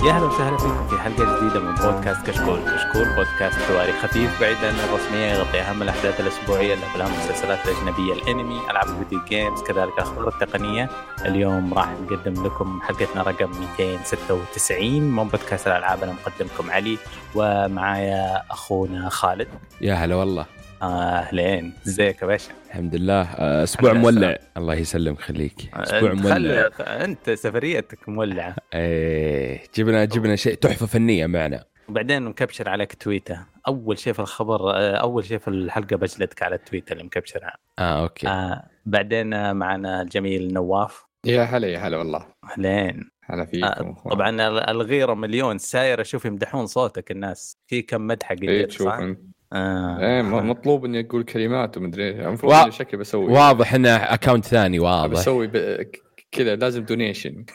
يا هلا وسهلا فيكم في حلقة جديدة من بودكاست كشكول. كشكول بودكاست حواري خفيف بعيد عن الرسمية، يغطي أهم الأحداث الأسبوعية، الأفلام والمسلسلات الأجنبية، الأنمي، ألعاب الفيديو جيمز، كذلك الأخبار التقنية. اليوم راح نقدم لكم حلقتنا رقم 296 من بودكاست الألعاب. أنا مقدمكم علي ومعايا أخونا خالد. يا هلا والله. أهلين، ازيك يا باشا؟ الحمد لله. أسبوع مولع. الله يسلمك خليك. أسبوع مولع. أنت سفريتك مولعة. جبنا شيء تحفة فنية معنا. وبعدين مكبشر عليك تويته. أول شيء في الخبر، أول شيء في الحلقة بجلدك على التويته اللي مكبشرها. أوكي. بعدين معنا الجميل نواف. يا هلا والله. أهلين. هلا فيكم. طبعا الغيرة مليون ساير، أشوف يمدحون صوتك الناس في كم مدحة قدير. تشوفون مطلوب اني اقول كلمات ومدري المفروض اني شكل بسوي واضح انه اكاونت ثاني واضح بسوي كذا لازم دونيشن.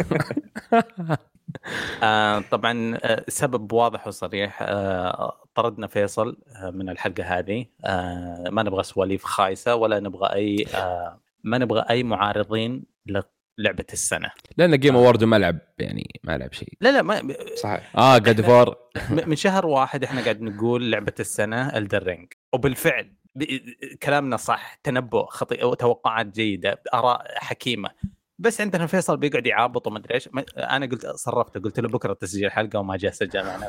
طبعا سبب واضح وصريح. طردنا فيصل من الحلقة هذه. ما نبغى سواليف خايسة ولا نبغى ما نبغى أي معارضين لعبة السنة، لأن جيم أوورد ما لعب شيء. لا ما صحيح. قد فور من شهر واحد احنا قاعد نقول لعبة السنة Elden Ring، وبالفعل كلامنا صح، تنبؤ خطير وتوقعات جيدة، آراء حكيمة. بس عندنا فيصل بيقعد يعابط وما ادري ايش. انا قلت له بكره تسجيل حلقه وما جاء سجل معنا.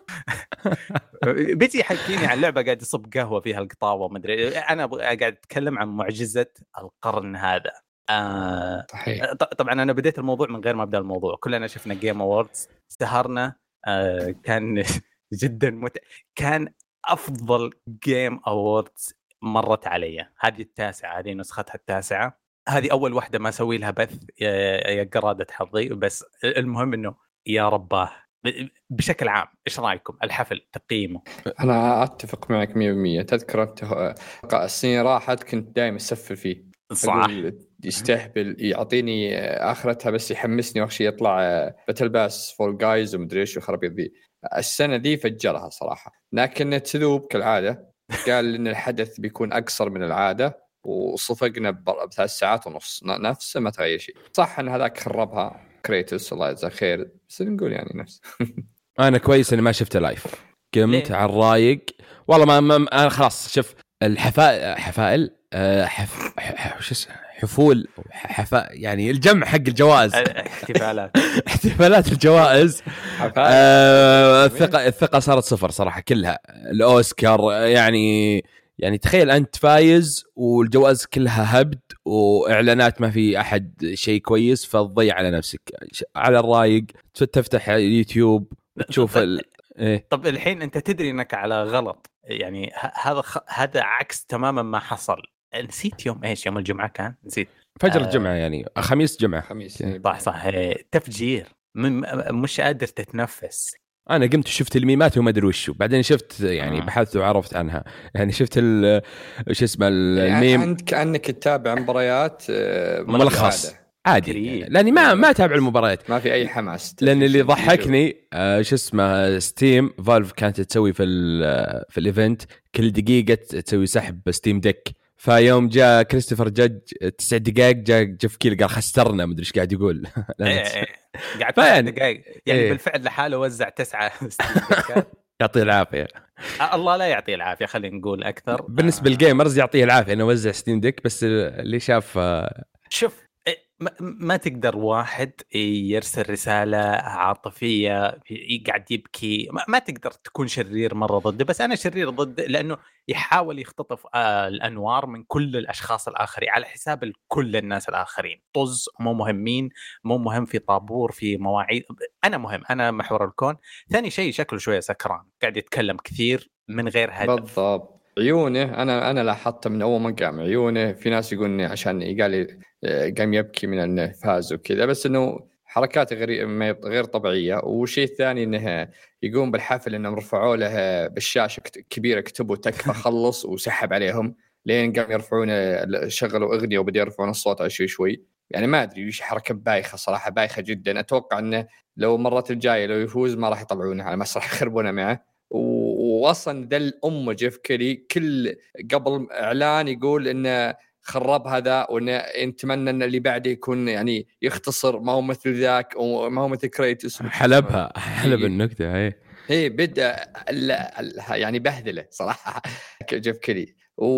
بيجي يحكيني عن لعبه قاعد يصب قهوه فيها القطاوه وما ادري. انا قاعد اتكلم عن معجزه القرن هذا. صحيح. طبعا انا بديت الموضوع من غير ما ابدا الموضوع. كلنا شفنا جيم اووردز، سهرنا. كان جدا كان افضل جيم اووردز مرت علي. هذه التاسعه، هذه نسختها التاسعه. هذه أول واحدة ما أسوي لها بث يا قرادة حظي. بس المهم إنه يا رباه. بشكل عام إيش رأيكم الحفل تقييمه؟ أنا أتفق معك 100%. تذكر أنت السنين راحت كنت دائما أسفل فيه، صح، يستهبل، يعطيني آخرتها بس يحمسني وأخشي يطلع باتل باس فول جايز ومدري إيش وخرابيط ذي. السنة دي فجرها صراحة، لكن تذوب كالعادة. قال إن الحدث بيكون أقصر من العادة وصفقنا ب3 ساعات ونص، نفس ما تغير شيء. صح ان هذاك خربها كريتوس الله يجزاه خير، بس نقول يعني نفس. انا كويس اني ما شفته لايف، قمت على الرايق والله. ما انا خلاص شوف حفائل حفول يعني الجمع حق الجوائز احتفالات الجوائز. الثقة صارت صفر صراحة كلها. الأوسكار يعني تخيل أنت فايز والجوائز كلها هبد وإعلانات، ما في أحد شيء كويس، فتضيع على نفسك على الرايق. تفتح يوتيوب تشوف طب الحين أنت تدري أنك على غلط. يعني هذا عكس تماما ما حصل. نسيت يوم إيش؟ يوم الجمعة كان، نسيت فجر الجمعة يعني خميس صح تفجير. مش قادر تتنفس. أنا قمت شفت الميمات وما أدري وشو، بعدين شفت يعني بحثت وعرفت عنها. يعني شفت وش اسمه الميم. أنت كأنك تتابع مباريات ملخص عادي، لأني ما أتابع المباريات، ما في أي حماس. لأن اللي ضحكني شو اسمه ستيم فالف كانت تسوي في الإيفنت كل دقيقة تسوي سحب ستيم ديك. فيوم جاء كريستوفر جاج 9 دقائق جاء جيف كيل قال خسرنا، مدري ايش قاعد يقول. قاعد 9 دقائق يعني بالفعل لحاله وزع 9 يعطيه العافيه. الله لا يعطيه العافيه، خلينا نقول اكثر. بالنسبه للجيمرز يعطيه العافيه انه وزع ستيم ديك، بس اللي شاف شوف ما تقدر واحد يرسل رسالة عاطفية قاعد يبكي، ما تقدر تكون شرير مرة ضده. بس أنا شرير ضده لأنه يحاول يختطف الأنوار من كل الأشخاص الآخرين على حساب كل الناس الآخرين. طز مو مهمين، مو مهم في طابور في مواعيد. أنا مهم، أنا محور الكون. ثاني شيء شكله شوية سكران، قاعد يتكلم كثير من غير هدف. بالضبط. عيونه أنا لاحظت من أول ما قام عيونه، في ناس يقولني عشان قال قام يبكي من أنه فاز وكذا، بس أنه حركات غير طبيعية. وشيء ثاني أنه يقوم بالحفل أنهم رفعوا له بالشاشة كبيرة كتبوا تكفى خلص وسحب عليهم لين قام يرفعون شغلوا أغنية وبدأ يرفعون الصوت على شوي. يعني ما أدري وش حركة بايخة صراحة، بايخة جدا. أتوقع أنه لو مرات الجاية لو يفوز ما راح يطلعونه على مسرح، يخربونه معه. واصلا دل جيف كيلي كل قبل اعلان يقول انه خرب هذا ونتمنى ان اللي بعده يكون يعني يختصر ما هو مثل ذاك وما هو مثل كريتوس. حلب النكته ايه بدا يعني بهذله صراحه جيف كيلي.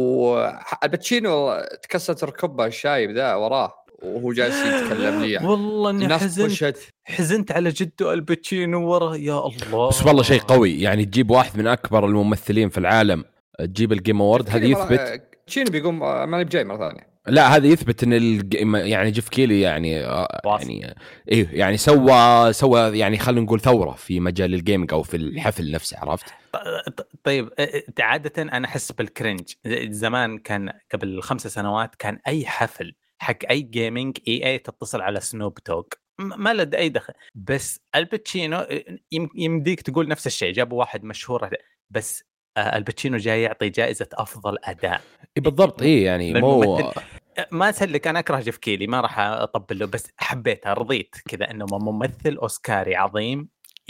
والباتشينو تكسرت ركبه الشايب ذا وراه وهو جالس يتكلم لي والله اني حزنت على جده الباتشينو ورا يا الله. بس والله شيء قوي يعني تجيب واحد من اكبر الممثلين في العالم تجيب الجيم أوورد، هذا يثبت تشينو بيقوم ما بجاي مره ثانيه. لا هذا يثبت ان يعني جيف كيلي يعني يعني ايه يعني سوى يعني خلينا نقول ثوره في مجال الجيمنج او في الحفل نفسه، عرفت؟ طيب عاده انا احس بالكرنج. زمان كان قبل 5 سنوات كان اي حفل حق اي جيمنج اي تتصل على سنوب توغ ما له اي دخل، بس الباتشينو يمديك تقول نفس الشيء، جابوا واحد مشهور بس الباتشينو جاي يعطي جائزة أفضل أداء. بالضبط إيه يعني مو ما أسلك أنا أكره جيف كيلي ما راح أطبل له، بس حبيتها رضيت كذا إنه ممثل أوسكاري عظيم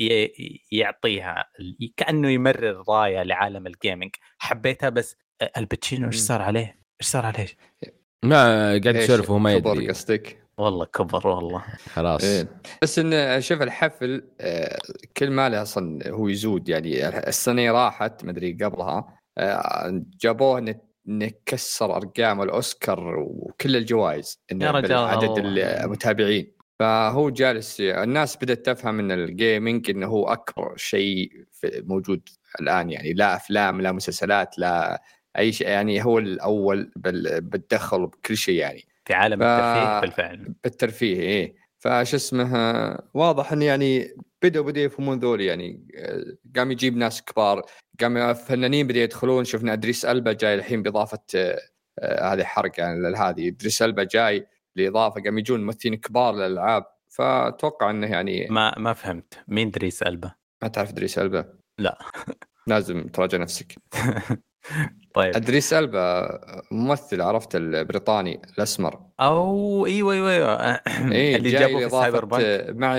يعطيها كأنه يمرر راية لعالم الجيمنج. حبيتها بس الباتشينو إيش صار عليه؟ ما قاعد يشرف وما يدري قصدك والله كبر والله خلاص بس إن شوف الحفل كل ما له أصلا هو يزود يعني السنة راحت ما أدري قبلها جابوه نكسر أرقام الأوسكار وكل الجوائز عدد المتابعين. فهو جالس الناس بدأت تفهم من الجيمينج إنه هو أكبر شيء موجود الآن، يعني لا أفلام لا مسلسلات لا أي شيء، يعني هو الأول بالدخل بكل شيء يعني في عالم الترفيه بالفعل بالترفيه إيه. فاش اسمه واضح إن يعني بدأوا يفهمون ذولي، يعني قام يجيب ناس كبار، قام فنانين بدأوا يدخلون. شفنا إدريس ألبا جاي الحين بإضافة هذه حركة يعني هذه إدريس ألبا جاي لإضافة، قام يجون ممثلين كبار للألعاب. فأتوقع إنه يعني ما فهمت مين إدريس ألبا؟ ما تعرف إدريس ألبا؟ لا لازم تراجع نفسك. طيب إدريس ألبا ممثل عرفت البريطاني الأسمر ايوه إيه اللي جابوا في السايبر بانك مع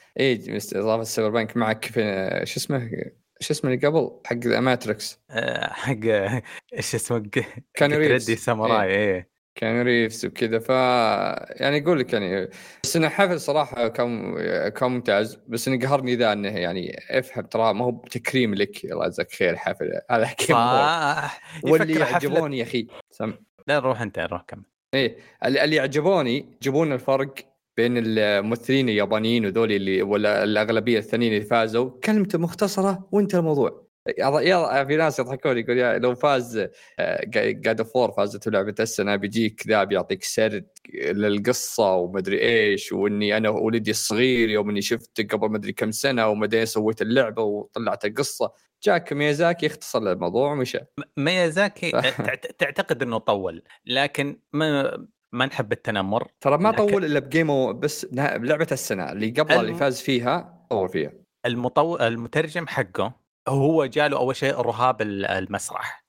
إضافة السايبر بانك مع كيفن شو اسمه اللي قبل حق ماتريكس حق ايش اسمه كان ريدي ساموراي ايه كان ريفز وكذا. يعني يقول لك يعني بس انه حفل صراحه كان ممتاز، بس انه قهرني ذا انه يعني افهم ترى ما هو بتكريم لك الله يجزاك خير حفل هذا كم واللي يعجبوني يا اخي لا روح كم ايه اللي يعجبوني جيبون الفرق بين الممثلين اليابانيين وذولي اللي ولا الاغلبيه الثانيين اللي فازوا كلمته مختصره وانت الموضوع. يلا في ناس يضحكون يقول لو فاز God of War فازت لعبة السنة بيجيك ذا بيعطيك سرد للقصة ومدري إيش، وإني أنا ولدي الصغير يوم إني شفت قبل مدري كم سنة ومدري سويت اللعبة وطلعت القصة. جاك ميازاكي يختصر الموضوع ومشى. ميازاكي تعتقد إنه طول، لكن ما نحب التنمر. ترى ما طول إلا بجيمو بس لعبة السنة اللي قبل اللي فاز فيها طول فيها. المترجم حقه هو جاله أول شيء رهاب المسرح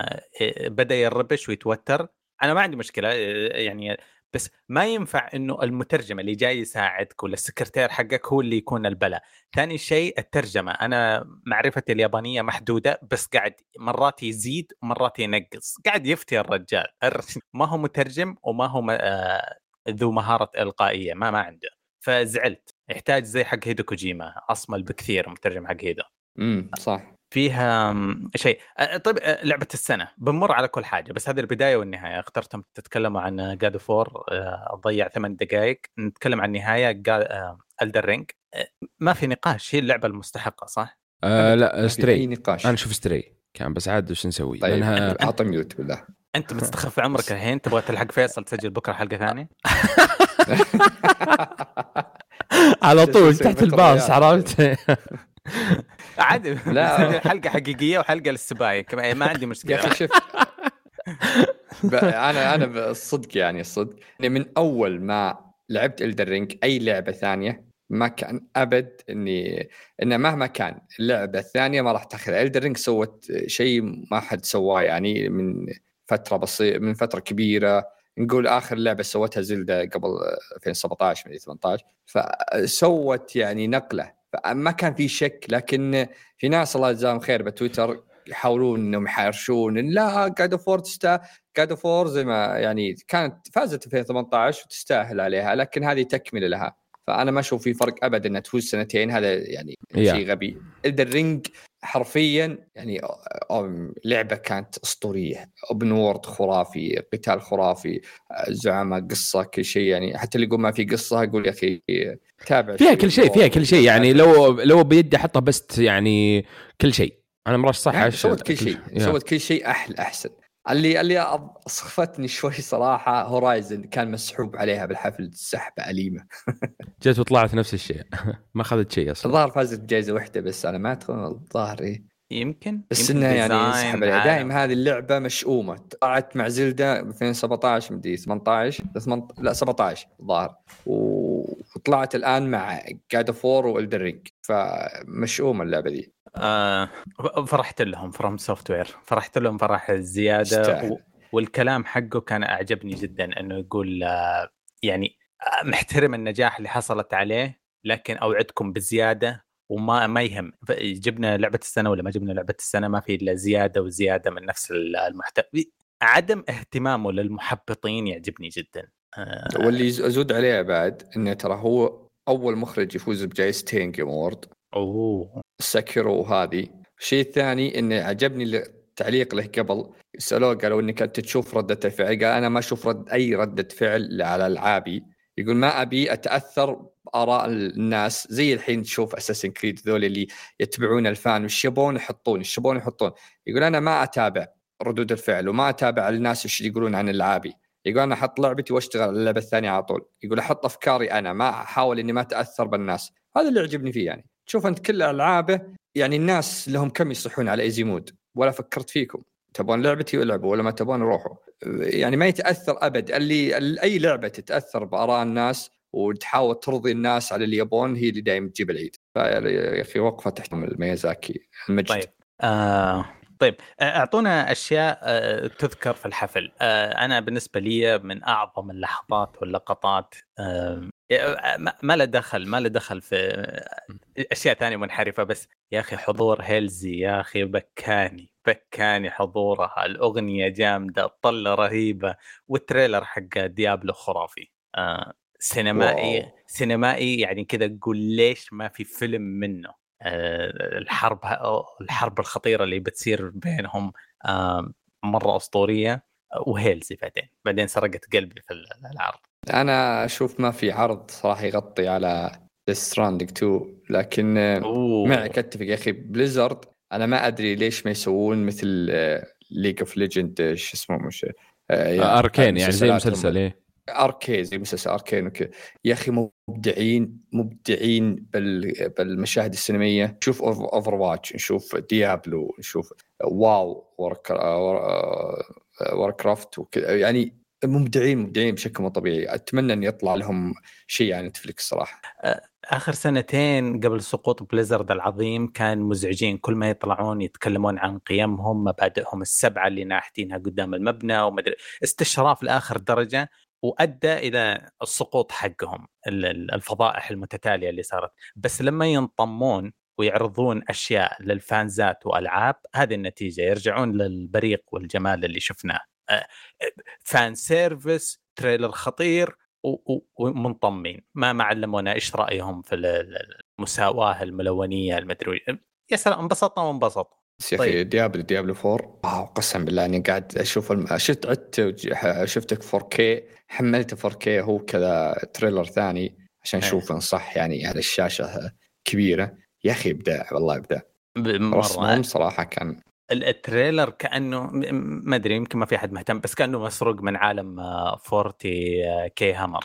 بدأ يربش ويتوتر. أنا ما عندي مشكلة يعني، بس ما ينفع إنه المترجم اللي جاي يساعدك ولا السكرتير حقك هو اللي يكون البلا. ثاني شيء الترجمة، أنا معرفتي اليابانية محدودة بس قاعد مرات يزيد ومرات ينقص، قاعد يفتي الرجال ما هو مترجم وما هو ذو مهارة إلقائية ما عنده. فزعلت، يحتاج زي حق هيدو كوجيما أصمل بكثير مترجم حق هيدو. صح فيها شيء. طيب لعبة السنة بنمر على كل حاجة، بس هذه البداية والنهاية. اخترتم تتكلموا عن God of War أضيع 8 دقائق نتكلم عن النهاية. Elden Ring ما في نقاش، هي اللعبة المستحقة صح؟ لا ستري أنا شوف ستري كان بس عاد وش نسوي. طيب أعطي ميوت بالله. أنت مستخف عمرك الحين تبغى تلحق فيصل تسجل بكرة حلقة ثانية على طول تحت الباص عرفت عادي حلقة حقيقية وحلقة للسبايك ما عندي مشكلة. يا أخي شوف أنا بالصدق يعني الصدق من أول ما لعبت Elden Ring أي لعبة ثانية ما كان أبد إن مهما كان اللعبة الثانية ما راح تأخذ. Elden Ring سوت شيء ما حد سواه يعني من فترة بسيطة، من فترة كبيرة. نقول آخر لعبة سوتها زلدة قبل 2017 من 18، فسوت يعني نقلة، فما كان في شك. لكن في ناس الله يجزاهم خير بتويتر يحاولون انهم يحارشون لا جاد اوف وور جاد اوف وور زي ما يعني كانت فازت في 2018 وتستاهل عليها، لكن هذه تكمله لها. فانا ما اشوف في فرق ابدا انها تفوز سنتين، هذا يعني شيء غبي. الرينج حرفيا يعني لعبه كانت اسطوريه، اوبن وورد خرافي، قتال خرافي، زعماء، قصه، كل شيء. يعني حتى اللي يقول ما في قصه يقول يا اخي تابع فيها كل شيء، فيها كل شيء يعني لو بيدي احطها بس يعني كل شيء. انا مرش صح سوت كل شيء، سوت كل شيء احسن. اللي صختني شوي صراحه هورايزن، كان مسحوب عليها بالحفل سحبه أليمة. جت وطلعت نفس الشيء ما اخذت شيء اصلا. الظاهر فازت بجائزه واحده بس على ما ادخل الظاهر يمكن بس انها يعني سحب عليها. دائما هذه اللعبه مشؤومه. طلعت مع زلدة 2017 مدري 18 لا 17 الظاهر، وطلعت الان مع جاد اوف وور والدر رينج، فمشؤومه اللعبه دي. فرحت لهم فروم سوفت وير، فرحت لهم فرح الزياده والكلام حقه كان اعجبني جدا، انه يقول يعني محترم النجاح اللي حصلت عليه، لكن اوعدكم بزياده وما يهم جبنا لعبه السنه ولا ما جبنا لعبه السنه، ما في الا زياده وزياده من نفس المحتوى. عدم اهتمامه للمحبطين يعجبني جدا. واللي ازود عليه بعد انه ترى هو اول مخرج يفوز بجائزتين جيم أوورد، ساكيرو. وهذه الشيء الثاني انه عجبني التعليق له قبل سألوه قالوا انك انت تشوف ردة الفعل، قال انا ما اشوف اي ردة فعل على العابي. يقول ما ابي اتاثر باراء الناس، زي الحين تشوف اساسن كريد ذول اللي يتبعون الفان وش يبون يحطون. يقول انا ما اتابع ردود الفعل وما اتابع الناس وش يقولون عن العابي. يقول انا احط لعبتي واشتغل على اللعبه الثانيه على طول. يقول احط افكاري انا، ما احاول اني ما اتاثر بالناس. هذا اللي يعجبني فيه. يعني تشوف انت كل العابه يعني الناس لهم كم يصحون على ايزي مود، ولا فكرت فيكم تبون لعبتي والعبوا ولا ما تبون روحوا. يعني ما يتاثر ابد. اي لعبه تتاثر باراء الناس وتحاول ترضي الناس على اللي يبون هي اللي دائما تجيب العيد. يا اخي وقفه تحتمل ميازاكي المجد. طيب اعطونا اشياء تذكر في الحفل. انا بالنسبه لي من اعظم اللحظات واللقطات، ما له دخل في اشياء ثانيه منحرفه، بس يا اخي حضور هيلزي يا اخي بكاني حضورها. الاغنيه جامده، الطله رهيبه، والتريلر حق ديابلو خرافي. سينمائي يعني كذا تقول ليش ما في فيلم منه. الحرب الخطيرة اللي بتصير بينهم مرة أسطورية. وهيلزي بعدين سرقت قلبي في العرض. أنا أشوف ما في عرض صراحة يغطي على ستراندينج 2، لكن معك أتفق يا أخي. بليزرد أنا ما أدري ليش ما يسوون مثل ليج اوف ليجند شو اسمه مش أركين يعني زي مسلسل إيه زي مسلسل أركين وكذا. يا أخي مبدعين بالمشاهد السينمائية. نشوف أوفرواتش، نشوف ديابلو، نشوف واو واركرافت وكذا. يعني مبدعين بشكل مو طبيعي. أتمنى أن يطلع لهم شيء عن نتفليكس صراحة. آخر سنتين قبل سقوط بليزرد العظيم كان مزعجين، كل ما يطلعون يتكلمون عن قيمهم، مبادئهم السبعة اللي ناحتينها قدام المبنى ومدري استشراف لآخر درجة، وأدى إلى السقوط حقهم، الفضائح المتتالية اللي صارت. بس لما ينطمون ويعرضون أشياء للفانزات وألعاب، هذه النتيجة، يرجعون للبريق والجمال اللي شفناه. فان سيرفيس، تريلر خطير ومنطمين. ما علمونا إيش رأيهم في المساواة الملونية المدروية. يا سلام، انبسطنا. يا أخي ديابلو 4 قسم بالله أني قاعد أشوف شفتك 4K، حملت 4K هو كذا تريلر ثاني عشان أشوفه صح يعني على الشاشة كبيرة. يا أخي إبداع والله، إبداع. رسمهم صراحة كان التريلر كأنه ما أدري، يمكن ما في أحد مهتم، بس كأنه مسروق من عالم 40K هامر.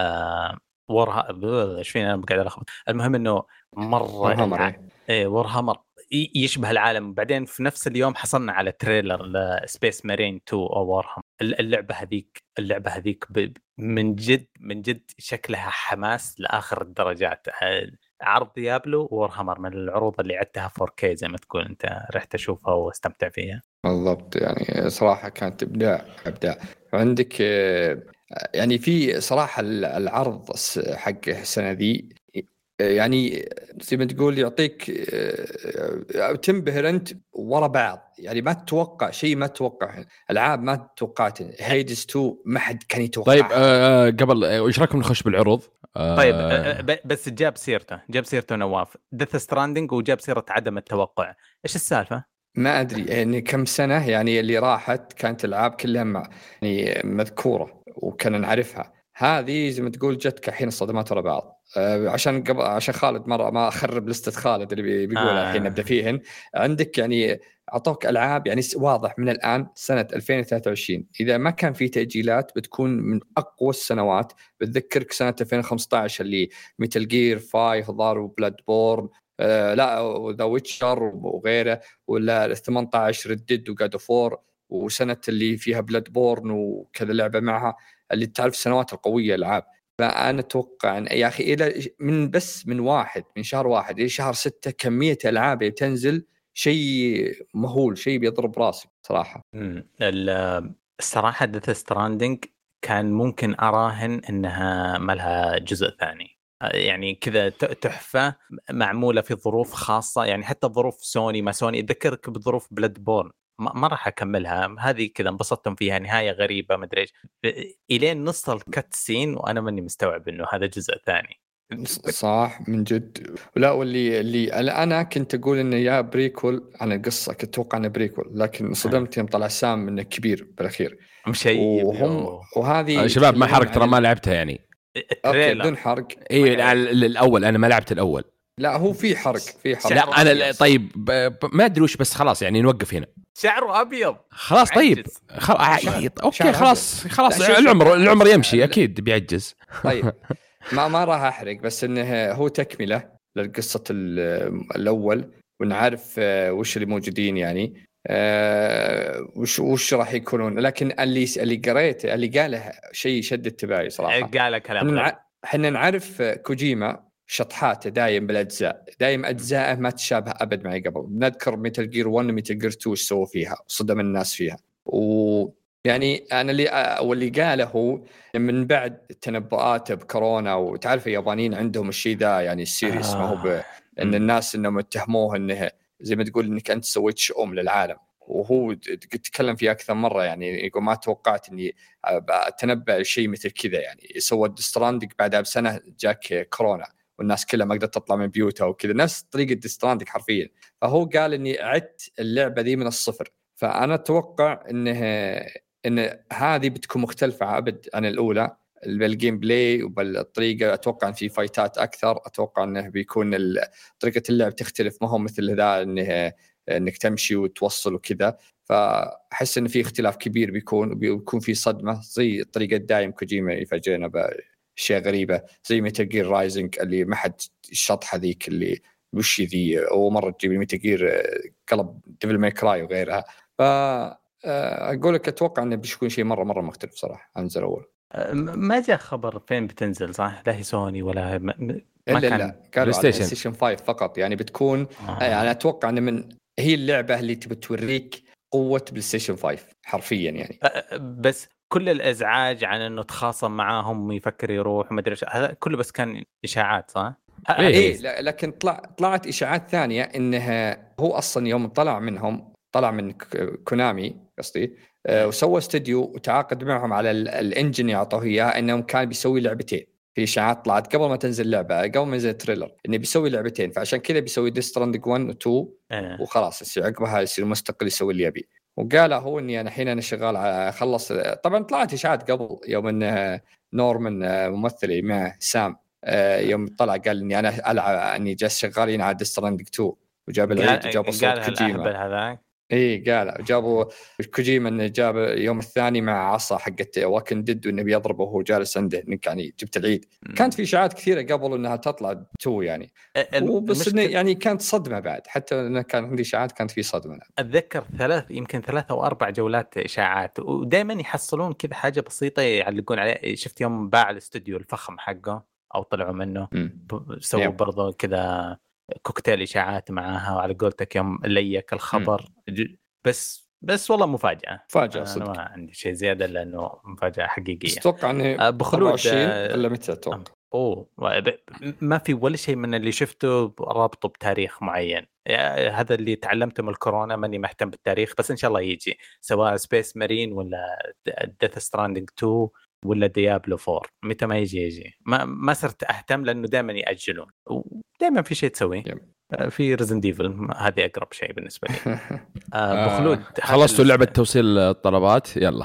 ايش فينا انا قاعد الخبط. المهم انه مره وورهامر يشبه العالم. بعدين في نفس اليوم حصلنا على تريلر لسبيس مارين 2 او وورهامر. اللعبه هذيك من جد شكلها حماس لاخر الدرجات. عرض ديابلو وورهامر من العروض اللي عدتها 4K زي ما تقول انت، رحت اشوفها واستمتع فيها بالضبط. يعني صراحه كانت ابداع. عندك يعني في صراحه العرض حق السنه ذي يعني زي ما تقول يعطيك تنبهر انت ورا بعض، يعني ما تتوقع شيء، ما تتوقع العاب ما توقعته. هيدز 2 ما حد كان يتوقع. طيب قبل ايش رايكم نخش بالعروض؟ طيب بس جاب سيرته نواف ديث ستراندنج، وجاب سيرة عدم التوقع. ايش السالفة؟ ما ادري يعني كم سنه يعني اللي راحت كانت العاب كلها يعني مذكوره وكنا نعرفها، هذه زي ما تقول جتك الحين الصدمات ورا بعض. عشان خالد مره ما اخرب لستة خالد اللي بيقولها الحين نبدا فيهن. عندك يعني اعطوك العاب يعني واضح من الان سنه 2023 اذا ما كان في تاجيلات بتكون من اقوى السنوات. بتذكرك سنه 2015 اللي ميتال جير 5 ضار وبلاد بورن، لا ذا ويتشر وغيره، ولا 18 ردد وجاد فور، وسنه اللي فيها بلاد بورن وكذا لعبه معها، اللي تعرف السنوات القويه العاب. فانا اتوقع ان يا اخي الى من شهر واحد الى شهر 6 كميه العاب بتنزل شيء مهول، شيء بيضرب راسك صراحه. الصراحه ديث ستراندنج كان ممكن اراهن انها ما لها جزء ثاني، يعني كذا تحفه معموله في ظروف خاصه، يعني حتى ظروف سوني ما سوني اذكرك بظروف بلاد بورن ما راح اكملها، هذه كذا انبسطتم فيها نهايه غريبه ما ادري ايش الين نص الكت سين وانا ماني مستوعب انه هذا جزء ثاني. صح من جد. ولا واللي انا كنت اقول انه يا بريكول عن القصه، كنت اتوقع انه بريكول، لكن صدمت يوم طلع سام منه كبير بالاخير وهم وهذه شباب ما حرق ترى ما لعبتها يعني. اوكي بدون حرق. اي الاول انا ما لعبت الاول. لا هو في حرق لا انا طيب ما ادري وش، بس خلاص يعني نوقف هنا. شعره ابيض خلاص. طيب اوكي خلاص العمر يمشي اكيد بيعجز. طيب ما راح احرق، بس انه هو تكمله للقصه الاول، ونعرف وش اللي موجودين يعني وش راح يكونون. لكن اللي قريته اللي قاله شيء شد انتباهي صراحه. قال كلام احنا نعرف كوجيما شطحاته دايم بالاجزاء، دايم اجزاءه ما تشابه ابد معي قبل. نذكر ميتال جير 1 وميتال جير 2 سووا فيها صدم الناس فيها، يعني انا واللي قاله هو من بعد تنبؤاته بكورونا، وتعرف اليابانيين عندهم الشيء ذا يعني السيريس ما هو ان الناس انهم اتهموه انه زي ما تقول انك انت سويت شؤم للعالم، وهو تكلم فيه اكثر مره يعني يقول ما توقعت اني اتنبأ شيء مثل كذا. يعني سوى ديستراندك بعدها بسنه جاك كورونا والناس كلها ما قدرت تطلع من بيوتها وكذا، نفس طريقه ديستراندك حرفيا. فهو قال اني عدت اللعبه ذي من الصفر. فانا اتوقع ان هذه بتكون مختلفه ابد عن الاولى بالجيم بلاي وبالطريقه. اتوقع ان في فايتات اكثر، اتوقع انه بيكون طريقه اللعب تختلف، ما هو مثل ذا انك تمشي وتوصل وكذا. فاحس ان في اختلاف كبير بيكون في صدمه، زي طريقه دايم كوجيما يفاجئنا باشياء غريبه، زي ميتال جير رايزنج اللي ما حد شطح هذيك اللي وش ذي، او مره تجيب ميتال جير قلب ديفل ماي كراي وغيرها. ف اقول لك اتوقع انه بيكون شيء مره مختلف صراحه عن الاول. ما جاء خبر فين بتنزل صح؟ لا هي سوني ولا ما لا قالوا على ستيشن 5 فقط. يعني بتكون يعني اتوقع ان هي اللعبه اللي تبي توريك قوه بلاي ستيشن 5 حرفيا يعني. بس كل الازعاج عن انه تخاصم معاهم ويفكر يروح وما ادري ايش، هذا كله بس كان اشاعات صح؟ ايه لكن طلعت اشاعات ثانيه انها هو اصلا يوم طلع من كونامي قصدي وسوى استوديو وتعاقد معهم على الانجن يعطوه اياه، انهم كان بيسوي لعبتين. في اشاعات طلعت قبل ما تنزل لعبه، قبل ما ينزل التريلر، انه بيسوي لعبتين، فعشان كذا بيسوي ديستراندنج 1 و 2 وخلاص عقبها يصير مستقل يسوي اللي يبي. وقال هو اني انا الحين شغال على خلص. طبعا طلعت اشاعات قبل يوم ان نورمان ممثلي مع سام يوم طلع قال اني انا العب اني جالس شغالين على ديستراندنج 2 وجاب العيد وجاب صوت كوجيما. ايه قال جابوا كوجيما انه جاب يوم الثاني مع عصا حقت واكن ديد وانه بيضربه وهو جالس عنده، انك يعني جبت العيد. كانت في اشاعات كثيره قبل انها تطلع 2 يعني، بس يعني كانت صدمه بعد، حتى انه كان عندي اشاعات كانت في صدمه. اتذكر يمكن 3 أو 4 جولات اشاعات، ودائما يحصلون كذا حاجه بسيطه يعلقون عليه. شفت يوم باع الاستوديو الفخم حقه او طلعوا منه سووا برضه كذا كوكتيل اشاعات معاها، وعلى قولتك يوم ليك الخبر بس والله مفاجاه صدق. انا ما عندي شيء زياده لانه مفاجاه حقيقيه. اتوقع انه بخلود ولا متى اتوقع ما في ولا شيء من اللي شفته رابطه بتاريخ معين. هذا اللي تعلمته من الكورونا، ماني مهتم بالتاريخ، بس إن شاء الله يجي سواء سبيس مارين ولا ديث ستراندينج 2 ولا ديابلو 4. متى ما يجي ما صرت أهتم، لأنه دائما يأجلون ودائما في شيء تسوي. في ريزن ديفل هذه أقرب شيء بالنسبة لي. بخلود خلصتوا لعبة توصيل الطلبات؟ يلا.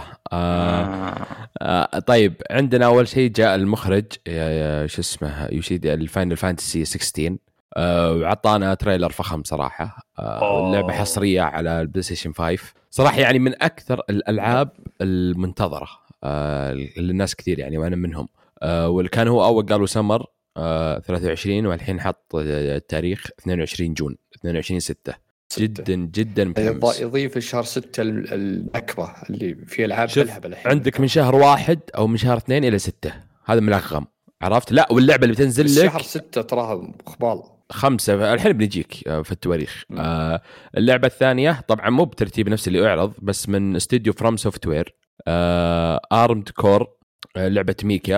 طيب عندنا أول شيء جاء المخرج شو اسمه يوشيدا الفاينل فانتسي 16 وعطانا تريلر فخم صراحة. اللعبة حصرية على البلاي ستيشن 5 صراحة، يعني من أكثر الألعاب المنتظرة للناس كثير يعني، وأنا منهم. والكان هو أول قالوا سمر 23 والحين حط التاريخ 22 جون 22/6. جدا جدا متحمس. يضيف الشهر 6 الأكبر اللي فيه ألعاب بلهبة الحين. عندك من شهر 1 أو من شهر 2 إلى 6، هذا ملغم، عرفت؟ لا واللعبة اللي بتنزل لك شهر 6 تراها خبال 5 الحين بنجيك في التواريخ. اللعبة الثانية طبعا مو بترتيب نفس اللي أعرض، بس من استوديو فروم سوفتوير، آرمد كور، لعبة ميكا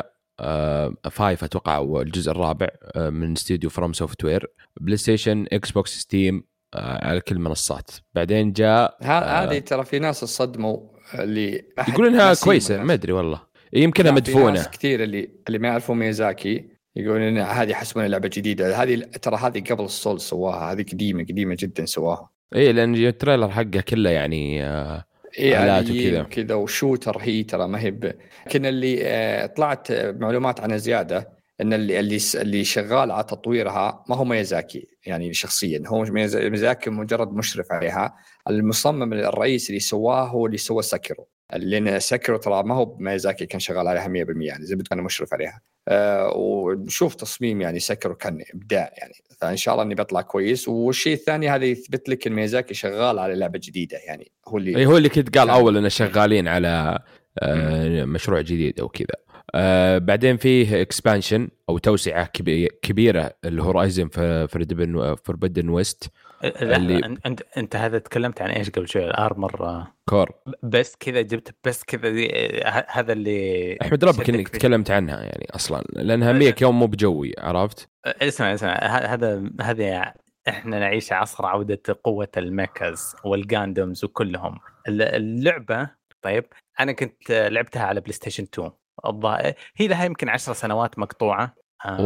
5 أتوقع والجزء الرابع من استوديو فروم سوفتوير، بلاي ستيشن اكس بوكس ستيم على كل المنصات. بعدين جاء هذه ترى في ناس الصدموا اللي يقول إنها كويسة، ما أدري والله، يمكنها مدفونة. ناس كثير اللي ما يعرفوا ميازاكي يقولون إن هذه حسبنا لعبة جديدة. هذه ترى هذه قبل السول سواها، هذه قديمة جدا سواها. إيه لأن التريلر حقه كله يعني آلات كذا وشوتر هي ترى ما هي لكن اللي طلعت معلومات عنها زيادة ان اللي شغال على تطويرها ما هو ميازاكي يعني شخصيا، هو ميازاكي مجرد مشرف عليها. المصمم الرئيسي اللي سواه هو اللي سوى ساكيرو، لان ساكيرو ترى ما هو ميازاكي كان شغال عليها 100% يعني، زي كان مشرف عليها. ونشوف تصميم يعني ساكيرو كان ابداع يعني، فان شاء الله اني بيطلع كويس. والشيء الثاني هذا يثبت لك ان ميازاكي شغال على لعبه جديده يعني، هو اللي كنت قال اول انه شغالين على مشروع جديد او كذا. بعدين فيه اكسبانشن او توسعه كبيره الهورايزن فوربيدن ويست. اللي انت هذا تكلمت عن ايش قبل شوي؟ الارمر كور بس كذا جبت بس كذا هذا اللي احمد ربك انك تكلمت عنها يعني اصلا، لانها 100 يوم مو بجوي، عرفت؟ اسمع هذا احنا نعيش عصر عودة قوة الميكاز والجاندمز وكلهم. اللعبة طيب انا كنت لعبتها على بلاي ستيشن 2 هي لها يمكن 10 سنوات مقطوعة.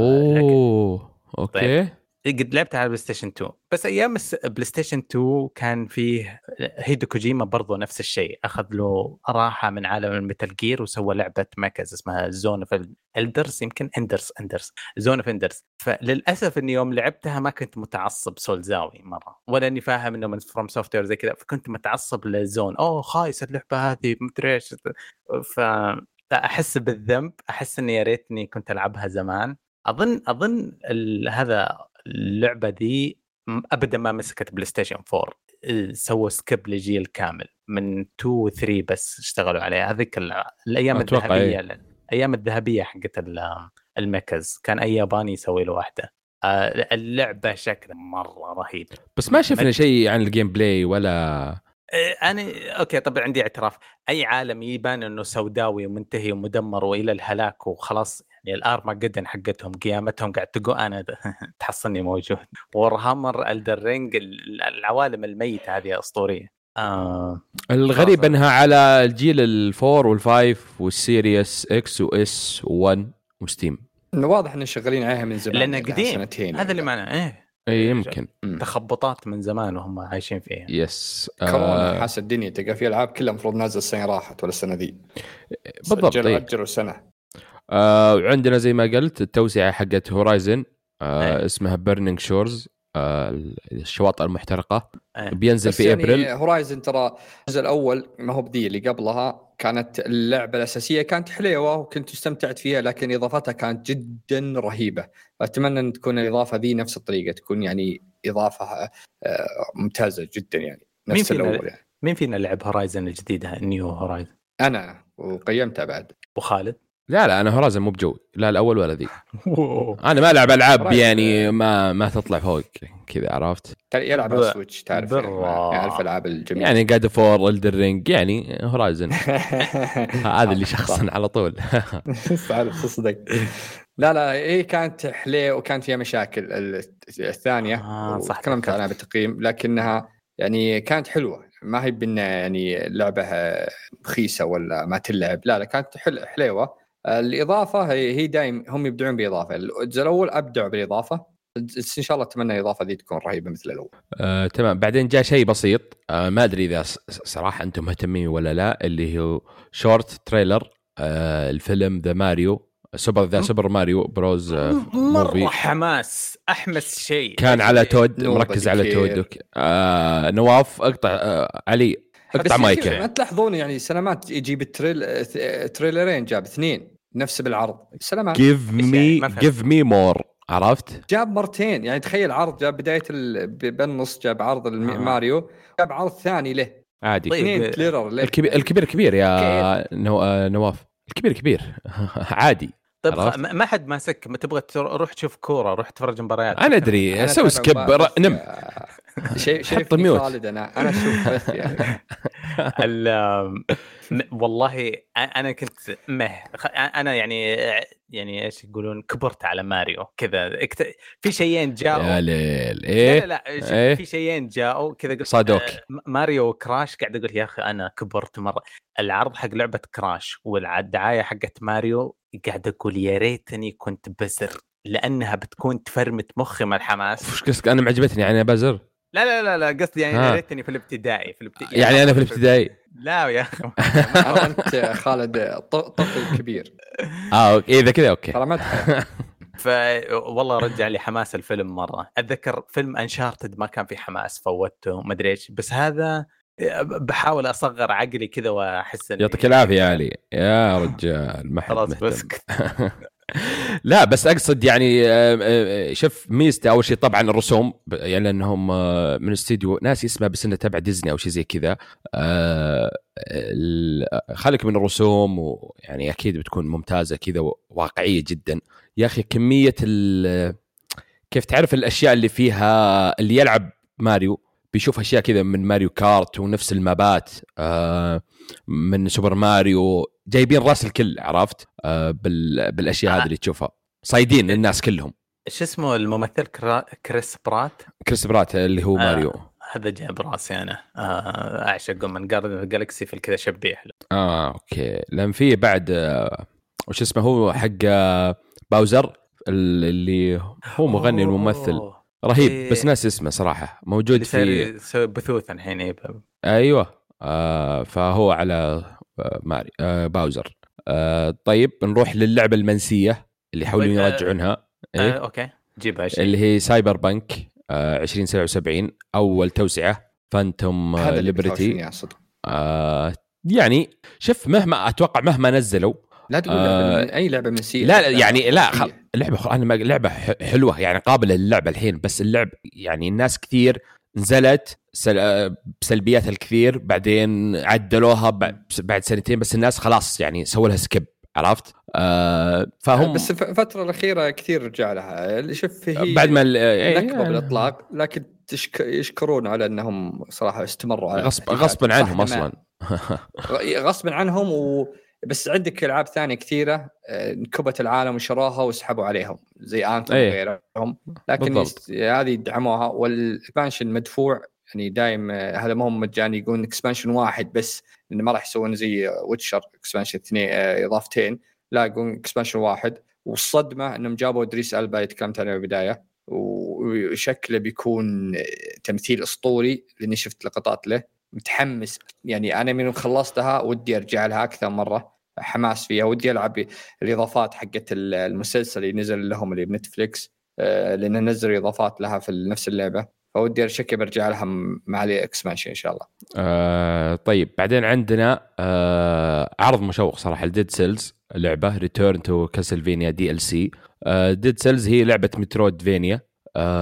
اوكي طيب. قد لعبتها على بلاي ستيشن 2 بس ايام بلاي ستيشن 2 كان فيه هيدو كوجيما برضو نفس الشيء، اخذ له راحه من عالم الميتال جير وسوى لعبه ماكز اسمها زون اوف اندرز، يمكن اندرز زون اوف اندرز. فللاسف اني يوم لعبتها ما كنت متعصب سولزاوي مره، ولا اني فاهم انه من فروم سوفت وير زي كذا، فكنت متعصب للزون. خايس اللعبه هذه مدري ايش، فاحس بالذنب، احس اني يا ريتني كنت العبها زمان. اظن هذا اللعبة دي أبدا ما مسكت بلاي ستيشن 4، سووا سكيب لجيل كامل من 2 و 3 بس اشتغلوا عليها. هذيك الأيام الذهبية الأيام الذهبية حقت الميكاز، كان أي ياباني يسوي له واحدة. اللعبة شكلها مرة رهيب، بس ما شفنا شيء عن الجيم بلاي ولا أنا أوكي. طبعا عندي اعتراف، أي عالم يبان إنه سوداوي ومنتهي ومدمر وإلى الهلاك وخلاص يعني الارماجدن حقتهم قيامتهم قاعد تقول انا تحصلني موجود. وورهامر الدرينج العوالم الميتة هذه اسطوريه. الغريب انها على الجيل الفور والفايف والسيريس اكس واس و1 وستيم، انه واضح انه شغالين عليها من زمان لانه قديم سنتين. هذا اللي معناه ايه يمكن تخبطات من زمان وهم عايشين فيها. يس كورونا حاس الدنيا تلقى فيها العاب كلها المفروض نازل السنه راحت ولا السنه ذي بالضبط. اجلوا سنه. وعندنا زي ما قلت التوسعة حقت هورايزن اسمها بيرنينج شورز، الشواطئ المحترقة، بينزل في يعني ابريل. هورايزن ترى الجزء الاول ما هو بدي اللي قبلها كانت اللعبة الأساسية كانت حلوة وكنت استمتعت فيها، لكن إضافتها كانت جدا رهيبة. أتمنى أن تكون الإضافة ذي نفس الطريقة، تكون يعني إضافة ممتازة جدا يعني نفس الأول يعني. مين فينا لعب هورايزن الجديدة نيو هورايزن؟ أنا وقيمتها بعد. وخالد لا انا هورايزن مو بجوي، لا الاول ولا ذي. انا ما العب العاب يعني ما تطلع فوق كذا، عرفت؟ يلعب على السويتش تعرف يعني يعرف العاب الجميع يعني قاعد فور الدرينج يعني هورايزن هذا اللي شخصا على طول. صدق. لا هي كانت حليه وكانت فيها مشاكل الثانيه وتكلمت عنها بالتقييم، لكنها يعني كانت حلوه، ما هي بان يعني لعبه رخيصه ولا ما تلعب، لا كانت حلوه. الاضافه هي دايم هم يبدعون باضافه، الجزء الاول ابدعوا بالاضافه، ان شاء الله اتمنى الاضافه دي تكون رهيبه مثل الاول. تمام. بعدين جاء شيء بسيط، ما ادري اذا صراحه انتم مهتمين ولا لا، اللي هو شورت تريلر الفيلم ذا ماريو سوبر ماريو بروز مرة حماس، احمس شيء كان على تود، مركز على تود. نواف اقطع علي اقطع مايك. ما تلاحظون يعني سلامات يجيب تريلرين، جاب 2 نفس بالعرض، سلامات give me more، عرفت؟ جاب مرتين يعني، تخيل عرض جاب بداية بالنص جاب عرض ماريو، جاب عرض ثاني له عادي. 2 تريلر له. الكبير كبير يا نواف، الكبير كبير عادي. طيب ما حد ماسك، ما تبغى تروح تشوف كورة، روح تتفرج مباريات. انا ادري اسوي سكيب نم شيء خالد انا اشوف بس يعني والله انا كنت انا يعني ايش يقولون، كبرت على ماريو كذا. في شيئين جاءوا يا ليل ايه لا إيه؟ في شيئين جاءوا كذا صادوك ماريو وكراش، قاعد اقول يا اخي انا كبرت مره. العرض حق لعبه كراش والدعايه حقت ماريو، قاعد اقول يا ريتني كنت بزر، لانها بتكون تفرمت مخي من الحماس. وش قصدك؟ انا معجبتني يعني بزر؟ لا قصدي يعني يا ريتني في الابتدائي يعني انا في الابتدائي. لا يا اخي انت خالد طفل كبير. اذا كذا اوكي. والله رجع لي حماس الفيلم مره. اتذكر فيلم انشارتد ما كان في حماس، فوتته ما ادري ايش، بس هذا بحاول اصغر عقلي كذا واحس يعطيك العافيه يا علي يا رجال، ما حد خلاص بس لا بس اقصد يعني شوف ميزته اول شيء طبعا الرسوم، يعني انهم من استديو ناس اسمه بس انه تبع ديزني او شيء زي كذا. خليك من الرسوم، ويعني اكيد بتكون ممتازه كذا وواقعيه جدا يا اخي. كميه كيف تعرف الاشياء اللي فيها، اللي يلعب ماريو بيشوف اشياء كذا من ماريو كارت ونفس المابات من سوبر ماريو، جايبين راس الكل، عرفت؟ بالاشياء هذه اللي تشوفها صايدين الناس كلهم. ايش اسمه الممثل؟ كريس برات اللي هو ماريو. هذا جاب راسي انا اعشقه من جاردن جالكسي في كذا شبيح له. اوكي. لان في بعد وش اسمه هو حق باوزر اللي هو مغني الممثل رهيب بس ناس اسمه صراحة، موجود في بثوث الحين. ايوه فهو على ماري باوزر. طيب نروح للعبة المنسية اللي يحاولون يرجعونها. اوكي جيبها شيء اللي هي سايبر بانك 2077 اول توسعة فانتوم ليبرتي. يعني شوف مهما اتوقع مهما نزلوا لا تقول من اي لعبه منسيه، لا يعني لا اللعبه انا لعبه حلوه يعني قابله للعبه الحين، بس اللعب يعني الناس كثير نزلت بسلبيات الكثير، بعدين عدلوها بعد سنتين، بس الناس خلاص يعني سووا لها سكيب، عرفت؟ فهم بس الفتره الاخيره كثير رجع لها. شوف هي بعد ما نكبه بالاطلاق، لكن يشكرون على انهم صراحه استمروا على غصبا عنهم اصلا غصبا عنهم بس عندك العاب ثانيه كثيره نكبت العالم وشروها وسحبوا عليهم زي انتم وغيرهم، لكن هذه دعموها. والاكسبانشن مدفوع يعني دايم، هذا ما هم مجاني، يقولون اكسبانشن واحد بس، لأن ما راح يسوون زي ويتشر اكسبانشن 2 اضافتين، لا يقولون اكسبانشن واحد. والصدمه انهم جابوا إدريس ألبا تكلمت عنه بالبدايه، وشكله بيكون تمثيل اسطوري لاني شفت لقطات له. متحمس يعني، انا من خلصتها ودي ارجع لها اكثر مره، حماس فيها، ودي العب الاضافات حقت المسلسل اللي نزل لهم اللي بنتفليكس، لان نزل اضافات لها في نفس اللعبه، فودي ارشكي برجع لها مع الاكسبانشن ان شاء الله. طيب بعدين عندنا عرض مشوق صراحه لديد سيلز، لعبه ريتيرن تو كاسلفينيا DLC. ديد سيلز هي لعبه مترويدفينيا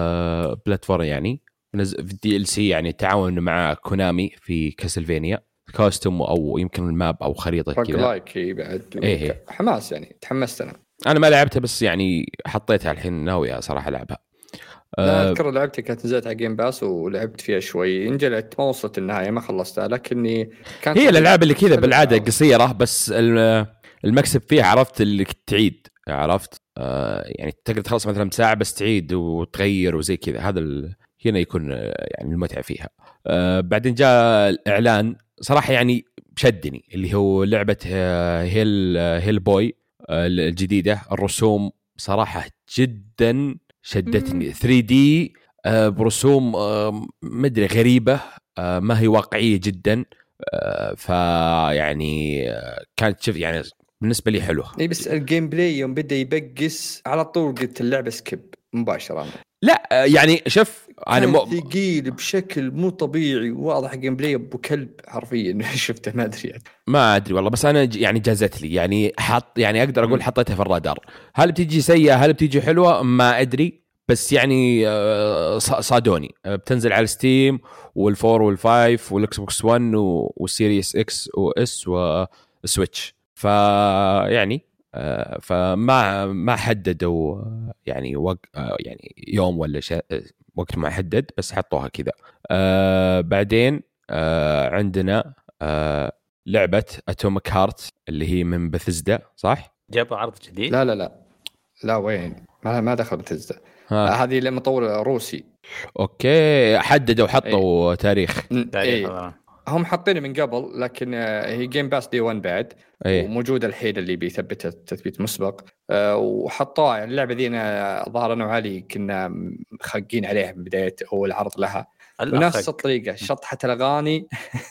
بلاتفورم يعني، في DLC يعني تعاون مع كونامي في كاسلفينيا كاستم او يمكن الماب او خريطه كذا. لايك بعد إيه. حماس يعني، تحمست انا ما لعبتها بس يعني حطيتها الحين ناوي صراحه العبها. لا اذكر لعبتها كانت نزلت على جيم باس ولعبت فيها شوي، انجلت ما وصلت النهايه ما خلصتها، لكني كانت هي الالعاب اللي كذا بالعاده قصيره بس المكسب فيها عرفت اللي تعيد عرفت يعني تقدر تخلص مثلا ساعه بس تعيد وتغير وزي كذا. هذا هنا يكون يعني المتعه فيها. بعدين جاء الاعلان صراحه يعني شدني اللي هو لعبه هيل بوي الجديده. الرسوم صراحه جدا شدتني 3D برسوم مدري غريبة ما هي واقعية جدا. فيعني كانت شوف يعني بالنسبة لي حلوة. اي بس الجيم بلاي يوم بدأ يبقس على طول قلت اللعبة سكيب مباشرة. لا يعني شوف انا ثقيل بشكل مو طبيعي واضح جيم بلاي ابو كلب حرفيا شفته ما ادري والله بس انا يعني جازت لي يعني يعني اقدر اقول حطيتها في الرادار. هل بتيجي سيئة هل بتيجي حلوة ما ادري بس يعني صادوني. بتنزل على ستيم والفور والفايف والاكس بوكس 1 والسيريس اكس واس وسويتش. فيعني فما حددوا يعني يعني يوم ولا وقت ما حدد بس حطوها كذا. بعدين عندنا لعبة اتوميك هارت اللي هي من بثزدا صح؟ جابوا عرض جديد؟ لا وين ما دخل بثزدا. هذه لمطور روسي. اوكي حددوا وحطوا تاريخ. هم حاطينه من قبل لكن هي جيم باس دي 1 بعد وموجودة الحين اللي بيثبتها تثبيت مسبق. وحطوها يعني اللعبة دي ظهر أنا وعلي كنا خاقين عليها من بداية أول عرض لها ونفس الطريقة شطحة الأغاني.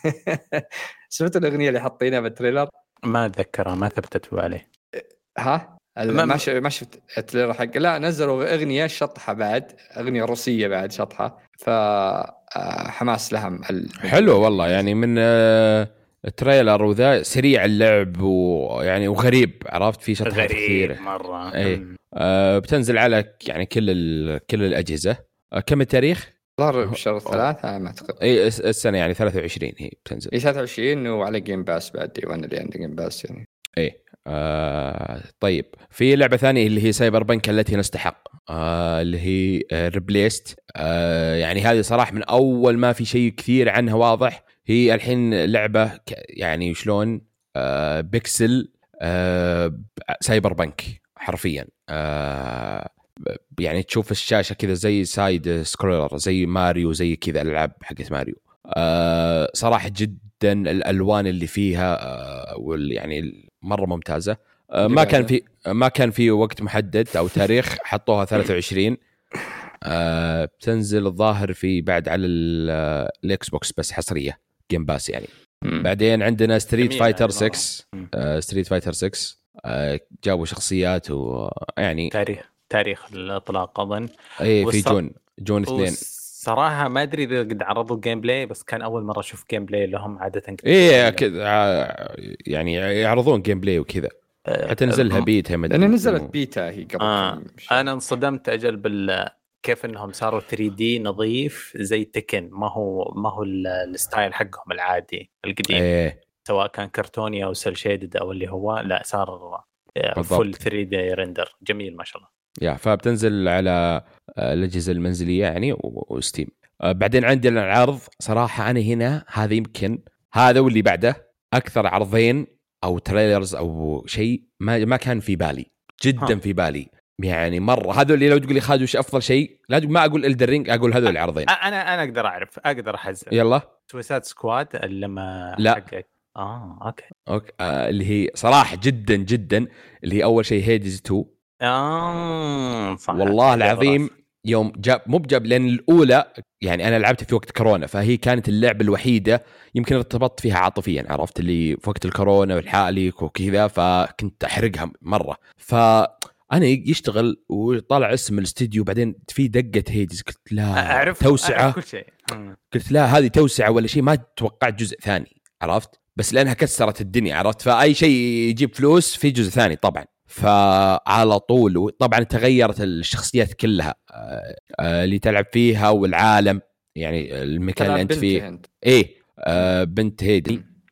سمعت الأغنية اللي حطينها بالتريلر؟ ما أتذكرها ما ثبتت عليه. ها ما شفت التريلر حق لا نزلوا أغنية شطحة بعد أغنية روسية بعد شطحة فحماس لهم حلو والله يعني من التريلر وذا سريع اللعب ويعني وغريب عرفت في شطحات كثيرة مرة. بتنزل على يعني كل الأجهزة. كم التاريخ؟ ظهر بشهر 3 ما أعتقد. اي السنة يعني 23 هي بتنزل. 23 وعلى جيم باس بعد دي 1 اللي عندي جيم باس يعني. ايه طيب في لعبة ثانية اللي هي سايبر بنك التي نستحق اللي هي ريبليست. يعني هذه صراحة من أول ما في شيء كثير عنها واضح. هي الحين لعبة يعني شلون بيكسل سايبر بنك حرفيا. يعني تشوف الشاشة كذا زي سايد سكرولر زي ماريو زي كذا الألعاب حقت ماريو. صراحة جدا الألوان اللي فيها يعني مرة ممتازة. ما كان في وقت محدد أو تاريخ حطوها 23. بتنزل الظاهر في بعد على الإكس بوكس بس حصرية جيم باس يعني. بعدين عندنا ستريت فايتر 6 ستريت فايتر 6 جابوا شخصيات ويعني تاريخ الإطلاق أظن في جون 2. صراحة ما أدري إذا قد عرضوا جيم بلاي بس كان أول مرة أشوف جيم بلاي لهم عادة كذا يعني يعرضون جيم بلاي وكذا. حتنزلها بيتا لأن نزلت بيتا هي قبل. أنا انصدمت أجل كيف إنهم صاروا 3D نظيف زي تكن ما هو الستايل حقهم العادي القديم. سواء كان كرتوني أو سيل شيدد أو اللي هو لا صار فول 3D ريندر جميل ما شاء الله. فبتنزل على الأجهزة المنزلية يعني وستيم. بعدين عندنا العرض صراحة أنا هنا هذا يمكن هذا واللي بعده أكثر عرضين أو تريلرز أو شيء ما كان في بالي جدا في بالي يعني مرة. هذول اللي لو تقولي خالد وش أفضل شيء ما أقول إلدر رينج أقول هذول العرضين. أنا أقدر أحزم. يلا سويساد سكواد لما لا حقك. أوكي. اللي هي صراحة جدا جدا اللي هي أول شيء هيدز 2. صح. والله العظيم يوم جاب لأن الأولى يعني أنا لعبت في وقت كورونا فهي كانت اللعبة الوحيدة يمكن ارتبطت فيها عاطفيا عرفت اللي في وقت الكورونا والحالك وكذا فكنت أحرقها مرة. فأنا يشتغل وطالع اسم الاستديو بعدين في دقة هيدز قلت لا توسعة كل شيء. قلت لا هذه توسعة ولا شيء ما توقعت جزء ثاني عرفت بس لأنها كسرت الدنيا عرفت فأي شيء يجيب فلوس في جزء ثاني طبعا. فعلى طول طبعا تغيرت الشخصيات كلها اللي تلعب فيها والعالم يعني المكان اللي أنت فيه. بنت هيدي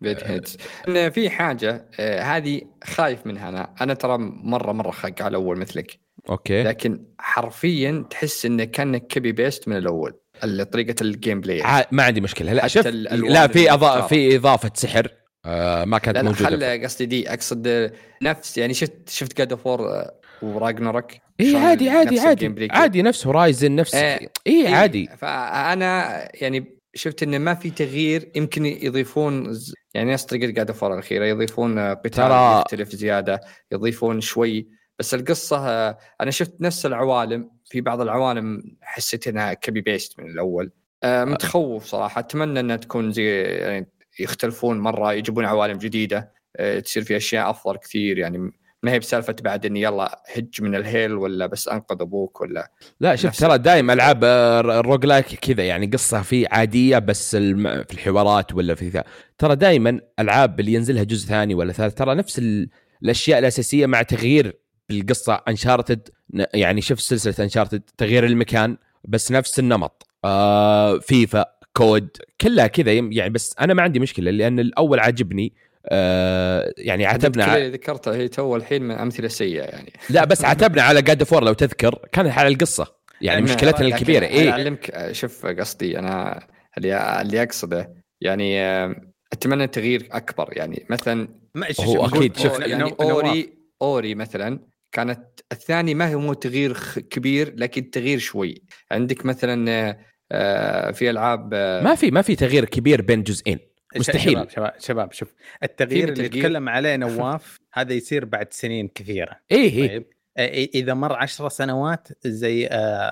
بيت هيدز. إن في حاجة هذه خايف منها أنا ترى مرة خاق على الأول مثلك. اوكي لكن حرفيا تحس إنه كان كبي بيست من الأول طريقة الجيم بلاي. ما عندي مشكله. لا حتى شوف، الألوان لا المختارة. في اضافه سحر ما كانت لا موجوده. خل قصدي دي أقصد نفس يعني شفت God of War وراجنروك. اي عادي عادي نفس هورايزن نفس اي عادي. فانا يعني شفت انه ما في تغيير. يمكن يضيفون يعني نفس طريقه قاعده فور الاخيره يضيفون قتال يختلف زياده يضيفون شوي. بس القصه انا شفت نفس العوالم. في بعض العوالم حسيت انها كبي بيست من الاول. متخوف صراحه. اتمنى انها تكون زي يعني يختلفون مره يجيبون عوالم جديده تصير في اشياء افضل كثير. يعني ما هي بسالفه بعد اني يلا هج من الهيل ولا بس انقذ ابوك ولا لا. شوف ترى دائما العاب الروجلايك كذا يعني قصه فيه عاديه بس في الحوارات ولا في ذا. ترى دائما العاب اللي ينزلها جزء ثاني ولا ثالث ترى نفس الاشياء الاساسيه مع تغيير بالقصه. انشارتد يعني شوف سلسله انشارتد تغيير المكان بس نفس النمط. فيفا كود كلها كذا يعني. بس انا ما عندي مشكله لان الاول عجبني. يعني عتبنا ذكرتها هي تو الحين من امثله سيئه يعني. لا بس عتبنا على God of War لو تذكر كانت على القصه يعني مشكلتنا الكبيره. ايه اعلمك. شوف قصدي انا اللي اقصده يعني اتمنى تغيير اكبر. يعني مثلا هو اكيد شوف يعني اوري مثلا كانت الثاني ما هو تغيير كبير لكن تغيير شوي. عندك مثلا في العاب ما في تغيير كبير بين جزئين مستحيل. شباب شوف التغيير اللي يتكلم عليه نواف هذا يصير بعد سنين كثيرة. ايه طيب اذا مر 10 سنوات زي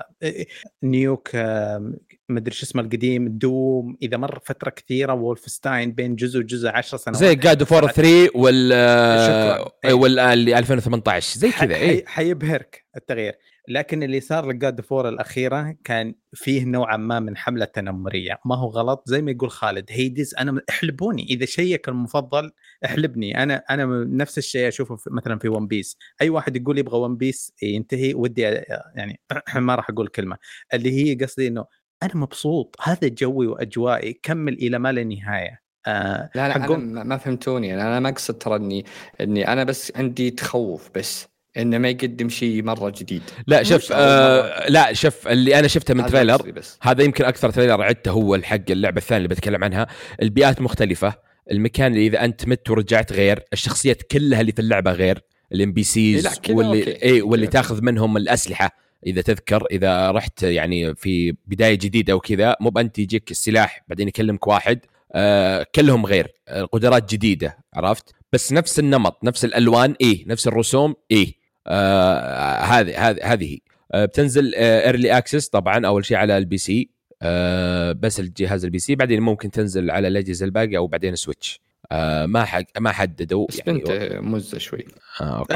نيوك مدري شو اسمه القديم دوم. اذا مر فتره كثيره وولفستاين بين جزء وجزء 10 سنوات زي God of War 3 ولا اللي 2018 زي كذا. حيبهرك التغيير. لكن اللي صار لجاد فور الأخيرة كان فيه نوعا ما من حملة تنمرية. ما هو غلط زي ما يقول خالد هيدز. أنا احلبوني إذا شيءك المفضل احلبني. أنا نفس الشيء أشوفه مثلا في ون بيس. أي واحد يقول يبغى ون بيس ينتهي ودي يعني ما راح أقول كلمة اللي هي قصدي إنه أنا مبسوط هذا جوي وأجوائي كمل إلى ما لا نهاية. لا أنا ما فهمتوني. أنا ما أقصد ترى إني أنا بس عندي تخوف بس إنه ما يقدم شيء مرة جديد. لا شوف لا شوف اللي أنا شفته من تريلر هذا يمكن أكثر تريلر عدته هو الحق اللعبة الثانية اللي بتكلم عنها. البيئات مختلفة. المكان اللي إذا أنت مت ورجعت غير. الشخصيات كلها اللي في اللعبة غير. الام بي سيز واللي تاخذ منهم الأسلحة. إذا تذكر إذا رحت يعني في بداية جديدة وكذا مو بأنت يجيك السلاح بعدين يكلمك واحد. كلهم غير. قدرات جديدة عرفت بس نفس النمط نفس الألوان نفس الرسوم هذه بتنزل ايرلي اكسس طبعا اول شيء على البي سي. بس الجهاز البي سي بعدين ممكن تنزل على الاجهزه الباقيه او بعدين سويتش. ما حددوا بس يعني بنت مزه شوي. اوكي.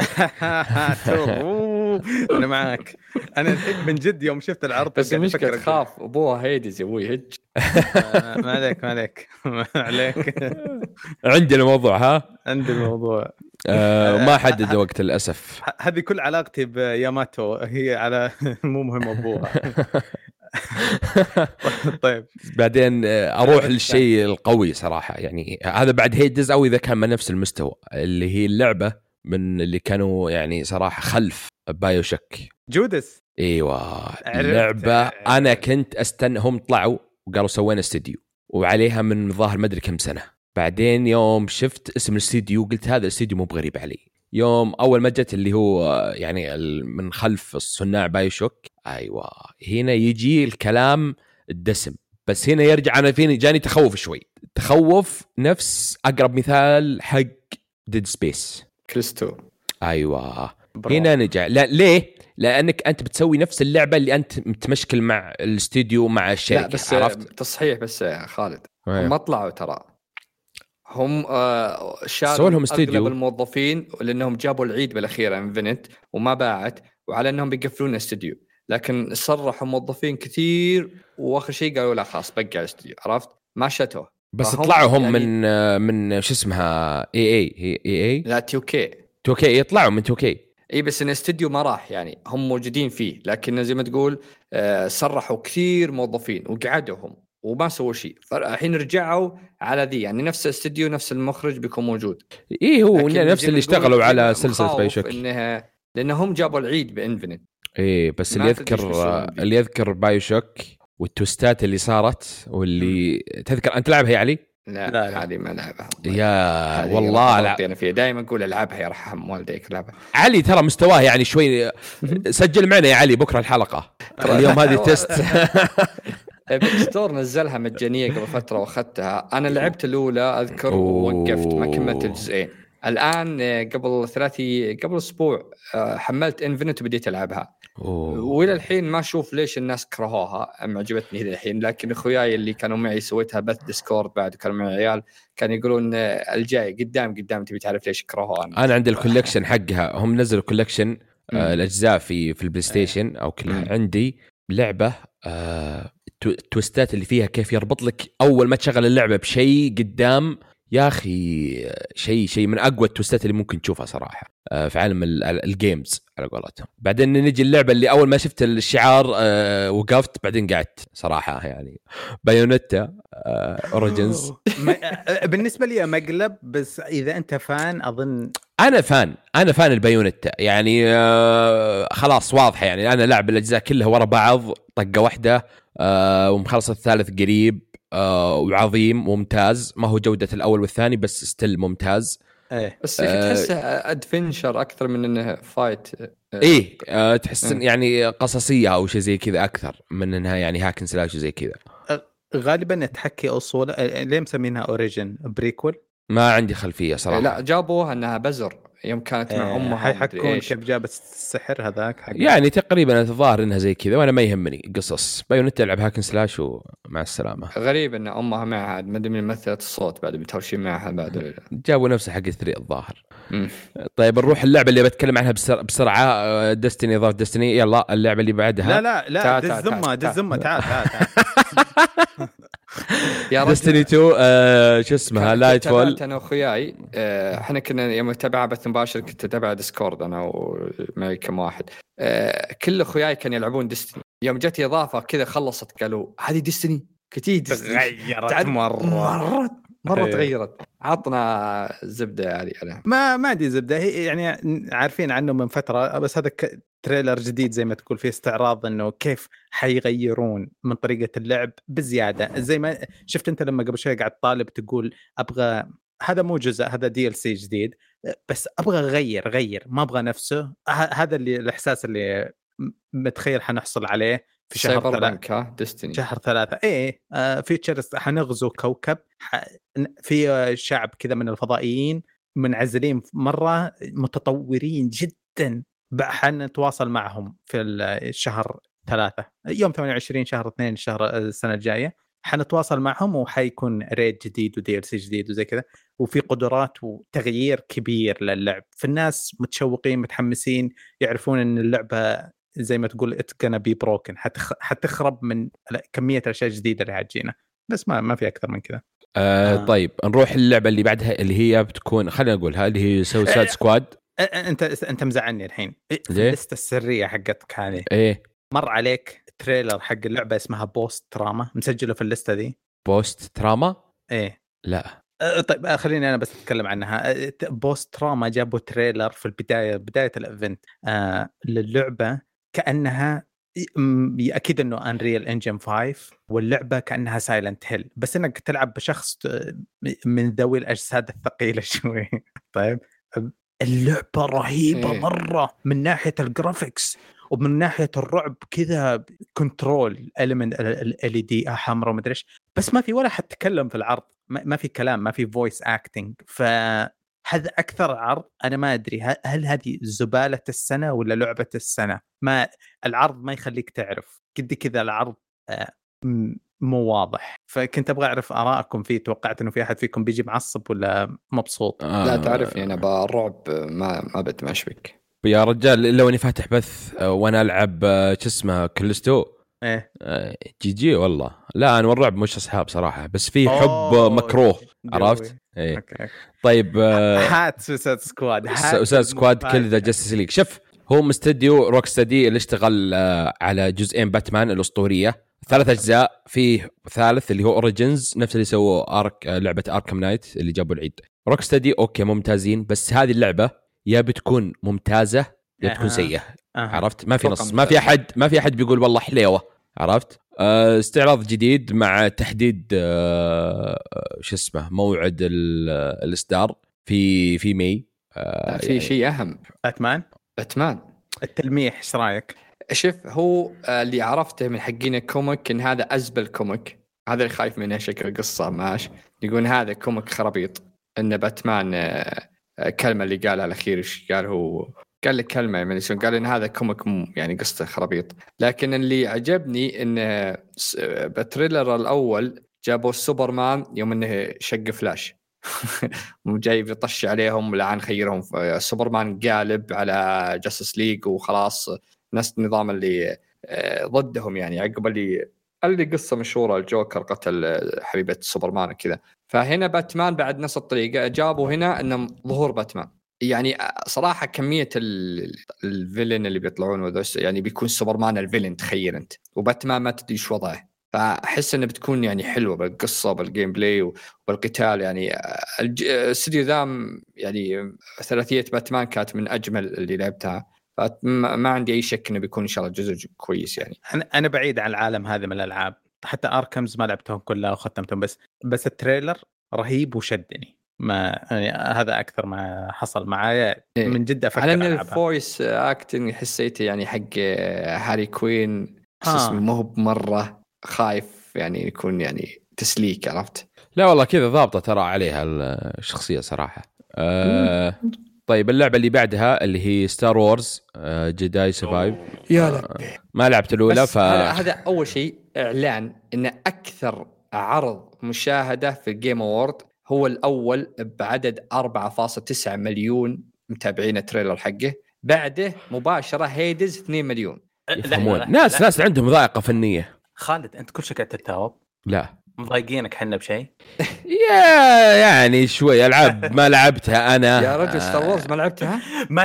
انا معك. انا من جد يوم شفت العرض بس مشكلة خاف ابوها هيدز يبوي هج. ما عليك عندي الموضوع عندي الموضوع ما حدد وقت للأسف. هذه كل علاقتي بياماتو هي على مو مهم أبوها. طيب بعدين أروح للشيء القوي صراحة يعني هذا بعد هيدز أو إذا كان من نفس المستوى اللي هي اللعبة من اللي كانوا يعني صراحة خلف بايوشوك جودس. ايوه اللعبة انا كنت استنى. هم طلعوا وقالوا سوينا استديو وعليها من ظاهر ما ادري كم سنة. بعدين يوم شفت اسم الاستديو قلت هذا الاستديو مو بغريب علي. يوم اول ما جت اللي هو يعني من خلف الصناع بايوشوك ايوه هنا يجي الكلام الدسم. بس هنا يرجع انا فيني جاني تخوف شوي. تخوف نفس اقرب مثال حق ديد سبيس كريستو. ايوه هنا نجا. لا ليه؟ لانك انت بتسوي نفس اللعبه اللي انت متمشكل مع الاستوديو مع الشركه. لا بس عرفت تصحيح بس يا خالد هم طلعوا ترى هم شالوا لهم اغلب الموظفين لانهم جابوا العيد بالاخير انفينيت وما باعت وعلى انهم بيقفلون الاستوديو. لكن صرحوا موظفين كثير واخر شيء قالوا لا خلاص بقى الاستوديو. عرفت ما شتوه بس طلعوا هم يعني من شو اسمها اي لا 2K يطلعوا من 2K. اي بس ان الاستوديو ما راح يعني هم موجودين فيه. لكن زي ما تقول صرحوا كثير موظفين وقعدوهم وما سووا شيء. فالحين رجعوا على ذي، يعني نفس الاستديو نفس المخرج بيكون موجود. ايه هو نفس اللي اشتغلوا على سلسله باي شوك، لانهم جابوا العيد بانفينيت. ايه بس اللي يذكر باي شوك والتوستات اللي صارت واللي تذكر انت لعبها يا علي؟ لا هذه ما لعبها يا والله انا فيها دائما اقول العبها يرحم والديك لعبها. علي ترى مستواه يعني شوي سجل معنا يا علي بكره الحلقه اليوم هذه تيست. ستور نزلها مجانيه قبل فتره واخذتها انا، لعبت الاولى اذكر ووقفت ما كملت الجزئين. الان قبل اسبوع حملت انفينيت وبديت العبها. والى الحين ما اشوف ليش الناس كرهوها، عجبتني الى الحين. لكن اخوياي اللي كانوا معي سويتها بث ديسكورد بعد كانوا معي عيال كانوا يقولون الجاي قدام تبي تعرف ليش كرهوها. انا عندي الكولكشن حقها، هم نزلوا كولكشن الاجزاء في البلاي ستيشن او كلها. عندي لعبه التويستات اللي فيها كيف يربط لك اول ما تشغل اللعبه بشيء قدام، يا اخي شيء من اقوى التويستات اللي ممكن تشوفها صراحه في عالم الجيمز على قولتهم. بعدين نجي اللعبه اللي اول ما شفت الشعار وقفت، بعدين قعدت صراحه يعني بايونيتا اوريجينز. بالنسبه لي مقلب، بس اذا انت فان اظن انا فان البايونيتا يعني خلاص واضحه يعني. انا لعب الاجزاء كلها ورا بعض طقه واحده ومخلص الثالث قريب وعظيم وممتاز. ما هو جودة الأول والثاني بس ستيل ممتاز. بس تحسه أدفنشر أكثر من إنه فايت. تحس يعني قصصية أو شيء زي كذا أكثر من إنها يعني هاكن سلاش زي كذا. غالبا تحكي أصول. ليه مسمينها أوريجين بريكول؟ ما عندي خلفية صراحة. لا جابوها أنها بزر يوم كانت مع أمها. حيكون كيف جابت السحر هذاك يعني تقريبا الظاهر إنها زي كذا، وأنا ما يهمني قصص. بايونيتا ألعب هاكن سلاش ومع السلامة. غريب إن أمها معها ما أدري من مثلة الصوت بعد بتهرشين معها بعد جابوا نفسه حق 3 الظاهر. طيب نروح اللعبة اللي بتكلم عنها بسرعة. ديستني إضافة ديستني. يلا اللعبة اللي بعدها. لا دزمة تعال يا ديستني 2 شو اسمها لايت فول. انا واخوياي احنا كنا يوم نتابع بث مباشر، كنت اتابع ديسكورد انا ومعي كم واحد. كل اخوياي كانوا يلعبون ديستني. يوم جت اضافه كذا خلصت قالوا هذه ديستني كتير تغيرت مرة تغيرت. عطنا زبدة يعني. أنا ما عندي زبدة. هي يعني عارفين عنه من فترة، بس هذا تريلر جديد زي ما تقول فيه استعراض إنه كيف حيغيرون من طريقة اللعب بزيادة. زي ما شفت أنت لما قبل شوي قاعد طالب تقول أبغى هذا مو جزء، هذا DLC جديد، بس أبغى غير ما أبغى نفسه. هذا اللي الإحساس اللي متخيل حنحصل عليه في شهر 3. شهر 3 فيتشرز حنغزو كوكب في شعب كذا من الفضائيين منعزلين مرة متطورين جدا. حنتواصل معهم في الشهر 3 يوم 28 شهر 2 شهر السنة الجاية. حنتواصل معهم وحيكون ريد جديد ودي ال سي جديد وزي كذا، وفي قدرات وتغيير كبير للعب. فالناس متشوقين متحمسين، يعرفون ان اللعبة زي ما تقول it's gonna be broken، حتخرب من كمية الأشياء الجديدة اللي هتجينا. بس ما في أكثر من كذا. طيب نروح اللعبة اللي بعدها اللي هي بتكون خلينا نقولها اللي هي سوسايد سكواد. أنت مزعلني الحين الليستة السرية حقتك هذه. مر عليك تريلر حق اللعبة اسمها بوست تراما مسجله في الليستة دي؟ بوست تراما؟ لا. طيب خليني أنا بس أتكلم عنها. بوست تراما جابوا تريلر في بداية الإيفنت للعبة، كأنها أكيد أنه أنريل إنجن 5، واللعبة كأنها سايلنت هيل، بس أنك تلعب بشخص من ذوي الأجساد الثقيلة شوي. طيب اللعبة رهيبة مرة من ناحية الجرافيكس ومن ناحية الرعب كذا. كنترول إليمنت LED حمراء ومدري إيش، بس ما في ولا حد تكلم في العرض، ما في كلام، ما في فويس أكتينج. هذا أكثر عرض أنا ما أدري هل هذه زبالة السنة ولا لعبة السنة. ما العرض ما يخليك تعرف قد كذا العرض مو واضح. فكنت أبغى أعرف آراءكم فيه. توقعت إنه في أحد فيكم بيجي معصب ولا مبسوط؟ لا تعرفني أنا بالرعب ما بتمشبك يا رجال. لو أني فاتح بث وأنا ألعب اسمه كلستو جي والله. لا أنا والرعب مش أصحاب صراحة، بس في حب مكروه عرفت. طيب هات سوسايد سكواد كل ذا جاستس ليج. شوف هو مستديو روك ستدي اللي اشتغل على جزئين باتمان الأسطورية 3 أجزاء، فيه ثالث اللي هو اوريجينز، نفس اللي سووا لعبه اركم نايت اللي جابوا العيد. روك ستدي اوكي ممتازين، بس هذه اللعبه يا بتكون ممتازه يا بتكون سيئه. عرفت؟ ما في نص، ما في احد بيقول والله حليوه. عرفت؟ استعراض جديد مع تحديد شو اسمه موعد الاصدار في ماي. في يعني شيء اهم، باتمان التلميح ايش رايك؟ شوف هو اللي عرفته من حقين الكوميك ان هذا ازبل كوميك، هذا اللي خايف منه شكل القصه ماش، يقول هذا كوميك خرابيط. ان باتمان كلمه اللي قالها الاخير ايش قال؟ هو قال لك كلمه يعني شو قال؟ ان هذا كوميك يعني قصته خرابيط. لكن اللي عجبني ان بالتريلر الاول جابوا سوبرمان يوم انه شق فلاش جاي بيطش عليهم لعن خيرهم، سوبرمان قالب على جاستس ليج وخلاص نفس النظام اللي ضدهم يعني عقب اللي قصة مشهورة الجوكر قتل حبيبة سوبرمان كذا. فهنا باتمان بعد نفس الطريقة جابوا هنا انه ظهور باتمان. يعني صراحة كمية الفيلن اللي بيطلعون يعني بيكون سوبرمان الفيلن تخيل انت، وباتمان ما تدري ايش وضعه. فأحس إنه بتكون يعني حلوة بالقصة بالجيم بلاي وبالقتال. يعني الاستديو ذا يعني ثلاثية باتمان كانت من أجمل اللي لعبتها، فما عندي أي شك إنه بيكون إن شاء الله جزء كويس. يعني أنا بعيد عن العالم هذا من الألعاب، حتى أركمز ما لعبتهم كلها وختمتهم، بس التريلر رهيب وشدني. ما يعني هذا أكثر ما حصل معايا من جد. أفكر على أن الفويس أكتنج حسيته يعني حق هاري كوين اسمه ما هو مرة خايف يعني يكون يعني تسليك. عرفت؟ لا والله كذا ضابطة ترى عليها الشخصية صراحة. طيب اللعبة اللي بعدها اللي هي ستار وورز جداي سرفايف. يا لبي ما لعبت الأولى. هذا أول شيء إعلان إن أكثر عرض مشاهدة في الجيم أوورد هو الأول بعدد 4.9 مليون متابعين التريلر حقه، بعده مباشرة هيدز 2 مليون. يفهمون ناس عندهم ذائقة فنية. خالد أنت كل شيء قاعد تتهاوب؟ لا مضايقينك حنا بشيء؟ يعني شوي ألعاب ما لعبتها أنا. يا رجل ستار وورز ما لعبتها؟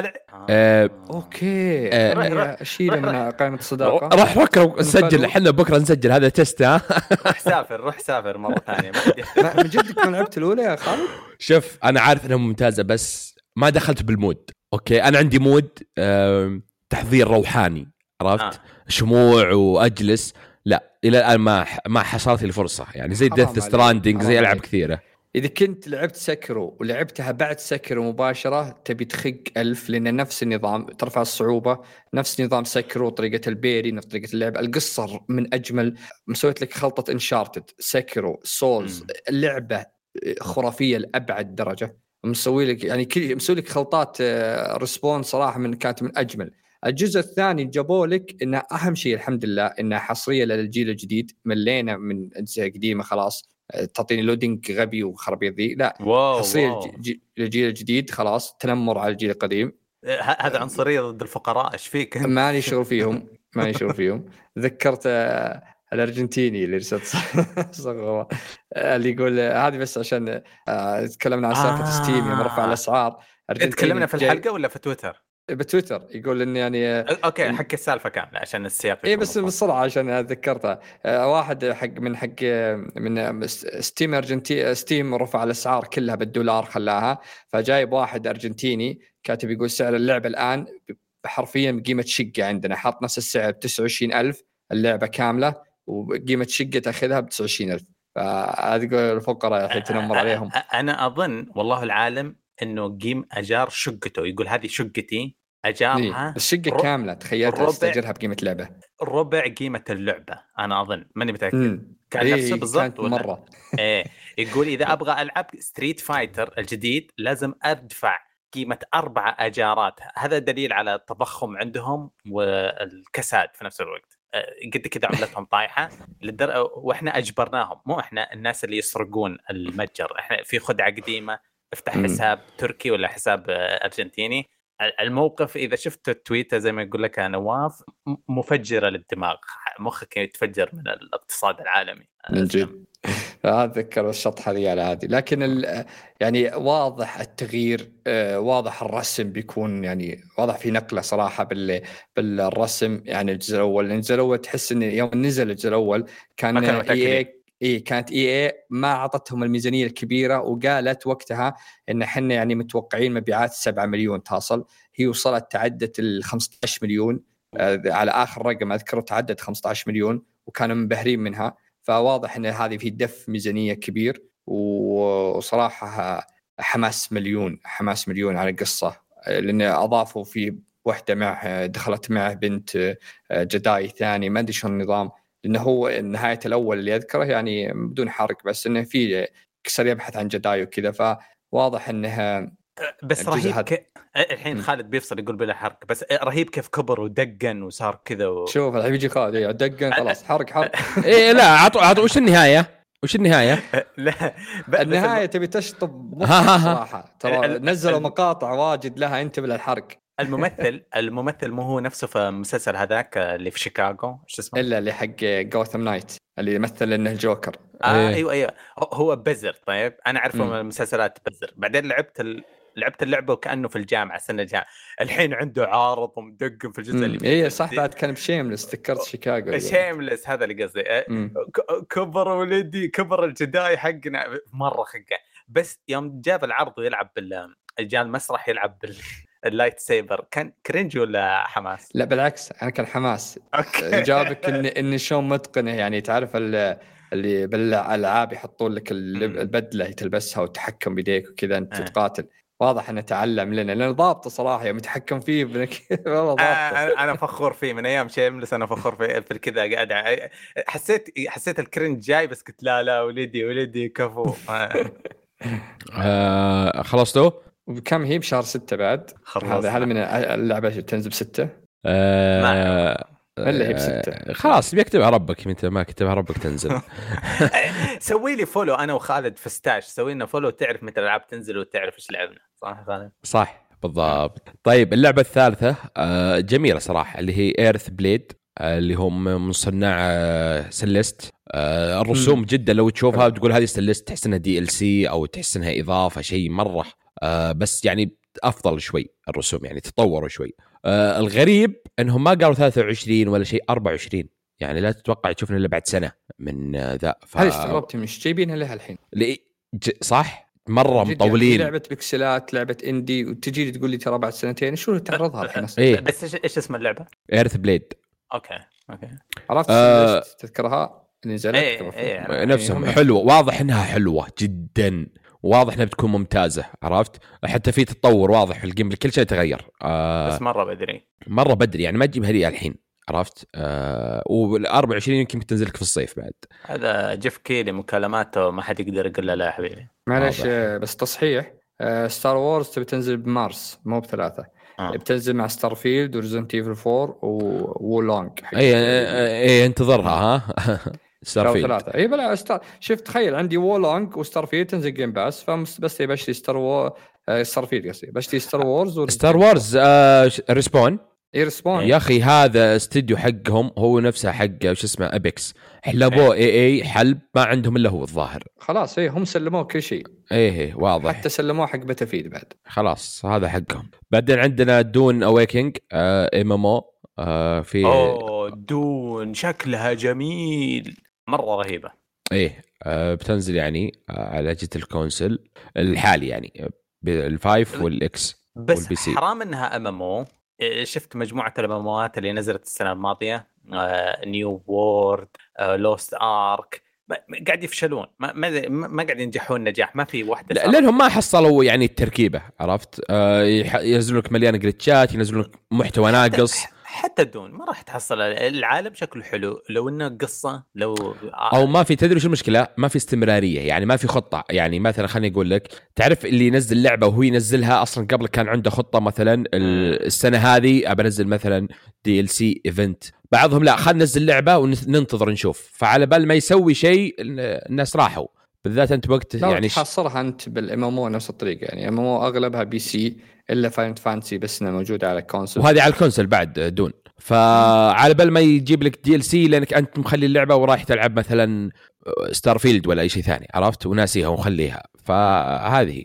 أوكي أشيله من قائمة الصداقة. راح بكرة نسجل، حنا بكرة نسجل هذا تيست. روح سافر مرة ثانية. من جدك ما لعبت الأولى يا خالد؟ شوف أنا عارف أنها ممتازة بس ما دخلت بالمود. أوكي أنا عندي مود تحضير روحاني، عرفت؟ شموع وأجلس. لا إلى الآن ما حصلت لي فرصة يعني زي ديث ستراندينج زي ألعاب كثيرة. إذا كنت لعبت سكرو ولعبتها بعد سكرو مباشرة تبي تخق 1000، لأن نفس النظام ترفع الصعوبة، نفس نظام سكرو، طريقة البيري، نفس طريقة اللعب. القصة من أجمل، مسويت لك خلطة انشارتد سكرو سولز، اللعبة خرافية لأبعد درجة. مسوي لك يعني مسوي لك خلطات ريسبون صراحة كانت من أجمل. الجزء الثاني جابوا لك إنه أهم شيء الحمد لله إنها حصرية للجيل الجديد. ملينا من أجزاء قديمة خلاص تعطيني لودينج غبي وخرابيط ذي. لا حصرية للجيل الجديد خلاص، تنمر على الجيل القديم. هذا عنصرية ضد الفقراء. ايش فيك؟ ماني شغل فيهم ذكرت الأرجنتيني اللي رسلت اللي يقول هذه بس عشان تكلمنا عن سالفة ستيم يوم رفع الأسعار. تكلمنا في الحلقة ولا في تويتر؟ بتويتر يقول إن يعني أوكي حق السالفة كاملة عشان السياق. إيه بس بسرعة عشان ذكرتها. واحد من ستيم أرجنتي، ستيم رفع الأسعار كلها بالدولار خلاها، فجايب واحد أرجنتيني كاتب يقول سعر اللعبة الآن حرفيا بقيمة شقة عندنا، حاط نفس السعر 29,000 اللعبة كاملة، وقيمة شقة تأخذها 29,000. فهذه الفقراء الحين تنمر عليهم. أنا أظن والله العالم إنه قيم أجار شقته، يقول هذه شقتي أجارها الشقة كاملة، تخيلت استأجرها بقيمة لعبة ربع قيمة اللعبة. أنا أظن ماني متأكد كان نفسه بالضبط مرة. يقول إذا أبغى ألعب ستريت فايتر الجديد لازم أدفع قيمة 4 أجارات. هذا دليل على التضخم عندهم والكساد في نفس الوقت. قد كذا عملتهم طايحة وإحنا أجبرناهم، مو إحنا الناس اللي يسرقون المتجر. إحنا في خدعة قديمة، افتح حساب تركي ولا حساب أرجنتيني. الموقف إذا شفت التويتر زي ما يقول لك نواف مفجرة للدماغ، مخك يتفجر من الاقتصاد العالمي. من جد أتذكر الشطحة دي على هذه. لكن يعني واضح التغيير، واضح الرسم بيكون يعني واضح في نقلة صراحة بالرسم. يعني الجزء الأول تحس إن يوم نزل الجزء الأول كان كانت EA ما عطتهم الميزانية الكبيرة، وقالت وقتها إن إحنا يعني متوقعين مبيعات 7 مليون تصل، هي وصلت تعدت 15 مليون على آخر رقم أذكره، تعدت 15 مليون وكانوا منبهرين منها. فواضح ان هذه في دف ميزانيه كبير، وصراحه حماس مليون على القصه، لان اضافوا في واحده مع دخلت معه بنت جداي ثاني، ما ادري شو النظام، لانه هو نهايه الاول اللي اذكره يعني بدون حرق، بس انه في كسر يبحث عن جداي وكذا، فواضح انها بس رهيب الحين خالد بيفصل يقول بلا حرق، بس رهيب كيف كبر ودقن وصار كذا شوف الحين يجي خالد دقن خلاص حرق ايه لا عطوا وش النهايه لا النهايه تبي تشطب صراحه، ترى نزلوا مقاطع واجد لها، انتبه للحرق. الممثل مو هو نفسه في المسلسل هذاك اللي في شيكاغو، ايش اسمه؟ الا اللي حق جوثام نايت اللي يمثل انه الجوكر. ايوه هو بزر. طيب انا اعرفه من المسلسلات بزر، بعدين لعبت اللعبه وكانه في الجامعه سنه الجامعه، الحين عنده عارض ومدقم في الجزء اللي ايه صح، بعد كان بشيملس، تذكرت شيكاغو شيملس هذا اللي قصدي. كبر ولدي، كبر الجداي حقنا مره خقه. بس يوم جاب العرض ويلعب جاء المسرح يلعب اللايت سيبر، كان كرنج ولا حماس؟ لا بالعكس، انا كان حماس. جابك ان شلون متقنه، يعني تعرف اللي بالالعاب يحطون لك البدله تلبسها وتحكم بيديك وكذا انت تقاتل. واضح انه تعلم لنا، لانه ضابطه صراحه يوم يتحكم فيه والله ضابطه. انا فخور فيه من ايام شيملس، انا فخور فيه في كذا قاعد. حسيت الكرنج جاي، بس قلت لا ولدي كفو. خلصتوا؟ وكم هي بشهر 6 بعد؟ هذا من اللعبه تنزل 6 اللي هي ب6 خلاص بيكتبها ربك، انت ما كتبها ربك تنزل. سوي لي فولو انا وخالد في ستاش، سوي لنا فولو تعرف متى الالعاب تنزل وتعرف ايش لعبنا. صح خالد؟ صح بالضبط. طيب اللعبه الثالثه جميله صراحه، اللي هي ايرث بليد، اللي هم من صناع سلست. الرسوم جدا لو تشوفها تقول هذه سلست، تحس انها DLC او تحس انها اضافه شيء مره، بس يعني افضل شوي الرسوم، يعني تطوروا شوي. الغريب انهم ما قالوا 23 ولا شيء، 24. يعني لا تتوقع تشوفنا الا بعد سنه من ذا. هذه استغربت مش جايبينها لها الحين. صح مره مطولين. يعني لعبه بكسلات، لعبه اندي، وتجي لي تقول لي ترى بعد سنتين، شو تعرضها الحين اصلا؟ إيه؟ بس ايش اسم اللعبه؟ ايرث بليد. اوكي عرفت تذكرها اللي نزلت نفسهم حلوه، واضح انها حلوه جدا، واضح انها بتكون ممتازه، عرفت؟ حتى في تطور واضح في الجيم، كل شيء تغير. بس مره بدري يعني ما تجيب هذه الحين، عرفت؟ وال24 يمكن بتنزل لك في الصيف بعد. هذا جيف كيلي مكالماته ما حد يقدر يقول له لا يا حبيبي. معلش بس تصحيح، ستار وورز تبي تنزل بمارس مو ب3. بتنزل مع ستارفيلد وريزنت ايفل 4 وولونج. اي انتظرها ستارفيلد 3. اي بلا شفت تخيل عندي وولونج وستارفيلد تنزل جيم باس، بس بشتري ستارفيلد قصدي، بشتري ستار وورز ستار وورز ريسبون. يرسبون يا اخي هذا استديو حقهم هو نفسه حق وش اسمه ابيكس، حلبوه اي حلب ما عندهم الا هو الظاهر. خلاص هم سلموه كل شيء. ايه واضح، حتى سلموه حق بتفيد بعد، خلاص هذا حقهم. بعدين عندنا دون اويكينج MMO في دون شكلها جميل مره رهيبه. ايه بتنزل يعني على اجهزه الكونسل الحالي، يعني بال5 والاكس والبي سي. حرام انها MMO. شفت مجموعة الأموات اللي نزلت السنة الماضية، نيو وورد، لوست آرك، قاعد يفشلون، ما قاعد ينجحون نجاح، ما في واحدة. لأنهم ما حصلوا يعني التركيبة، عرفت؟ ينزلون لك مليان جلتشات، ينزلون لك محتوى ناقص. حتى دون ما راح تحصل العالم شكله حلو لو انه قصه، لو او ما في، تدري شو المشكله؟ ما في استمراريه، يعني ما في خطه. يعني مثلا خليني اقول لك، تعرف اللي ينزل لعبه وهو ينزلها اصلا قبل كان عنده خطه، مثلا السنه هذه ابى انزل مثلا DLC ايفنت، بعضهم لا خلينا ننزل لعبه وننتظر نشوف، فعلى بال ما يسوي شيء الناس راحوا، بالذات انت وقت يعني تحصرها انت بالMMO نفس الطريقه. يعني MMO اغلبها PC الا فاينل فانتسي بس انها موجوده على الكونسول، وهذه على الكونسول بعد دون. فعلى بال ما يجيب لك DLC لانك انت مخلي اللعبه ورايح تلعب مثلا ستارفيلد ولا اي شيء ثاني، عرفت، وناسيها وخليها. فهذه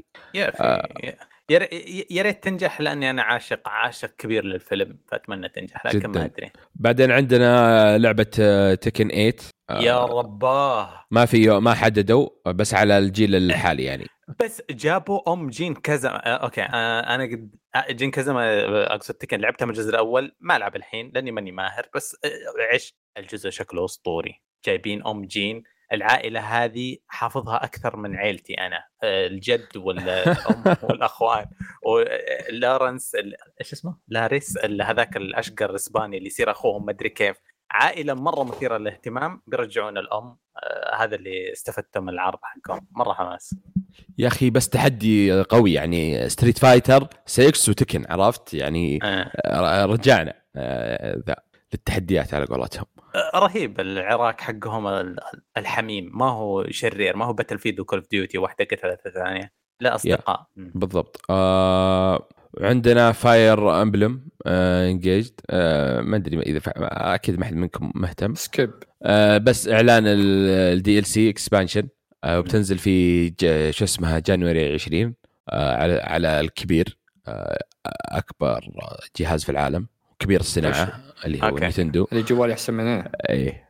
يا ريت تنجح، لاني انا عاشق كبير للفيلم، فاتمنى تنجح، لكن ما ادري. بعدين عندنا لعبه تكن 8. يا رباه، ما حددوا، بس على الجيل الحالي يعني. بس جابوا جين كذا. اوكي، انا قد جين كذا، ما اقصد تكن لعبتها من الجزء الاول، ما العب الحين لاني ماني ماهر، بس عشت الجزء، شكله اسطوري. جايبين جين، العائله هذه حافظها اكثر من عيلتي انا، الجد والام والاخوان، ولارنس ايش اسمه، لاريس، هذاك الاشقر الاسباني اللي يصير اخوهم ما ادري كيف. عائله مره مثيره للاهتمام، بيرجعون الام. هذا اللي استفدته من العرض حقهم، مره حماس يا اخي. بس تحدي قوي يعني، ستريت فايتر 6 وتكن، عرفت يعني. رجعنا ذا للتحديات على قولتهم. رهيب العراق حقهم الحميم، ما هو شرير، ما هو باتل فيلد وكول اوف ديوتي واحده قتلت الثانيه، لا اصدقاء. بالضبط. عندنا فاير امبلم انجيجد، ما ادري اذا اكيد ما حد منكم مهتم. سكيب. بس اعلان الدي ال سي اكسبانشن، وبتنزل في شو اسمها جانوري 20 على الكبير، اكبر جهاز في العالم، كبير الصناعه اللي هو نينتندو، اللي جوالي احسن منه. ايه.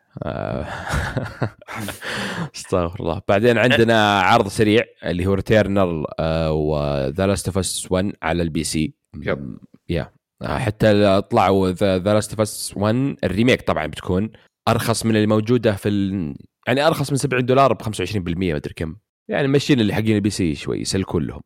استغفر الله. بعدين عندنا عرض سريع اللي هو ريتيرنال وذا لاست اوف اس 1 على البي سي. حتى طلعوا ذا لاست اوف اس 1 الريميك، طبعا بتكون ارخص من اللي موجوده في يعني ارخص من $70 ب 25%، ما ادري كم يعني، ماشيين اللي حقين البي سي شوي يسلكون لهم.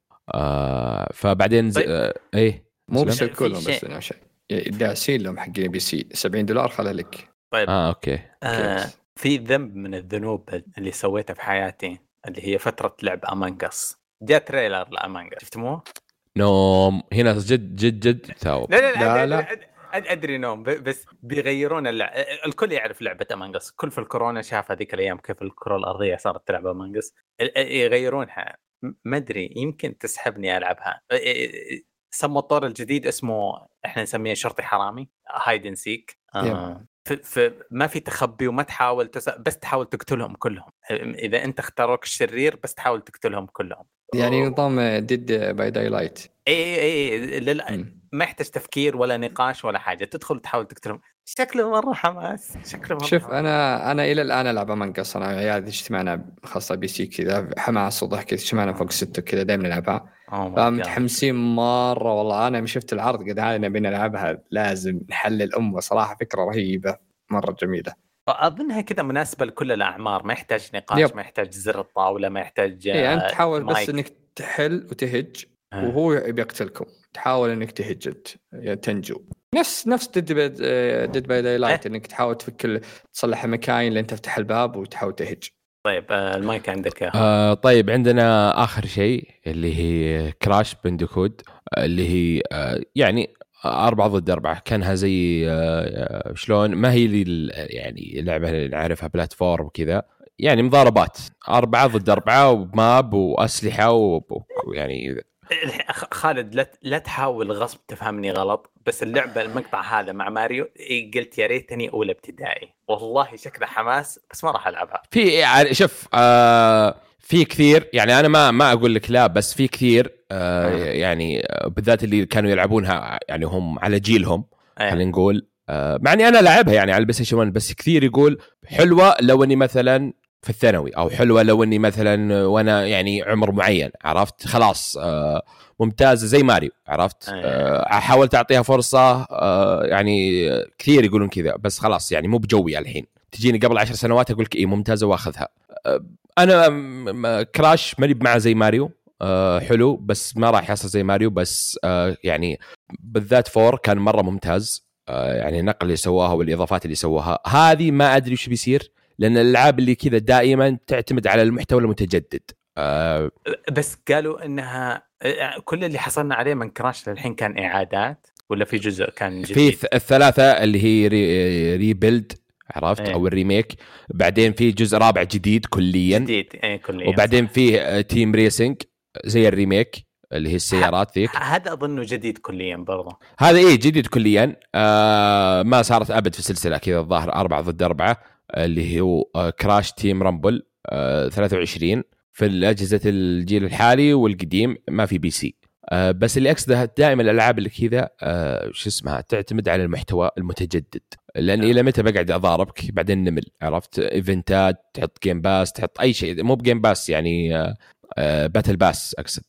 فبعدين ايه، مو بيسلكون لهم، بس عشان داسين لهم حقين البي سي $70 خلها لك. طيب اوكي. في ذنب من الذنوب اللي سويتها في حياتي، اللي هي فتره لعب امانج اس. جاء تريلر لامانج، شفتموه؟ نوم هنا جد ثاوب. لا ادري نوم، بس بيغيرون الكل يعرف لعبه امانج اس، كل في الكورونا شاف هذيك الايام كيف الكره الارضيه صارت تلعب امانج اس، يغيرونها. ما ادري، يمكن تسحبني العبها. سموا الطور الجديد اسمه، احنا نسميه شرطي حرامي، هايد اند سيك. ما في تخبي، وما تحاول بس تحاول تقتلهم كلهم. اذا انت اختاروك الشرير، بس تحاول تقتلهم كلهم، يعني نظام ديد باي داي لايت. اي ما يحتاج تفكير ولا نقاش ولا حاجه، تدخل تحاول تقتلهم. شكله مره حماس، شوف انا الى الان العب منقص، انا عيال اجتماعنا خاصه بي سي كذا حماس وضحك، اجتماعنا فوق 6 كذا دائما نلعبها، فمتحمسين مره والله. انا شفت العرض قد عادنا بينا نلعبها، لازم نحلل صراحه فكره رهيبه مره جميله. اظنها كذا مناسبه لكل الاعمار، ما يحتاج نقاش، ما يحتاج زر الطاوله، ما يحتاج انت تحاول بس انك تحل وتهج وهو بيقتلكم، تحاول انك تهج تنجو. نفس ديد باي داي لايت، انك تحاول تصلح المكاين اللي انت تفتح الباب وتحاول تهج. طيب المايك عندك طيب عندنا اخر شيء اللي هي كراش بنديكود، اللي هي يعني 4 ضد 4، كانها زي شلون، ما هي يعني لعبه اللي نعرفها بلاتفورم وكذا، يعني مضاربات 4 ضد 4 وماب واسلحه ويعني. خالد لا تحاول غصب تفهمني غلط، بس اللعبة المقطع هذا مع ماريو قلت يا ريتني أولى ابتدائي، والله شكله حماس، بس ما راح ألعبها. في يعني شوف في كثير يعني، أنا ما أقول لك لا، بس في كثير يعني بالذات اللي كانوا يلعبونها يعني هم على جيلهم، خلينا نقول معني أنا لعبها يعني على البلاي ستيشن 1، بس كثير يقول حلوة لو إني مثلا في الثانوي، أو حلوة لو إني مثلا وأنا يعني عمر معين، عرفت، خلاص ممتازة زي ماريو، عرفت. حاولت أعطيها فرصة يعني كثير يقولون كذا، بس خلاص يعني مو بجوي الحين. تجيني قبل 10 سنوات أقولك إيه ممتازة وأخذها. أنا كراش ماني معه زي ماريو، حلو بس ما راح يصل زي ماريو، بس يعني بالذات 4 كان مرة ممتاز، يعني النقل اللي سواها والإضافات اللي سواها هذه ما أدري وش بيصير، لأن الألعاب اللي كذا دائما تعتمد على المحتوى المتجدد. بس قالوا إنها كل اللي حصلنا عليه من كراش للحين كان إعادات، ولا في جزء كان جديد؟ في الثلاثة اللي هي ريبيلد، عرفت، أو الريميك، بعدين في جزء رابع جديد كليا كليا، وبعدين في تيم ريسينج زي الريميك اللي هي السيارات ذيك، هذا أظنه جديد كليا برضه. هذا إيه جديد كليا، ما صارت أبد في السلسلة كذا الظاهر 4 ضد 4 اللي هو كراش تيم رامبل، 23 في الأجهزة الجيل الحالي والقديم، ما في بي سي. بس اللي أقصده دائما الألعاب اللي كذا شو اسمها تعتمد على المحتوى المتجدد، لأن إلى متى بقعد أضاربك بعدين نمل، عرفت؟ إيفنتات، تحط جيم باس، تحط أي شيء، مو بجيم باس يعني باتل باس أقصد،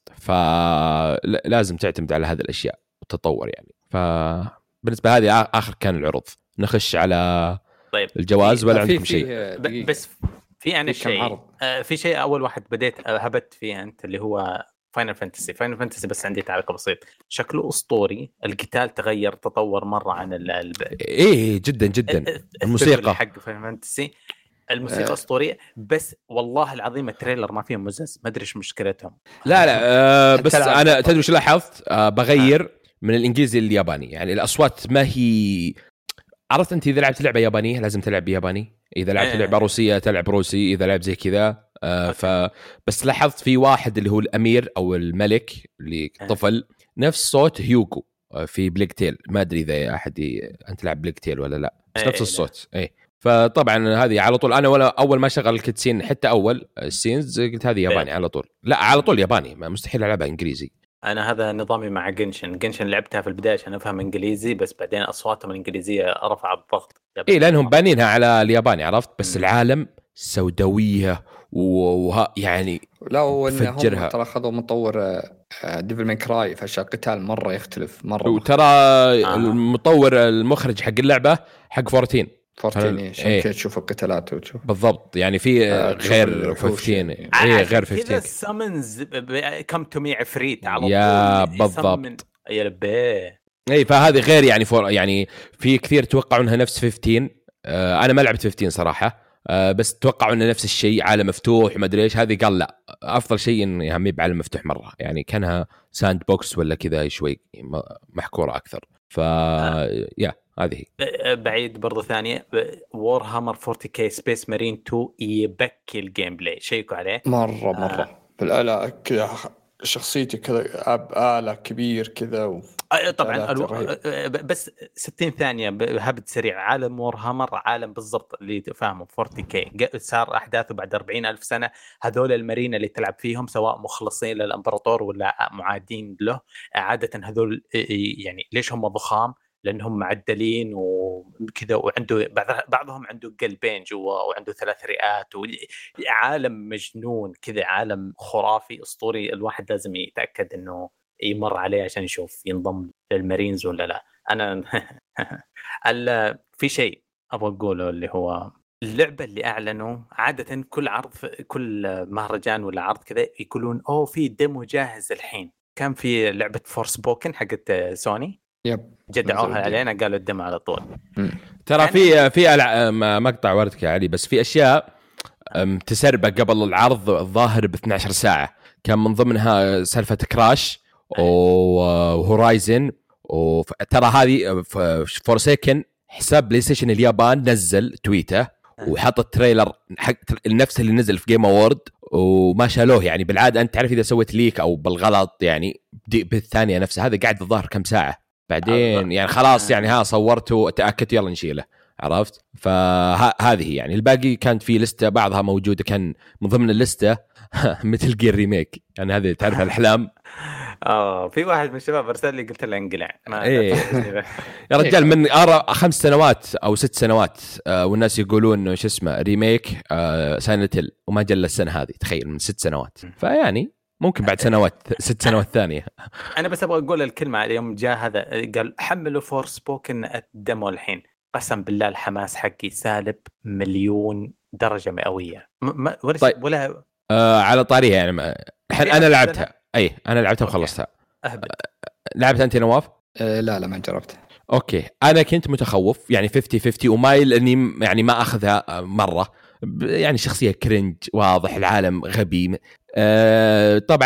فلازم تعتمد على هذه الأشياء وتطور يعني. فبالنسبة هذه آخر كان العروض. نخش على طيب الجواز ولا عندكم شيء؟ بس في أنا شيء في شيء أول واحد بديت هبت فيه أنت اللي هو فاينل فانتسي بس عندي تعليق بسيط. شكله أسطوري، القتال تغير تطور مرة عن إيه جدا الموسيقى حق فاينل فانتسي، الموسيقى أسطورية، بس والله العظيم التريلر ما فيه مزز، ما أدري إيش مشكلتهم. لا بس أنا تدري وش لاحظت؟ بغير من الإنجليزي للياباني، يعني الأصوات ما هي، عرفت أنت إذا لعبت لعبة يابانية لازم تلعب بياباني، إذا لعبت لعبة روسية تلعب روسي، إذا لعب زي كذا. فبس لاحظت في واحد اللي هو الأمير أو الملك اللي طفل نفس صوت هيوغو في بليك تيل، ما أدري إذا أحد أنت لعب بليك تيل ولا لا، بس نفس الصوت. فطبعا هذه على طول أنا ولا أول ما شغل الكتسين حتى أول السينز قلت هذه ياباني على طول، لا على طول ياباني، ما مستحيل ألعبها إنجليزي. أنا هذا نظامي مع جنشن لعبتها في البداية عشان أفهم إنجليزي، بس بعدين أصواتهم الإنجليزية رفع الضغط. لأنهم بانينها على الياباني، عرفت؟ بس العالم سوداوية يعني لو إنهم ترى أخذوا مطور ديفل ماي كراي، فأشياء قتال مرة يختلف مرة. وترى المطور المخرج حق اللعبة حق 14 عشان تشوف القتالات وتشوف بالضبط، يعني في غير 15 غير 15 كذا سامنز كم تو مي عفريت على طول يا بالضبط يا ربي. فهذه غير يعني في كثير توقعوا انها نفس 15. انا ما لعبت 15 صراحة، بس توقعوا انه نفس الشيء، عالم مفتوح وما ادري ايش. هذه قال لا، افضل شيء انه يهمني بعالم مفتوح مرة، يعني كانها ساند بوكس ولا كذا شوي محكورة اكثر. هذه بعيد برضو ثانية وور هامر 40K سبيس مارين 2 يبكي الجيم بلاي، شيكوا عليه مرة بالآلة كذا، شخصيتي كذا آلة كبير كذا طبعا بس 60 ثانية هبد سريع. عالم وور هامر عالم بالضبط اللي تفهمه 40K، صار أحداثه بعد 40,000 سنة. هذول المارين اللي تلعب فيهم سواء مخلصين للإمبراطور ولا معادين له، عادة هذول يعني ليش هم ضخام؟ لأنهم معدلين وكذا، وعنده بعضهم عنده قلبين جوا وعنده 3 رئات، وعالم مجنون كذا، عالم خرافي أسطوري. الواحد لازم يتأكد إنه يمر عليه عشان يشوف ينضم للمارينز ولا لا. أنا في شيء أبغى أقوله، اللي هو اللعبة اللي أعلنوا عادة كل عرض كل مهرجان ولا عرض كذا يقولون في ديمو جاهز الحين. كان في لعبة فورسبوكن حقت سوني، جدعوها علينا قالوا الدم على طول. ترى في مقطع وردك يا علي، بس في اشياء تسربت قبل العرض الظاهر ب 12 ساعه، كان من ضمنها سالفه كراش وهورايزن. وترى هذه فورسيكن حساب بلاي ستيشن اليابان نزل تويته وحط التريلر حق نفس اللي نزل في جيم أوورد وما شالوه. يعني بالعاده انت تعرف اذا سويت ليك او بالغلط يعني بالثانيه نفسها، هذا قاعد الظاهر كم ساعه بعدين يعني خلاص يعني صورته وتأكدت يلا نشيله، عرفت؟ فهذه يعني الباقي كانت في لستة بعضها موجودة، كان من ضمن اللستة مثل جير ريميك، يعني هذه تعرف الأحلام. في واحد من الشباب أرسل لي قلت له انقلع. يا رجال من 5 سنوات أو 6 سنوات والناس يقولون شو اسمه ريميك سايلنت وما جل السنة هذه، تخيل من 6 سنوات. فيعني ممكن بعد 6 سنوات ثانية. أنا بس أبغى أقول الكلمة اليوم جاء هذا قال حملوا فورسبوكن الدمو الحين، قسم بالله الحماس حقي سالب 1,000,000 درجة مئوية. طيب. ولا على طاريها يعني أنا لعبتها. أنا لعبتها وخلصتها. لعبت أنت نواف؟ لا ما جربتها. أوكي أنا كنت متخوف يعني 50-50 ومايل إني يعني ما أخذها مرة، يعني شخصية كرنج واضح، العالم غبي. طبعا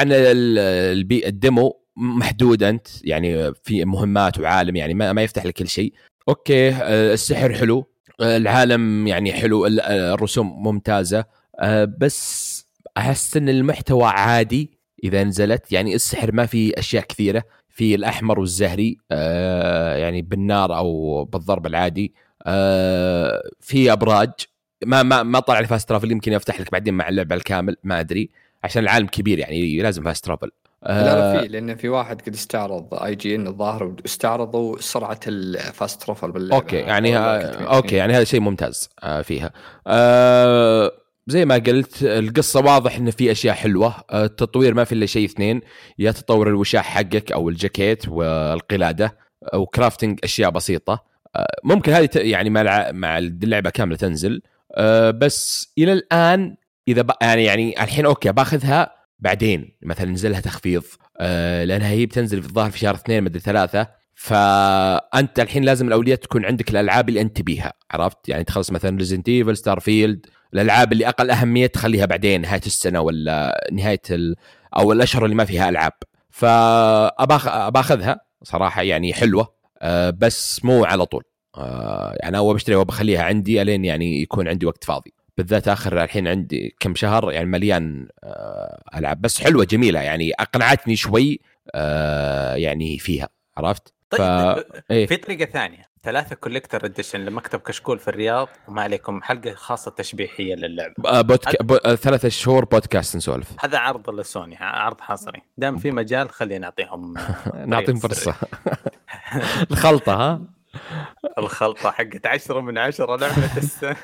الديمو محدود، أنت يعني في مهمات وعالم يعني ما يفتح لك كل شيء. أوكي السحر حلو، العالم يعني حلو، الرسوم ممتازة، بس أحس إن المحتوى عادي إذا نزلت. يعني السحر ما في أشياء كثيرة، في الأحمر والزهري يعني بالنار أو بالضرب العادي، في أبراج ما طلع لي فاست ترافل، يمكن يفتح لك بعدين مع اللعبه الكامل ما ادري، عشان العالم كبير يعني لازم فاست ترافل. لا في، لان في واحد قد استعرض IGN الظاهر استعرضوا سرعه الفاست ترافل باللعبه. اوكي يعني اوكي يعني هذا شيء ممتاز فيها. زي ما قلت القصه واضح ان في اشياء حلوه. التطوير ما في الا شيء اثنين، يا تطور الوشاح حقك او الجاكيت والقلاده، او كرافتنج اشياء بسيطه. ممكن هذه يعني مع اللعبه كامله تنزل. بس الى الان اذا يعني الحين اوكي باخذها بعدين مثلا نزلها تخفيض، لانها هي بتنزل في الظاهر في شهر 2 مدري 3. فانت الحين لازم الاولويه تكون عندك الالعاب اللي انت بيها، عرفت يعني تخلص مثلا ريزنت ايفل، ستارفيلد، الالعاب اللي اقل اهميه تخليها بعدين نهايه السنه ولا نهايه او الاشهر اللي ما فيها العاب. فاباخذها صراحه يعني حلوه، بس مو على طول. يعني اول بشتري وبخليها عندي الين يعني يكون عندي وقت فاضي، بالذات اخر الحين عندي كم شهر يعني مليان العاب، بس حلوه جميله يعني اقنعتني شوي يعني فيها، عرفت. طيب إيه؟ في طريقه ثانيه، 3 كوليكتر اديشن لمكتب كشكول في الرياض، وما عليكم حلقه خاصه تشبيحيه للعبه. 3 شهور بودكاست نسولف. هذا عرض لسوني، عرض حصري، دام في مجال خلينا نعطيهم نعطيهم فرصه. الخلطه ها الخلطه حقت 10 من 10 لعبه السنه.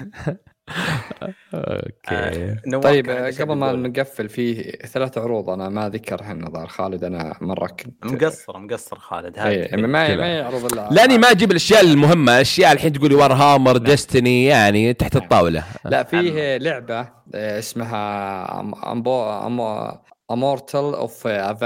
اوكي طيب قبل ما نقفل فيه 3 عروض انا ما ذكرهن نظر خالد، انا مره كنت مقصر خالد هذا ما يعرض لاني ما اجيب الاشياء المهمه، اشياء الحين تقولي وار هامر ديستني يعني تحت الطاوله. لا فيه لعبه اسمها امورتال اوف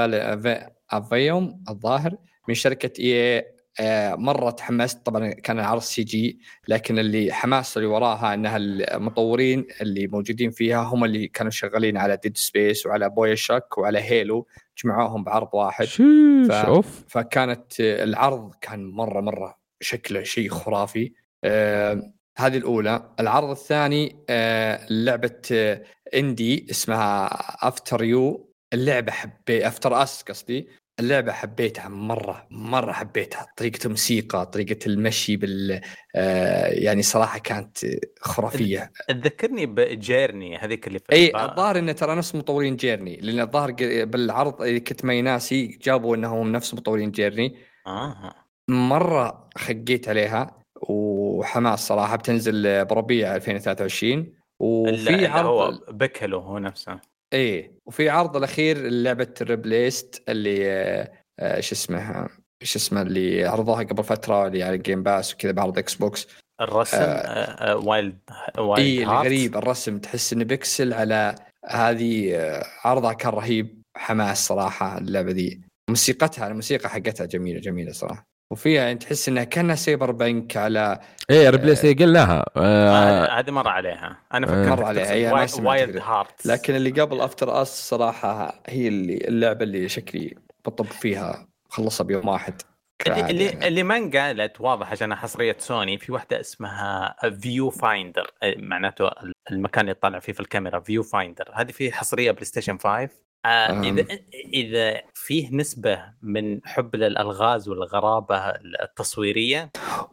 افيوم الظاهر من شركه EA. مرة تحمست، طبعا كان العرض CG، لكن اللي حماس اللي وراها أنها المطورين اللي موجودين فيها هم اللي كانوا شغالين على ديد سبيس وعلى بوي شك وعلى هيلو، جمعوهم بعرض واحد. فكانت العرض كان مرة شكله شيء خرافي. هذه الأولى. العرض الثاني لعبة اندي اسمها افتر يو. اللعبة افتر اس قصدي. اللعبة حبيتها مرة حبيتها، طريقة الموسيقى، طريقة المشي يعني صراحة كانت خرافية. تذكرني بجيرني هذيك اللي اي الظاهر انه ترى نفس مطورين جيرني، لان الظاهر بالعرض كنت ما يناسي جابوا انهم نفس مطورين جيرني. مرة خقيت عليها وحماس صراحة. بتنزل بربيع 2023. وفي عرض هو بكلو هو نفسه. ايه وفي عرض الاخير لعبه ريبليست اللي ايش اسمه اللي عرضوها قبل فتره اللي على جيم باس وكذا بعرض اكس بوكس. الرسم وايلد غريب الرسم، تحس انه بيكسل على هذه. عرضها كان رهيب، حماس صراحه اللعبه دي. موسيقتها الموسيقى حقتها جميله صراحه، وفيها يعني تحس انها كانها سايبر بنك على ريبليس قلناها. هذه مر عليها، انا فكرت مر عليها وايلد هارت. لكن اللي قبل افتر اس صراحه هي اللعبه اللي شكلي بطب فيها خلصها بيوم واحد. اللي ما انقالت واضح عشان حصريه سوني، في واحده اسمها فيو فايندر، معناته المكان اللي يطلع فيه في الكاميرا فيو فايندر. هذه في حصريه بلاي ستيشن 5. إذا فيه نسبة من حب للألغاز والغرابة التصويرية.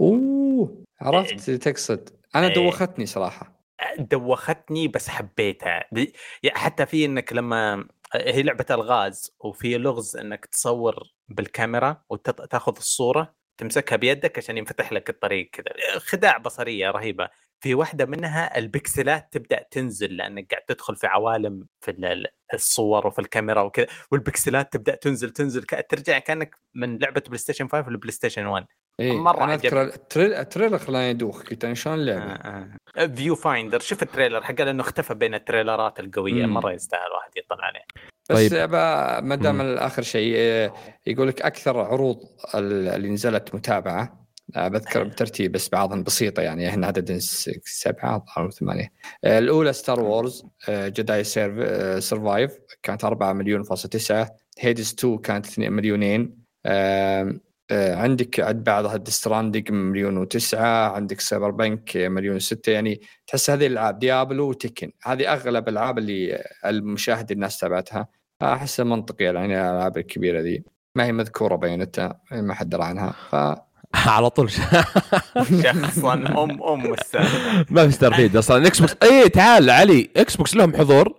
عرفت تقصد. أنا دوختني صراحة، دوختني بس حبيتها. حتى في إنك لما هي لعبة ألغاز وفي لغز إنك تصور بالكاميرا وتأخذ الصورة تمسكها بيدك عشان ينفتح لك الطريق كذا. خداع بصرية رهيبة. في واحدة منها البكسلات تبدأ تنزل لأنك قاعد تدخل في عوالم في الصور وفي الكاميرا وكذا، والبكسلات تبدأ تنزل ترجع كأنك من لعبة بلاي ستيشن 5 ولا بلاي ستيشن 1. مرة أنا أذكر التريلر خلاني أدوخ، قلت أنا شلون اللعبة. فيو فايندر، شوف التريلر حقه لأنه اختفى بين التريلرات القوية. مرة يستاهل واحد يطلع عليه. بس طيب. ما دام الآخر شيء يقولك أكثر عروض اللي نزلت متابعة، بذكر بترتيب بس بعضهم بسيطة يعني هن عدد 7 أو 8. الأولى ستار وورز جداي سيرفايف كانت 4,000,000.9. هيدز 2 كانت 2,000,000. عندك عد بعضها ديستراندينج 1,000,009. عندك سايبر بنك 1,000,006. يعني تحس هذه الألعاب ديابلو وتكن هذه أغلب الألعاب اللي المشاهد الناس تابعتها. أحس منطقي يعني الألعاب الكبيرة دي ما هي مذكورة بينتها، ما حد درى عنها. على طول. شخصا ام السالفه. ما في ستارفيلد اصلا. اكس بوكس ايه تعال علي، اكس بوكس لهم حضور.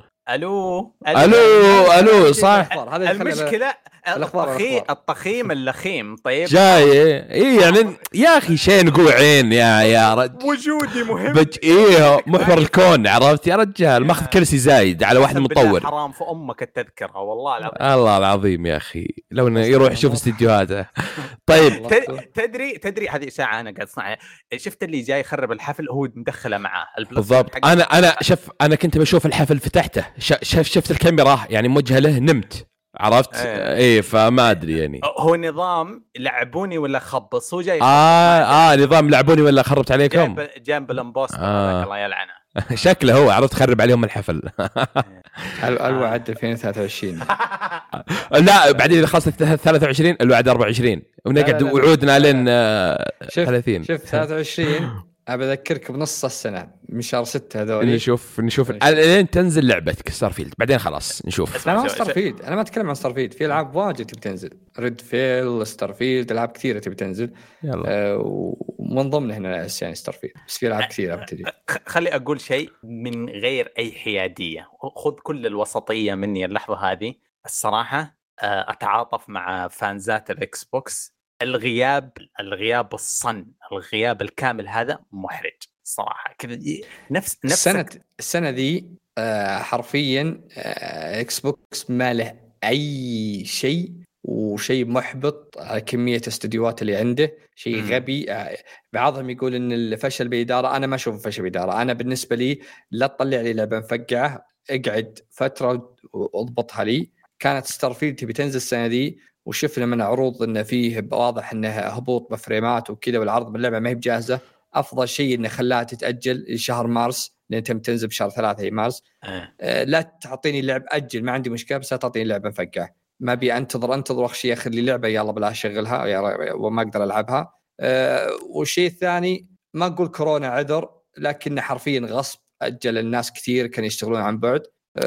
الو صح. المشكله الأخبار. التخييم اللخيم. طيب جاي ايه يعني يا اخي شيء نقول عين يا رجل، وجودي مهم. ايه محور الكون، عرفت يا رجال، ماخذ كرسي زايد على واحد مطور. حرام في امك التذكره والله العظيم. الله العظيم يا اخي لو انه يروح يشوف استديوهاته. طيب تدري هذه ساعه انا قاعد اصنعها، شفت اللي جاي يخرب الحفل هو مدخله معاه بالضبط. انا شوف انا كنت بشوف الحفل فتحته شفت الكاميرا يعني موجهه له، نمت عرفت ايه فما ادري يعني هو نظام لعبوني ولا خبص. هو جاي نظام لعبوني ولا خربت عليكم. جنب الامبوست الله يلعنه. شكله هو عرفت خرب عليهم الحفل. الوعد 2023. لا بعدين اذا خلصت 23 الوعد 24 ونقعد وعودنا لين 30. شوف 23 ابى اذكرك بنص السنه من شهر 6 هذول نشوف لين تنزل لعبتك ستارفيلد بعدين خلاص نشوف. لا ما ستارفيلد، انا ما اتكلم عن ستارفيلد، في العاب واجد تبي تنزل، ريد فيل، ستارفيلد، العاب كثيره تبي تنزل. ومن ضمنها هنا يعني ستارفيلد، بس في العاب كثيره بتجي. خلي اقول شيء من غير اي حياديه، خذ كل الوسطيه مني اللحظه هذه. الصراحه اتعاطف مع فانزات الاكس بوكس. الغياب الغياب الكامل هذا محرج صراحه. كذا نفس السنه ذي حرفيا اكس بوكس ما له اي شيء، وشيء محبط على كميه استديوهات اللي عنده، شيء غبي. بعضهم يقول ان الفشل باداره، انا ما اشوف فشل باداره. انا بالنسبه لي لا تطلع لي لعبه مفقعه، اقعد فتره واضبطها لي. كانت ستارفيلد تبي تنزل السنه ذي وشفنا من عروض انه فيه واضح انها هبوط بفريمات وكذا، والعرض باللعبه ما هي بجاهزه. افضل شيء انه خلاها تتاجل لشهر مارس لان تم تنزل بشهر 3 هي مارس. لا تعطيني لعب اجل ما عندي مشكله، بس لا تعطيني لعبه مفقعه. ما ابي انتظر وخشي اخر لي لعبه يلا بلا اشغلها وما اقدر العبها. والشيء الثاني ما اقول كورونا عذر، لكن حرفيا غصب اجل الناس كثير كانوا يشتغلون عن بعد.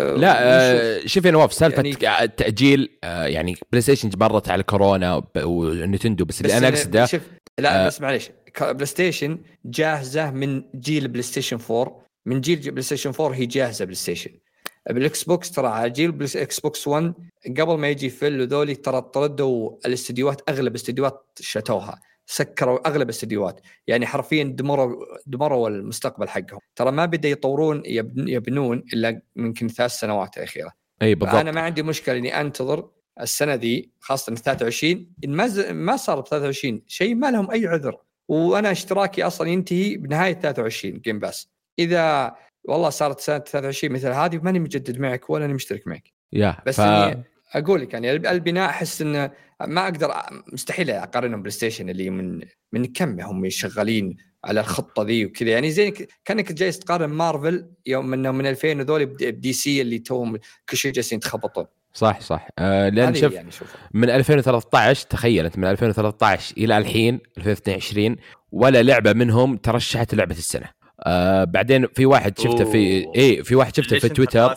لا شوف يا نواف سالفه يعني التاجيل يعني بلاي ستيشن جبرت على كورونا ونينتندو، بس اللي انا اقصده لا بس معليش، بلاي ستيشن جاهزه من جيل بلاي ستيشن 4، من جيل بلاي ستيشن 4 هي جاهزه بلاي ستيشن. بالاكس بوكس ترى على جيل اكس بوكس 1 قبل ما يجي فيل وذولي ترى طردوا الاستديوهات، اغلب الاستديوهات شتوها، سكروا اغلب الاستديوهات، يعني حرفيا دمروا المستقبل حقهم. ترى ما بدا يطورون يبنون الا ممكن 3 سنوات الاخيره. اي بالضبط. انا ما عندي مشكله اني انتظر السنه ذي، خاصه 23 ان ما صار ب 23 شيء ما لهم اي عذر. وانا اشتراكي اصلا ينتهي بنهايه 23 جيم باس. اذا والله صارت سنه 23 مثل هذه ماني مجدد معك ولا انا مشترك معك. بس اني اقول لك يعني البناء احس انه ما اقدر، مستحيل اقارنهم بلاي ستيشن اللي من كم هم شغالين على الخطه ذي وكذا. يعني زي كانك جاي تقارن مارفل يوم انه من 2000 وذول بدي سي اللي توهم كل شيء جالسين يتخبطون. صح لان شوف يعني من 2013 تخيل انت من 2013 الى الحين 2022 ولا لعبه منهم ترشحت لعبه السنه. بعدين في واحد شفته في واحد شفته في تويتر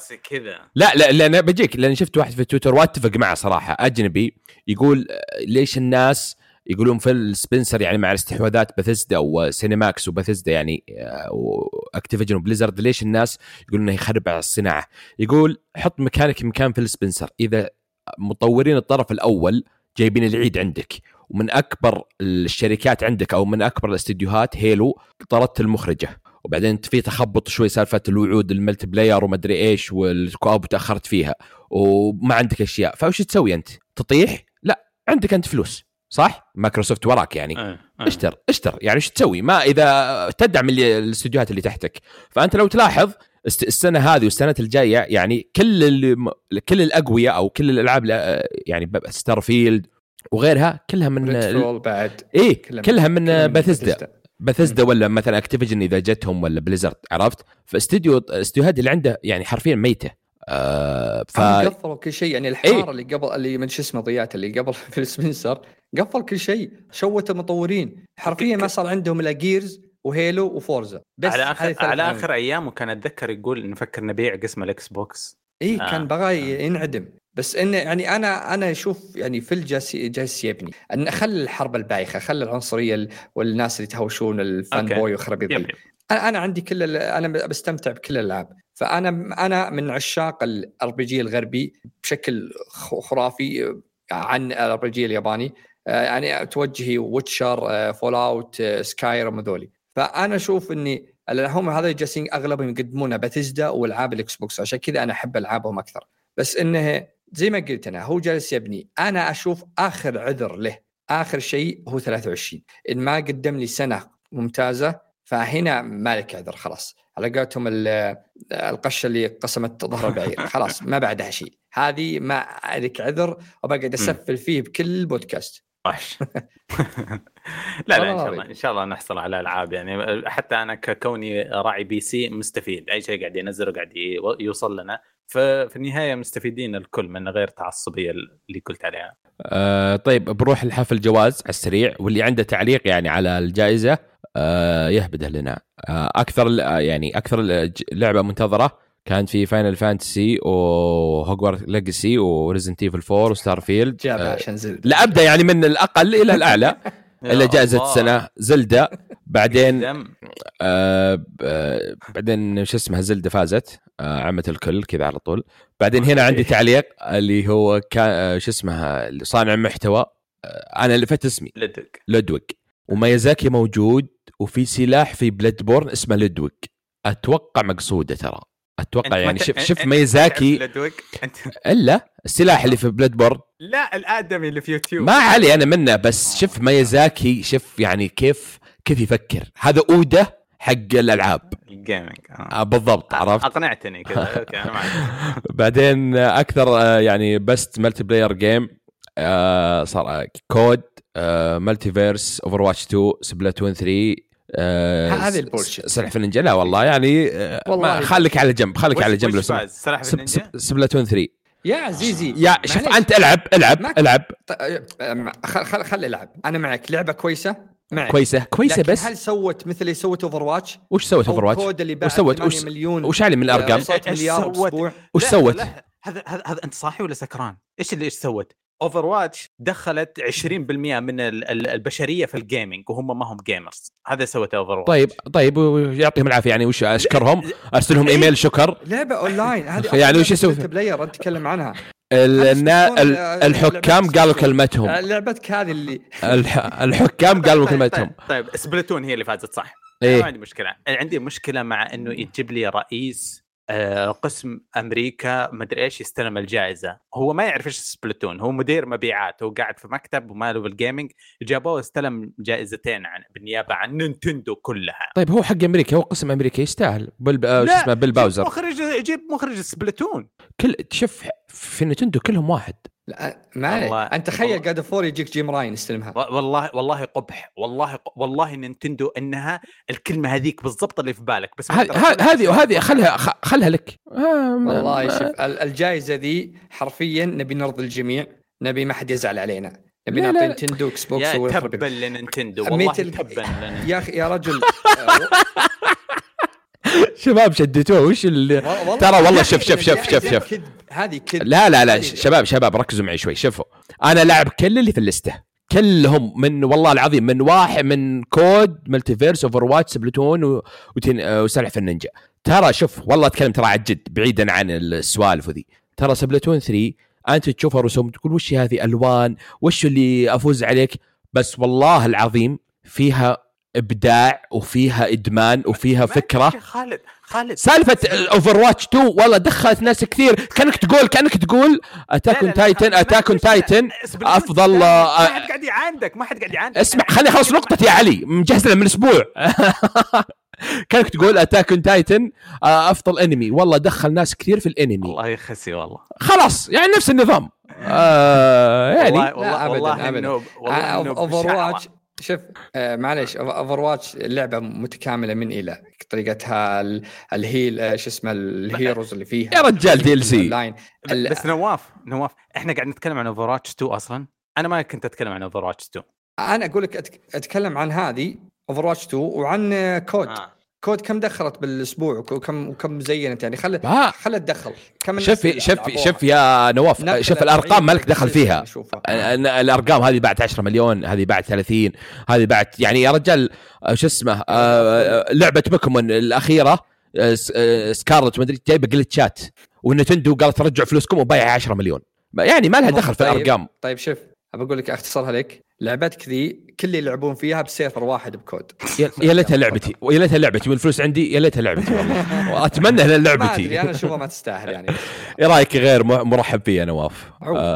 لا انا بجيك، لان شفت واحد في تويتر واتفق معه صراحه اجنبي يقول ليش الناس يقولون في سبنسر يعني مع الاستحواذات بثيسدا وسينماكس وبثيسدا يعني واكتيفيجن وبليزرد ليش الناس يقولون انه يخرب على الصناعه. يقول حط مكانك مكان في سبنسر، اذا مطورين الطرف الاول جايبين العيد عندك ومن اكبر الشركات عندك او من اكبر الاستديوهات هيلو طردت المخرجه، وبعدين في تخبط شوي سالفه الوعود الملتي بلاير وما ادري ايش والكواب تاخرت فيها وما عندك اشياء، فايش تسوي انت؟ تطيح؟ لا عندك انت فلوس صح؟ مايكروسوفت وراك يعني اشتر يعني ايش تسوي؟ ما اذا تدعم الاستديوهات اللي تحتك. فانت لو تلاحظ السنه هذه والسنه الجايه يعني كل الاقوياء او كل الالعاب يعني ستارفيلد وغيرها كلها من بعد كلها من بثيسدا ولا مثلا اكتيفيجن اذا جتهم ولا بليزرد، عرفت؟ فاستديوهات اللي عنده يعني حرفيا ميته. قفلوا كل شيء يعني الحوار اللي قبل اللي من شو اسمه ضيات اللي قبل في سبنسر قفل كل شيء، شوت المطورين حرفيا ما صار عندهم الا جيرز وهيلو وفورزا بس. على اخر ايام وكان اتذكر يقول نفكر نبيع قسم الاكس بوكس كان بغى ينعدم. بس انه يعني انا اشوف يعني في جالس يبني ان اخلي الحرب البايخه، اخلي العنصريه والناس اللي تهوشون الفان بوي وخرب يضل. انا عندي انا بستمتع بكل الالعاب. فانا من عشاق الار بي جي الغربي بشكل خرافي عن الار بي جي الياباني. يعني توجهي ويتشر، فول اوت، سكايرم ذولي. فانا اشوف اني هم هذا جالسين اغلبهم يقدمونه باتيزدا والعاب الاكس بوكس، عشان كذا انا احب العابهم اكثر. بس انه زي ما قلت انا هو جالس يبني. انا اشوف اخر عذر له، اخر شيء هو 23. ان ما قدم لي سنه ممتازه فهنا مالك عذر. خلاص على قولتهم القشه اللي قسمت ظهر البعير، خلاص ما بعدها شيء. هذه ما لك عذر، وبقعد اسفل فيه بكل بودكاست. لا ان شاء الله نحصل على العاب. يعني حتى انا ككوني راعي بي سي مستفيد، اي شيء قاعد ينزله قاعد يوصل لنا، ففي النهايه مستفيدين الكل من غير تعصبيه اللي قلت عليها. طيب بروح الحفل جواز على السريع، واللي عنده تعليق يعني على الجائزه يهبده لنا. اكثر لعبه منتظره كانت في فاينل فانتسي وهوغوارت ليجاسي وريزنت ايفل 4 وستار فيلد. جابها عشان زلدة. لا ابدا يعني من الاقل الى الاعلى. الا جائزه السنه زلدة. بعدين بعدين شو اسمها زلدة فازت عمت الكل كذا على طول. بعدين هنا عندي تعليق اللي هو كان شو اسمها صانع محتوى، انا اللي فت اسمي لودويج، وميازاكي موجود، وفي سلاح في بلاد بورن اسمه لودويج. اتوقع مقصوده، ترى اتوقع يعني شوف ميازاكي الا السلاح اللي في بلاد بورن، لا الادمي اللي في يوتيوب ما علي انا منه، بس شوف ميازاكي شوف يعني كيف يفكر. هذا اوده حق الالعاب الجيمنج بالضبط. عرفت اقنعتني كذا. اوكي انا معك. بعدين اكثر يعني بست ملتي بلاير جيم صار كود، مالتيفيرس، اوفر واتش 2، سبلاتون 3. هذه البولشيت سلاح النينجا لا والله يعني خليك على جنب لو سلاح النينجا سبلاتون 3 يا عزيزي. يا شوف انت العب خل العب. انا معك، لعبه كويسه معك. كويسه بس هل سوت مثل اللي سوت اوفر واتش؟ وش سوت اوفر واتش؟ كود اللي باع 8 مليون وش علي من الارقام؟ وش سوت؟ هذا انت صاحي ولا سكران؟ ايش سوت؟ اوفر واتش دخلت 20% من البشريه في الجيمنج وهم ما هم جيمرز. هذا سوته اوفر واتش. طيب يعطيهم العافيه. يعني وش اشكرهم؟ ارسل لهم ايميل شكر. لعبه اونلاين هذه يعني وش يسوي بلاير نتكلم عنها. الحكام قالوا كلمتهم. لعبتك هذه اللي الحكام قالوا كلمتهم. طيب سبلاتون هي اللي فازت صح. ما عندي مشكله. عندي مشكله مع انه يجيب لي رئيس قسم امريكا ما ادري ايش يستلم الجائزه. هو ما يعرف ايش سبلاتون، هو مدير مبيعات، هو قاعد في مكتب وماله بالجيمنج. جابوه استلم جائزتين بالنيابه عن نينتندو كلها. طيب هو حق امريكا، هو قسم امريكا يستاهل. اسمه بالباوزر يجيب مخرج سبلاتون. شوف في نينتندو كلهم واحد. لا ما عليك. انت تخيل قاعد فور يجيك جيم راين يستلمها. والله قبح. والله نينتندو انها الكلمه هذيك بالضبط اللي في بالك. بس هذه خلها لك. والله شوف الجائزه ذي حرفيا نبي نرضي الجميع، نبي ما حد يزعل علينا، نبي نعطي نينتندو اكس بوكس. يا تبا لنينتندو والله تبا يا اخي يا رجل. شباب شدتوه وش ترى والله شوف هذه كذب. لا شباب ركزوا معي شوي. شوفوا انا لاعب كل اللي في الليسته كلهم، من والله العظيم من واحد من كود، مالتيفيرس، اوفر واتش، سبلاتون وسلاح النينجا. ترى شوف والله اتكلم ترى عن جد بعيدا عن السوالف ذي. ترى سبلاتون 3 انت تشوفها رسوم تقول وش هذه الوان، وش اللي افوز عليك، بس والله العظيم فيها ابداع وفيها ادمان وفيها فكره. خالد سالفه اوفر واتش 2 والله دخلت ناس كثير. كانك تقول اتاكون تايتن افضل. ما حد قاعد يعاندك اسمع خليني اخلص نقطتي يا علي، مجهز لها من اسبوع. كانك تقول اتاكون تايتن افضل انمي، والله دخل ناس كثير في الانمي. والله يخسي والله خلاص يعني نفس النظام. يعني والله انه اوفر واتش. شوف معليش، اوفر واتش لعبه متكامله من الى طريقتها الهيل شو اسمه الهيروز اللي فيها يا رجال دي ال سي. بس نواف احنا قاعد نتكلم عن اوفر واتش 2 اصلا. انا ما كنت اتكلم عن اوفر واتش 2. انا اقول لك اتكلم عن هذه اوفر واتش 2 وعن كود. كود كم دخلت بالاسبوع وكم زينت يعني خلت تدخل كم شوف يا نواف شوف الارقام مالك دخل فيها الارقام هذه بعد 10 مليون هذه بعد 30 هذه بعد يعني يا رجال شو اسمه لعبه بوكيمون الاخيره سكارلت ما ادري جايبه جلتشات والنتندو قالت ترجعوا فلوسكم وبايعها 10 مليون يعني ما لها دخل في الارقام. طيب شوف بقول لك اختصرها لك لعبتك ذي كل اللي يلعبون فيها بسيرفر واحد بكود. يا ليتها لعبتي ويا ليتها لعبتي والفلوس عندي يا ليتها لعبتي والله واتمنى انها لعبتي. ما انا اشوفها ما تستاهل يعني. ايه رايك غير مرحب فيه يا نواف؟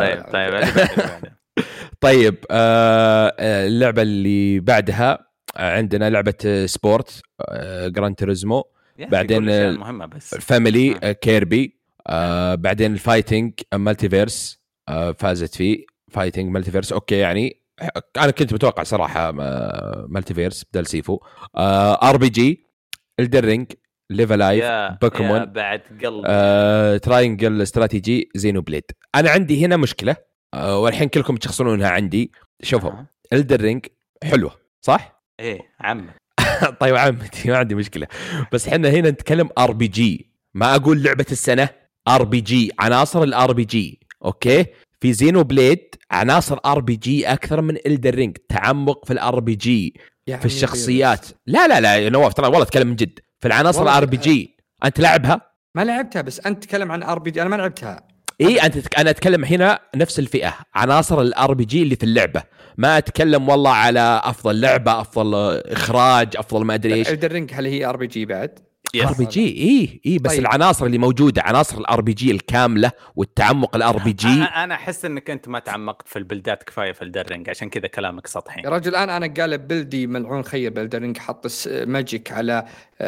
طيب اللعبه اللي بعدها عندنا لعبه سبورت جران توريزمو بعدين مهمه بس الفاميلي كيربي بعدين الفايتنج مالتيفيرس فازت فيه فايتنج مالتيفيرس اوكي يعني انا كنت متوقع صراحه مالتيفيرس بدل سيفو ار بي جي الدرينج ليفل لايف بوكيمون بعد قلب تراينجل استراتيجي زينو بليد. انا عندي هنا مشكله والحين كلكم تشخصونها عندي. شوفوا الدرينج حلوه صح ايه عم طيب عمتي ما عندي مشكله بس احنا هنا نتكلم ار بي جي ما اقول لعبه السنه ار بي جي عناصر الار بي جي اوكي. في زينو بليد عناصر ار بي جي اكثر من الدرينج تعمق في الار بي جي في الشخصيات. لا يا نواف ترى والله اتكلم من جد في العناصر الار بي جي. انت لعبها؟ ما لعبتها بس انت تتكلم عن ار بي جي انا ما لعبتها. انا اتكلم هنا نفس الفئه عناصر الار بي جي اللي في اللعبه ما اتكلم والله على افضل لعبه افضل اخراج افضل ما ادري ايش. الدرينج هل هي ار بي جي بعد؟ ار بي جي اي بس طيب. العناصر اللي موجوده عناصر الار بي جي الكامله والتعمق الار بي جي. انا احس انك انت ما تعمقت في البلدات كفايه في الدرينج عشان كذا كلامك سطحي يا رجل. انا قالب بلدي ملعون خير بالدرينج حط ماجيك على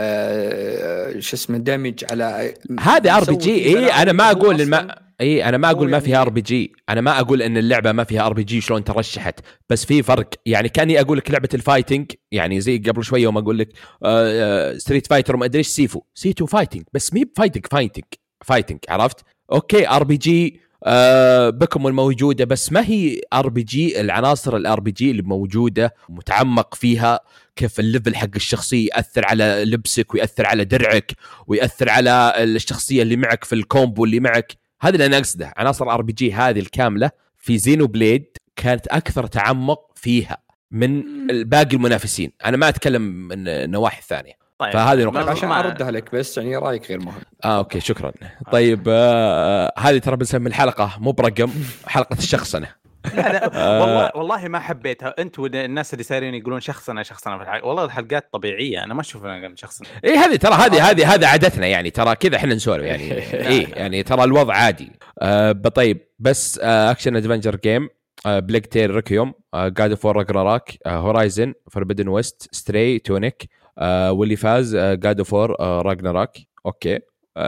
شو اسمه دامج على هذا ار بي جي. انا ما اقول انا ما اقول ما فيها ار بي جي. انا ما اقول ان اللعبه ما فيها ار بي جي شلون ترشحت بس في فرق يعني. كاني اقول لك لعبه الفايتنج يعني زي قبل شويه وما اقول لك ستريت فايتر وما ادري ايش سيتو فايتنج بس مي فايتنج عرفت اوكي. ار بي جي بكم الموجوده بس ما هي ار بي جي العناصر الار بي جي اللي موجوده متعمق فيها كيف الليفل حق الشخصيه ياثر على لبسك وياثر على درعك وياثر على الشخصيه اللي معك في الكومبو اللي معك. هذا اللي انا اقصده عناصر ار بي جي هذه الكامله في زينو بليد كانت اكثر تعمق فيها من باقي المنافسين. انا ما اتكلم من النواحي الثانيه. طيب. فهذه نقطه عشان اردها لك بس يعني رايك غير مهم. اوكي شكرا. طيب هذه ترى بنسمي الحلقه مو برقم حلقه الشخصنه. لا والله ما حبيتها. انت والناس اللي صايرين يقولون شخصنا في الحلقة. والله الحلقات طبيعيه انا ما اشوفها شخصنا. هذه ترى هذه عادتنا يعني ترى كذا احنا نسولف يعني يعني ترى الوضع عادي. طيب بس اكشن ادفنجر جيم بلاك تيل ريكيوم جاد اوف وور راجناروك هورايزن فوربيدن ويست ستري تونيك واللي فاز جاد اوف وور راجناروك اوكي.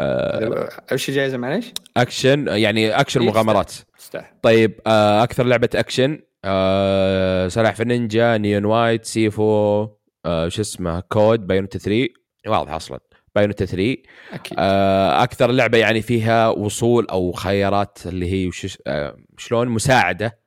ايش جايزه معليش؟ اكشن يعني اكشن مغامرات. طيب اكثر لعبه اكشن سلاحف النينجا نيون وايت سيفو شو اسمه كود بايونيتا 3 واضح اصلا بايونيتا 3 أكيد. اكثر لعبه يعني فيها وصول او خيارات اللي هي شلون مساعده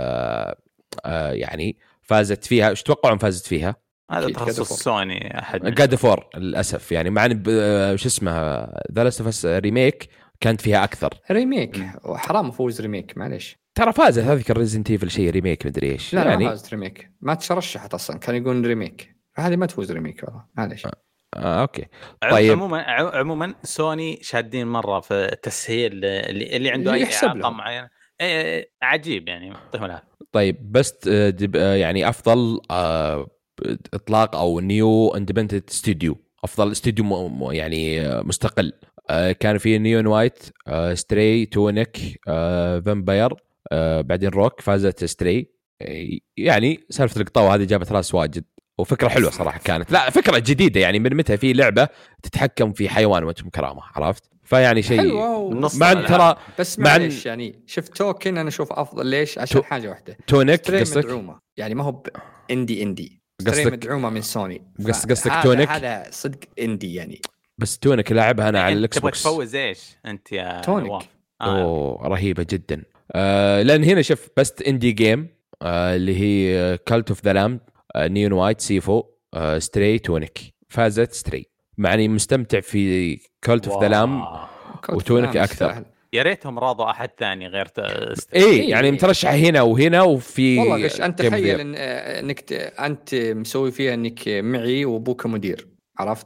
يعني فازت فيها. ايش تتوقعون فازت فيها؟ هذا تخصص سوني احد جاد فور للاسف يعني مع شو اسمه ذا لاست اوف اس ريميك كانت فيها اكثر ريميك وحرام افوز ريميك معليش. ترى فازت هذيك الريزنت ايفل شيء ريميك مدري ايش يعني ما فازت ريميك ما ترشحت اصلا كان يقول ريميك هذه ما تفوز ريميك والله معليش. اوكي طيب عموما سوني شادين مره في التسهيل اللي عنده اي اعاقه معينه عجيب يعني. طيب بس يعني افضل اطلاق او نيو اندبندنت ستوديو افضل استوديو يعني مستقل كان في نيون وايت ستري تونيك فامباير بعدين روك فازت ستري. يعني سالفه القطاوه هذه جابت راس واجد وفكره حلوه صراحه كانت. لا فكره جديده يعني من متى في لعبه تتحكم في حيوان وانتم كرامه عرفت فيعني شيء مع ترى بس معليش يعني شفت توكن انا اشوف افضل ليش عشان حاجه واحده تونيك قصدك يعني ما هو اندي قصدك مدعومه من سوني قصدك تونيك هذا صدق اندي يعني. بس تونيك لاعبها انا على الاكس بوكس. تبغى تفوز ايش انت يا تونيك؟ رهيبه جدا. لان هنا شوف بست اندي جيم اللي هي كالت اوف ذا لامب نيون وايت سيفو ستري تونيك فازت ستري. معني مستمتع في كولت اوف ذا لام وتونيك اكثر. يا ريتهم راضوا احد ثاني غير ايه يعني مترشح هنا وهنا وفي والله قش انت تخيل انك انت مسوي فيها انك معي وابوك مدير، عرفت؟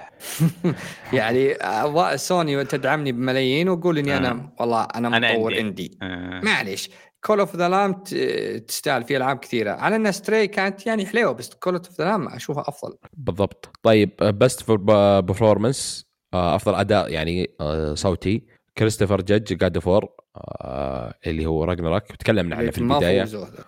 يعني سوني تدعمني بملايين وقول اني انا والله انا مطور اندي. معليش كول اوف ذا لام تستاهل فيه العاب كثيره، على ان ستري كانت يعني حلوه بس كول اوف ذا لام اشوفها افضل. بالضبط. طيب بست فور برفورمانس، افضل اداء يعني صوتي، كريستوفر جاج جاد فور اللي هو راجناروك تكلمنا عنه في البدايه.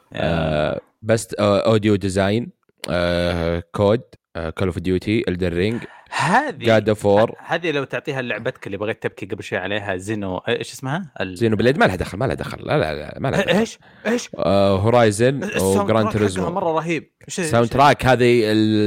بست اوديو ديزاين كود كول اوف ديوتي إلدر رينج هذه جاد فور. هذه لو تعطيها لعبتك اللي بغيت تبكي قبل شوي عليها زينو ايش اسمها زينو بليد ما لها دخل لا ما لها دخل. ايش هورايزن وجراند توريزمو مره رهيب. ساوند تراك هذه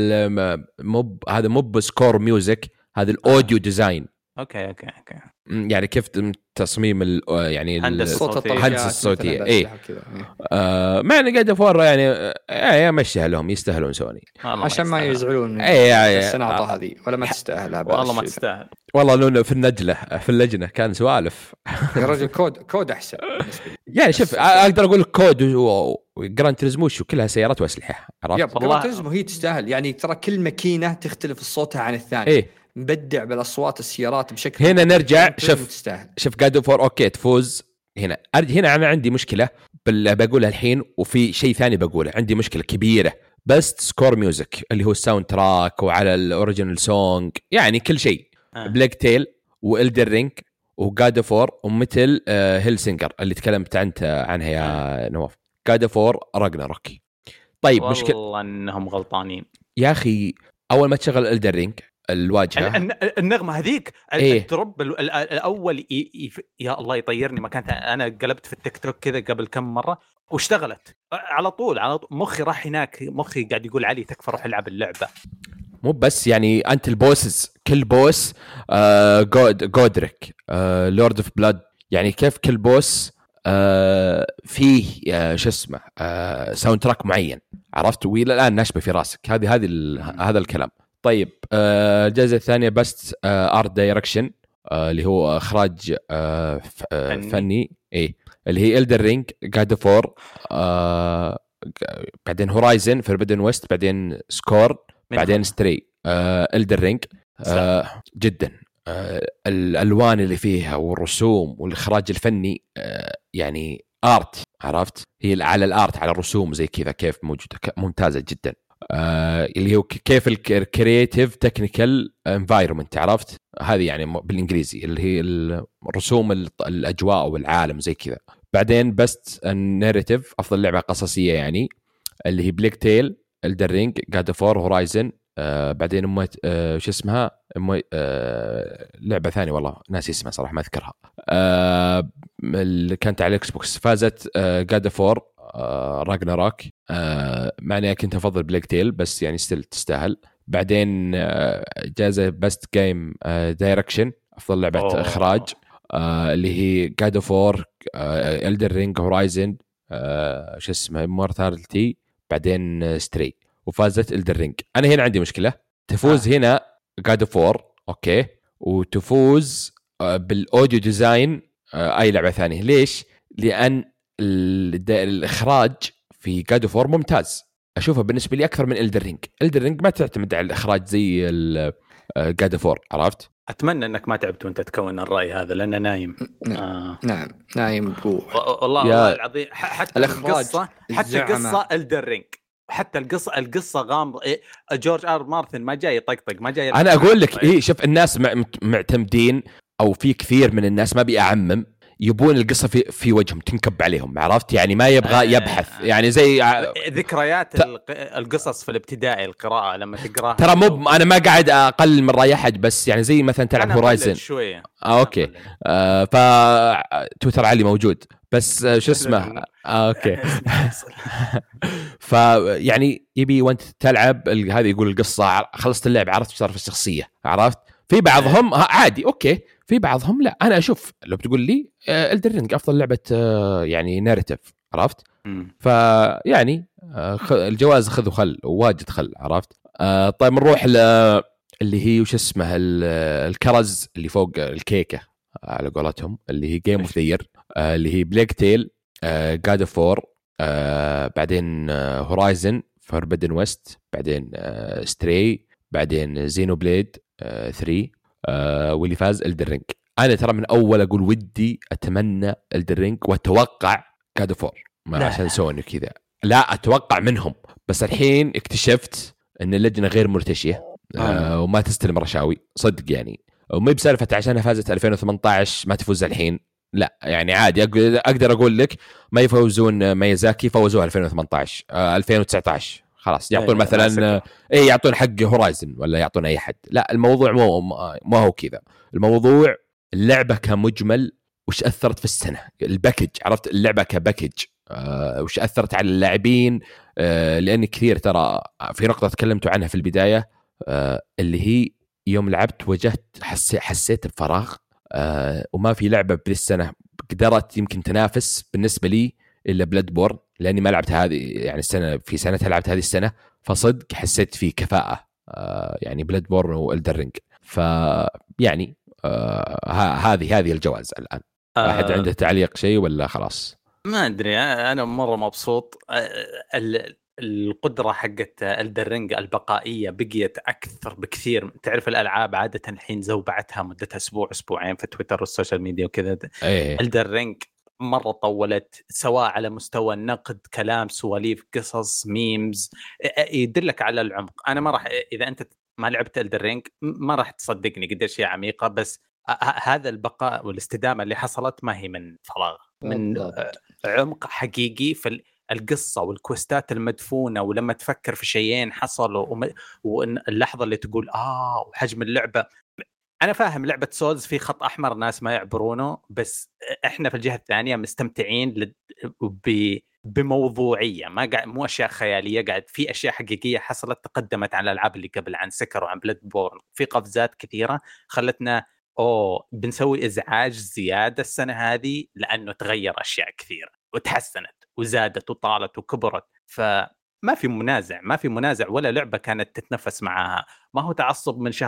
هذا مو سكور ميوزك، هذا الاوديو ديزاين. اوكي يعني كيف تصميم يعني الهندسه الصوتيه ايه معنى قاعد فور يعني مشيها لهم يستاهلون سوني عشان ما يزعلون السناطه هذه ولا ما تستاهلها. والله ما تستاهل والله لونه في النجله في اللجنه كان سوالف يا رجل كود احسن يعني شوف اقدر اقول كود وجراند توريزمو كلها سيارات واسلحه، عرفت؟ جراند توريزمو هي تستاهل يعني ترى كل ماكينه تختلف الصوتها عن الثاني ايه مبدع بالاصوات السيارات بشكل. هنا نرجع شوف جاد فور اوكي تفوز هنا انا عندي مشكله بقولها الحين، وفي شيء ثاني بقوله عندي مشكله كبيره. بس سكور ميوزك اللي هو الساوند تراك وعلى الاوريجينال سونج يعني كل شيء بلاك تيل وإلدر رينج وجاد فور ومثل هيلسينجر اللي تكلمت عنها يا نواف. جاد فور راجناروك. طيب مشكله والله انهم غلطانين يا اخي. اول ما تشغل إلدر رينج الواجهه النغمه هذيك الدروب الاول يا الله يطيرني. ما كانت انا قلبت في التيك توك كذا قبل كم مره واشتغلت على طول مخي راح هناك، مخي قاعد يقول علي تكفى روح العب اللعبه. مو بس يعني انت البوسز كل بوس جودريك لورد اوف بلاد يعني كيف كل بوس فيه شو اسمه ساوند تراك معين، عرفت؟ وإلى الان ناشبه في راسك هذا الكلام. طيب الجائزة الثانية بست ارت دايركشن اللي هو اخراج فني ايه اللي هي إلدر رينج جاد فور بعدين هورايزن فوربيدن ويست بعدين سكور بعدين ستري إلدر رينج جدا الالوان اللي فيها والرسوم والاخراج الفني يعني ارت، عرفت؟ هي على الارت على الرسوم زي كذا كيف موجودة ممتازة جدا. اللي هو كيف الكرياتيف تكنيكال انفايرمنت، عرفت؟ هذه يعني بالانجليزي اللي هي الرسوم الاجواء والعالم زي كذا. بعدين بست الناريتيف افضل لعبه قصصيه يعني اللي هي بلاك تيل إلدر رينج جاد فور هورايزن بعدين شو اسمها لعبه ثانيه والله ناسي اسمها صراحه ما اذكرها اللي كانت على الاكس بوكس. فازت جاد فور راجناروك معني كنت افضل بلاك تيل بس يعني ستيل تستاهل. بعدين جائزه بست جيم دايركشن افضل لعبه اخراج اللي هي جاد اوف وور إلدر رينج هورايزن شو اسمه مورتاليتي بعدين ستري وفازت إلدر رينج. انا هنا عندي مشكله تفوز هنا جاد اوف وور اوكي وتفوز بالاوديو ديزاين اي لعبه ثانيه. ليش؟ لان الإخراج في جاد اوف وور ممتاز أشوفه بالنسبة لي أكثر من إلدر رينج. إلدر رينج ما تعتمد على الإخراج زي جاد اوف وور، عرفت؟ أتمنى أنك ما تعبت وأنت تكون الرأي هذا لأنه نايم. نعم نايم بقوة والله العظيم. حتى القصة إلدر رينج حتى القصة غامضة. جورج آر مارتن ما جاي يطقطق ما جاي. أنا أقول لك إيه شوف الناس معتمدين أو في كثير من الناس ما بيأعمم يبون القصة في وجههم تنكب عليهم، عرفت؟ يعني ما يبغى يبحث يعني زي ذكريات القصص في الابتدائي القراءة لما تقراها. ترى مو أنا ما قاعد أقلل من رأي أحد بس يعني زي مثلا تلعب هورايزن شوية أوكي فتويتر علي موجود بس شو اسمه أوكي فيعني يبي وانت تلعب هذه يقول القصة خلصت اللعب عرفت صار في الشخصية، عرفت؟ في بعضهم عادي أوكي في بعضهم لا. أنا أشوف لو بتقول لي إلدر رينج أفضل لعبة يعني ناريتيف، عرفت؟ فيعني الجواز خذ وخل وواجد خل، عرفت؟ طيب نروح اللي هي وش اسمه الكرز اللي فوق الكيكه على قولتهم، اللي هي جيم اوف ذا يير، اللي هي بليك تيل، جاد اوف وور، بعدين هورايزن فوربيدن ويست، بعدين ستري، بعدين زينو بليد 3، واللي فاز الدرينج. انا ترى من اول اقول ودي اتمنى الدرينج واتوقع جاد اوف وور عشان سوني كذا، لا اتوقع منهم، بس الحين اكتشفت ان اللجنه غير مرتشيه وما تستلم رشاوي صدق يعني، وما بسالفه عشانها فازت 2018 ما تفوز الحين، لا يعني عادي اقدر اقول لك ما يفوزون ميازاكي فوزوها 2018 2019 خلاص يعطون مثلا يعطون حق هورايزن ولا يعطون اي حد. لا الموضوع مو هو كذا، الموضوع اللعبه كمجمل وش اثرت في السنه، الباكج عرفت اللعبه كباكج وش اثرت على اللاعبين، لان كثير ترى في نقطه تكلمتوا عنها في البدايه اللي هي يوم لعبت وجهت حسيت بفراغ، وما في لعبه بالسنه قدرت يمكن تنافس بالنسبه لي الا بلاد بورن، لاني ما لعبت هذه يعني السنه، في سنتها لعبت هذه السنه، فصدق حسيت في كفاءه يعني بلاد بورن والدرينج. ف يعني هذه الجوائز الان. احد عنده تعليق شيء ولا خلاص؟ ما ادري، انا مره مبسوط. القدره حقت الدرينج البقائيه بقيت اكثر بكثير. تعرف الالعاب عاده الحين زوبعتها مدتها اسبوع اسبوعين في تويتر والسوشيال ميديا وكذا. الدرينج مره طولت، سواء على مستوى النقد، كلام، سواليف، قصص، ميمز، يدلك على العمق. انا ما راح، اذا انت ما لعبت الدرينج ما راح تصدقني قديش هي عميقه، بس هذا البقاء والاستدامه اللي حصلت ما هي من فراغ، من عمق حقيقي في القصة والكوستات المدفونة. ولما تفكر في شيئين حصلوا واللحظة اللي تقول وحجم اللعبة. أنا فاهم لعبة سولز في خط أحمر ناس ما يعبرونه، بس إحنا في الجهة الثانية مستمتعين بموضوعية، ما قاعد مو أشياء خيالية، قاعد في أشياء حقيقية حصلت تقدمت على الألعاب اللي قبل، عن سكر وعن بلاد بورن، في قفزات كثيرة خلتنا بنسوي إزعاج زيادة السنة هذه، لأنه تغير أشياء كثيرة وتحسنت وزادت وطالت وكبرت. فما في منازع ولا لعبة كانت تتنفس معها. ما هو تعصب من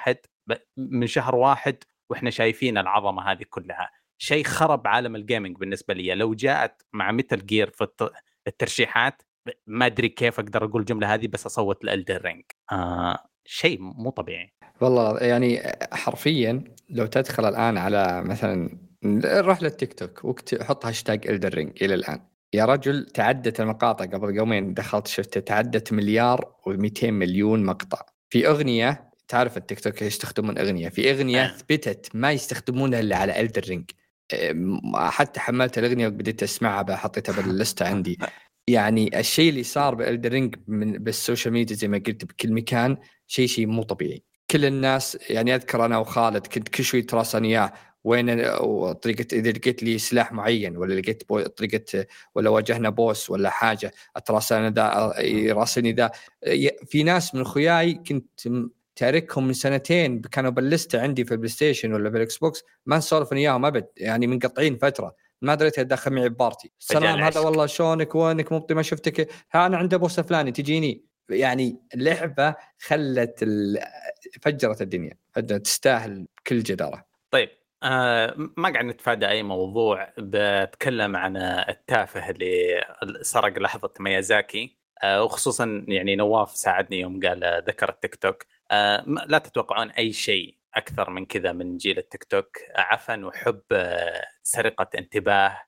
شهر واحد وإحنا شايفين العظمة هذه كلها. شيء خرب عالم الجيمينج بالنسبة لي. لو جاءت مع ميتال جير في الترشيحات ما أدري كيف أقدر أقول الجملة هذه، بس أصوت لإلدن رينج. شيء مو طبيعي والله. يعني حرفيا لو تدخل الآن على مثلا روح للتيك توك وحط هاشتاج إلدن رينج إلى الآن، يا رجل تعدت المقاطع. قبل يومين دخلت شفت تعدت 1,200,000,000 مقطع في أغنية. تعرف التيك توك يستخدمون أغنية، في أغنية ثبتت ما يستخدمونها إلا على إلدن رينج. حتى حملت الأغنية وبديت أسمعها، حطيتها بالليستة عندي. يعني الشيء اللي صار بإلدن رينج بالسوشيال ميديا زي ما قلت بكل مكان شيء مو طبيعي. كل الناس يعني أذكر أنا وخالد كنت كل شوي تراسني إياه وين طريقة، إذا لقيت لي سلاح معين ولا لقيت طريقة ولا واجهنا بوس ولا حاجة أتراسنا ذا يراسلني ذا. في ناس من أخوياي كنت تاركهم من سنتين كانوا باللستة عندي في البلاي ستيشن ولا في الإكس بوكس، ما نسولف إياهم أبد، يعني منقطعين فترة ما دريت أدخل معي ببارتي. السلام هذا والله شلونك وينك مبطي ما شفتك، أنا عند بوس فلاني تجيني. يعني اللعبة خلت فجرت الدنيا، تستاهل كل جدارة. طيب ما قاعد نتفادى أي موضوع، بتكلم عن التافه اللي سرق لحظة ميازاكي، وخصوصا يعني نواف ساعدني يوم قال ذكر التيك توك. لا تتوقعون أي شيء أكثر من كذا من جيل التيك توك، عفن وحب، سرقة انتباه،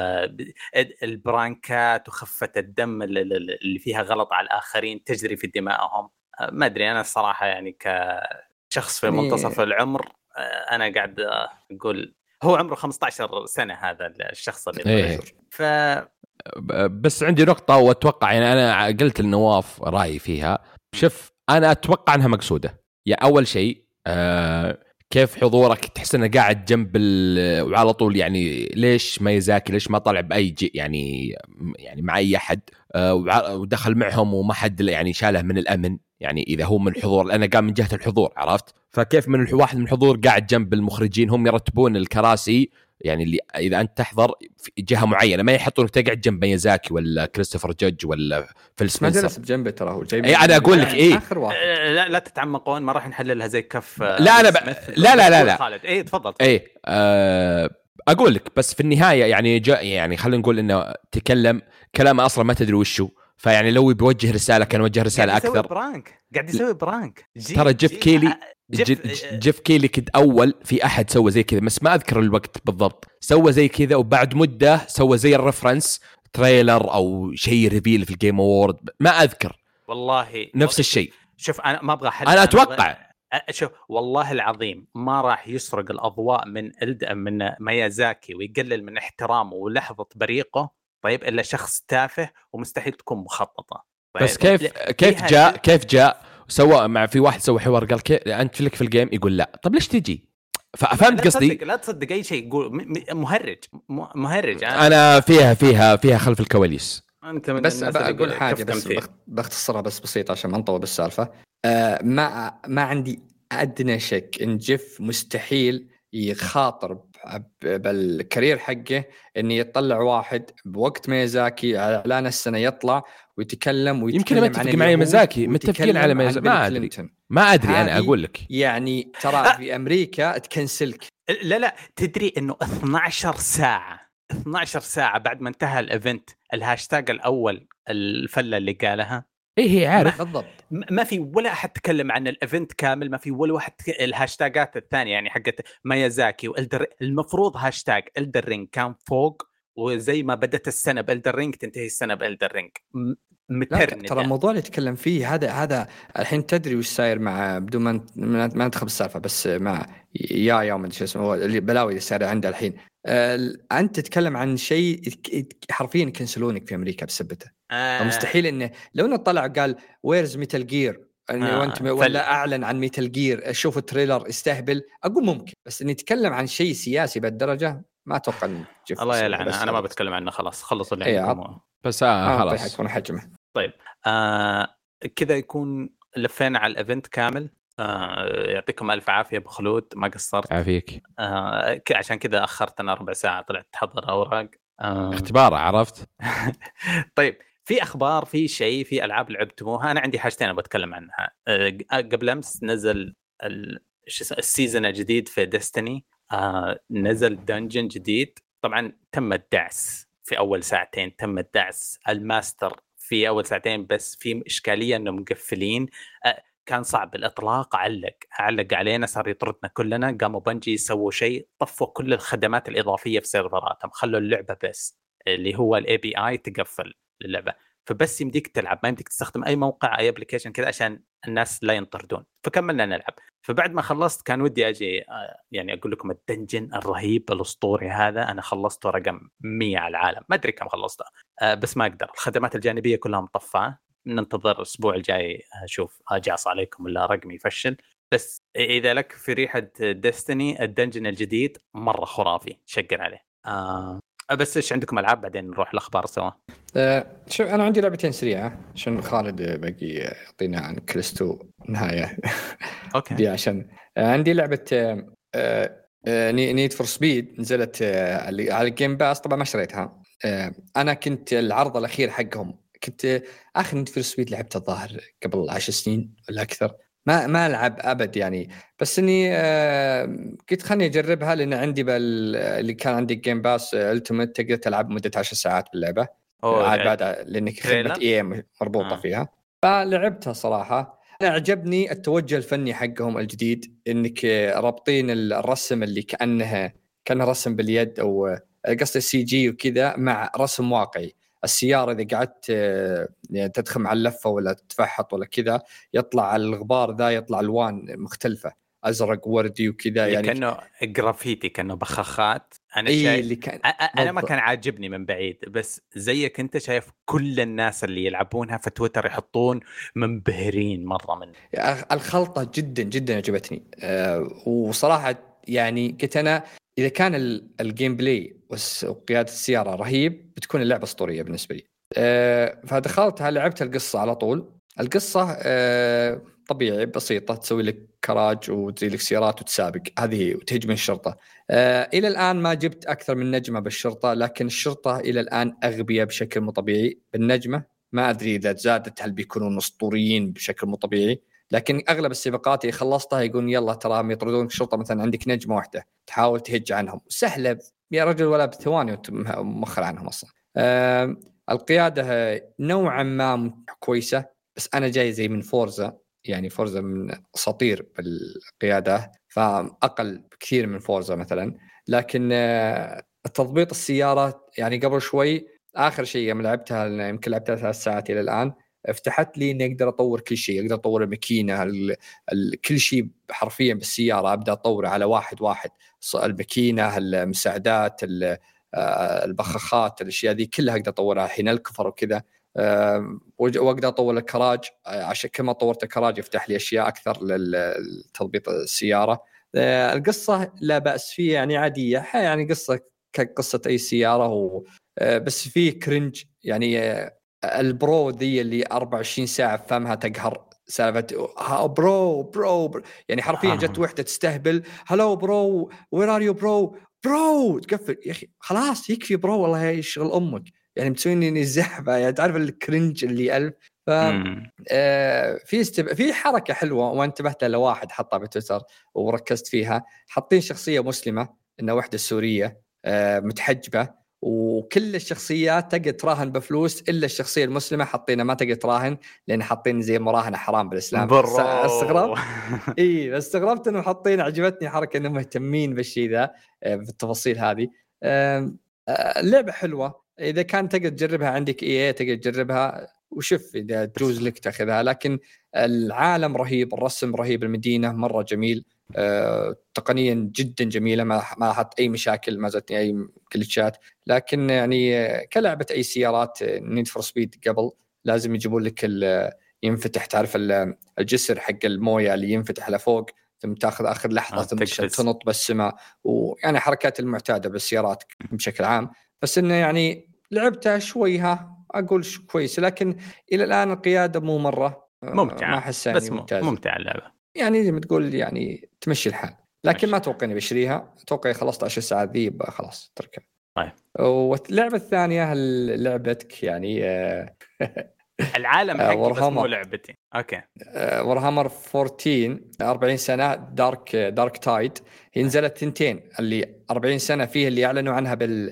والبرانكات وخفة الدم اللي فيها غلط على الآخرين تجري في دمائهم. ما أدري، أنا الصراحة يعني كشخص في منتصف العمر أنا قاعد أقول هو عمره 15 سنة هذا الشخص اللي بس عندي نقطة وأتوقع يعني أنا قلت لنواف رأيي فيها. شوف أنا أتوقع أنها مقصودة. يعني أول شيء كيف حضورك تحس أنه قاعد جنب وعلى طول، يعني ليش ما يزاكي، ليش ما طلع بأي يعني مع أي أحد ودخل معهم وما حد يعني شاله من الأمن. يعني إذا هو من الحضور، لأنه قام من جهة الحضور عرفت، فكيف من واحد من الحضور قاعد جنب المخرجين هم يرتبون الكراسي يعني اللي اذا انت تحضر في جهه معينه ما يحطونك تقعد جنب ميازاكي ولا كريستوفر جادج ولا فيل ما سبنسر. جلس بجنبه ترى هو جاي. انا اقول لك ايه اخر واحد. لا تتعمقون، ما راح نحللها زي كف. لا انا لا خالد ايه تفضل. ايه اقول لك بس في النهايه يعني يعني خلينا نقول انه تكلم كلام اصلا ما تدري وشو، فيعني لو بيوجه رساله كان وجه رساله اكثر. قاعد يسوي برانك. ترى جيف كيلي كد اول في احد سوى زي كذا بس ما اذكر الوقت بالضبط، سوى زي كذا وبعد مده سوى زي الريفرنس تريلر او شيء ريفيل في الجيم أوورد ما اذكر والله نفس الشيء. شوف انا ما ابغى انا اتوقع شوف والله العظيم ما راح يسرق الاضواء من ميازاكي ويقلل من احترامه ولحظه بريقه طيب الا شخص تافه ومستحيل تكون مخططه. طيب بس كيف جاء سوى مع في واحد سوى حوار قال انت لك في الجيم يقول لا طب ليش تجي؟ فهمت قصدي؟ لا تصدق اي شيء يقول مهرج. انا فيها خلف الكواليس. انت من بس الناس بقول حاجه بس باختصرها بس بسيطه عشان ما نطول بالسالفه. ما عندي ادنى شك ان جيف مستحيل يخاطر بالكارير حقه انه يطلع واحد بوقت ميازاكي على اعلان السنه يطلع ويتكلم يمكن ما تتفق معي ميازاكي، متفقين على ميازاكي ما ادري انا اقول لك يعني ترى في امريكا تكنسلك. لا تدري انه 12 ساعه بعد ما انتهى الايفنت الهاشتاج الاول الفله اللي قالها هي عارف بالضبط ما في ولا احد تكلم عن الايفنت كامل، ما في ولا واحد الهاشتاجات الثانيه يعني حقت ميازاكي المفروض هاشتاج إلدر رينج كان فوق، وزي ما بدت السنه بإلدر رينج تنتهي السنه بإلدر رينج مترنده. ترى الموضوع اللي يتكلم فيه هذا الحين تدري وش صاير مع بدون ما ندخل بالسالفه بس مع يا يوم شو اسمه اللي بلاوي اللي صاير عنده الحين. انت تتكلم عن شيء حرفيا يكنسلونك في امريكا بسبته. مستحيل انه لو انه طلع قال ويرز ميتال جير وانت ولا اعلن عن ميتال جير اشوف التريلر استهبل اقول ممكن، بس اني اتكلم عن شيء سياسي بهالدرجه ما اتوقع. الله يلعنه انا ما بتكلم عنه خلاص خلصوا اللي بس خلاص حجمه. طيب كذا يكون لفينا على الايفنت كامل. يعطيكم الف عافيه ابو خلود ما قصرت. عافيك. عشان كذا اخرتنا ربع ساعه طلعت تحضر اوراق اختبار عرفت. طيب في اخبار في شيء في العاب لعبتوها؟ انا عندي حاجتين بتكلم عنها. قبل امس نزل السيزون الجديد في ديستني. نزل دنجن جديد طبعا تم الدعس في اول ساعتين، تم الدعس الماستر في اول ساعتين بس في اشكاليه انهم مقفلين. كان صعب الاطلاق، علق علينا صار يطردنا كلنا. قاموا بنجي يسووا شيء طفوا كل الخدمات الاضافيه في سيرفراتهم، خلوا اللعبه بس اللي هو الاي بي اي تقفل للعبه، فبس يمديك تلعب ما يمديك تستخدم اي موقع اي ابلكيشن كذا عشان الناس لا ينطردون. فكملنا نلعب. فبعد ما خلصت كان ودي اجي يعني اقول لكم الدنجن الرهيب الاسطوري هذا انا خلصته رقم 100 على العالم، ما ادري كم خلصته بس ما اقدر. الخدمات الجانبيه كلها مطفاه، ننتظر الاسبوع الجاي اشوف اجعص عليكم ولا رقمي يفشل. بس اذا لك في ريحه ديستني الدنجن الجديد مره خرافي شقر عليه. بس ايش عندكم العاب بعدين نروح الاخبار سوا. شوف انا عندي لعبتين سريعه عشان خالد باقي يعطينا عن كريستو نهايه. اوكي دي عشان عندي لعبه نيد فور سبيد نزلت على الجيم باس، طبعا ما اشتريتها. انا كنت العرض الاخير حقهم كنت اخر نيد فور سبيد لعبتها الظاهر قبل 10 سنين ولا اكثر، ما العب ابد يعني، بس اني قلت خلني اجربها لان عندي اللي كان عندي جيم باس التيمت تقدر تلعب مده 10 ساعات باللعبه عاد بعد لانك خدمه اي مربوطه فيها. فلعبتها صراحه انا عجبني التوجه الفني حقهم الجديد، انك رابطين الرسم اللي كان رسم باليد او قصدي السي جي وكذا مع رسم واقعي. السيارة إذا قعدت يعني تدخل مع اللفة ولا تتفحط ولا كذا يطلع الغبار ذا يطلع ألوان مختلفة أزرق وردي وكذا يعني كأنه جرافيتي كأنه بخاخات. أنا شايف أنا ما كان عاجبني من بعيد، بس زيك أنت شايف كل الناس اللي يلعبونها في تويتر يحطون منبهرين مرة من الخلطة جدا جدا عجبتني. وصراحة يعني قلت أنا إذا كان الجيم بلاي وقيادة السيارة رهيب بتكون اللعبة أسطورية بالنسبة لي. فدخلتها لعبت القصة على طول. القصة طبيعي بسيطة، تسوي لك كراج وتزي لك سيارات وتسابق، هذه وتهجم الشرطة. إلى الآن ما جبت أكثر من نجمة بالشرطة، لكن الشرطة إلى الآن أغبياء بشكل مو طبيعي. بالنجمة ما أدري إذا زادت هل بيكونون أسطوريين بشكل مو طبيعي، لكن أغلب السباقات اللي خلصتها يقولون يلا ترى يطردونك الشرطة، مثلا عندك نجمة واحدة تحاول تهج عنهم، سهلة يا رجل ولا بثواني ومخر عنهم أصلا. القيادة نوعا ما كويسة، بس أنا جاي زي من فورزا، يعني فورزا من أساطير بالقيادة، فأقل كثير من فورزا مثلا. لكن تضبيط السيارة يعني قبل شوي آخر شيء يوم لعبتها، يمكن لعبتها 3 ساعات إلى الآن، فتحت لي إني أقدر أطور كل شيء، أقدر أطور الماكينة، كل شيء حرفيا بالسيارة أبدأ أطوره على واحد واحد، الماكينة، المساعدات، البخاخات، الأشياء ذي كلها أقدر أطورها الحين، الكفر وكذا. وأقدر أطور الكراج، عشان كل ما طورت الكراج يفتح لي أشياء أكثر للتضبيط السيارة. القصة لا بأس فيها، يعني عادية، يعني قصة كقصة أي سيارة، بس فيه كرنج يعني. البرو ذي اللي 24 ساعة فمها تقهر سالفة برو يعني حرفيا جت وحدة تستهبل، هلو برو وير ار يو برو تقفل يا أخي خلاص يكفي برو والله يشغل أمك، يعني بتسويني زحفة، يعني تعرف الكرنج اللي ألف. ف في حركة حلوة وانتبهت لواحد حطها بتويتر وركزت فيها، حاطين شخصية مسلمة إنها وحدة سورية متحجبة، وكل الشخصيات تقدر تراهن بفلوس إلا الشخصية المسلمة حاطينها ما تقدر تراهن، لأن حاطين زي مراهنة حرام بالإسلام. استغرب بس استغربت إنه حاطين، عجبتني حركة إنهم مهتمين بالشيء ذا بالتفاصيل هذه. اللعبة حلوة، إذا كان تقدر تجربها عندك تقدر تجربها وشوف إذا تجوز لك تأخذها، لكن العالم رهيب، الرسم رهيب، المدينة مرة جميل، تقنيا جدا جميلة، ما حط أي مشاكل، ما زالتني أي كليتشات. لكن يعني كلعبة أي سيارات نيد فور سبيد قبل لازم يجيبون لك ينفتح، تعرف الجسر حق الموية اللي ينفتح لفوق ثم تاخذ آخر لحظة ثم تنط بالسماء، ويعني حركات المعتادة بالسيارات بشكل عام. بس إنه يعني لعبتها شويها أقول كويس، لكن إلى الآن القيادة مو مرة ممتعة، ما أحس يعني بس ممتازة. ممتعة اللعبة، يعني زي ما تقول يعني تمشي الحال، لكن ما توقعني بشريها، توقعي خلصت 10 ساعات ذي خلاص تركها. طيب واللعبة الثانية لعبتك يعني العالم حقي بس مو لعبتي. اوكي ورهامر 14 40 سنة دارك تايد، هي نزلت 2 اللي 40 سنة فيه اللي اعلنوا عنها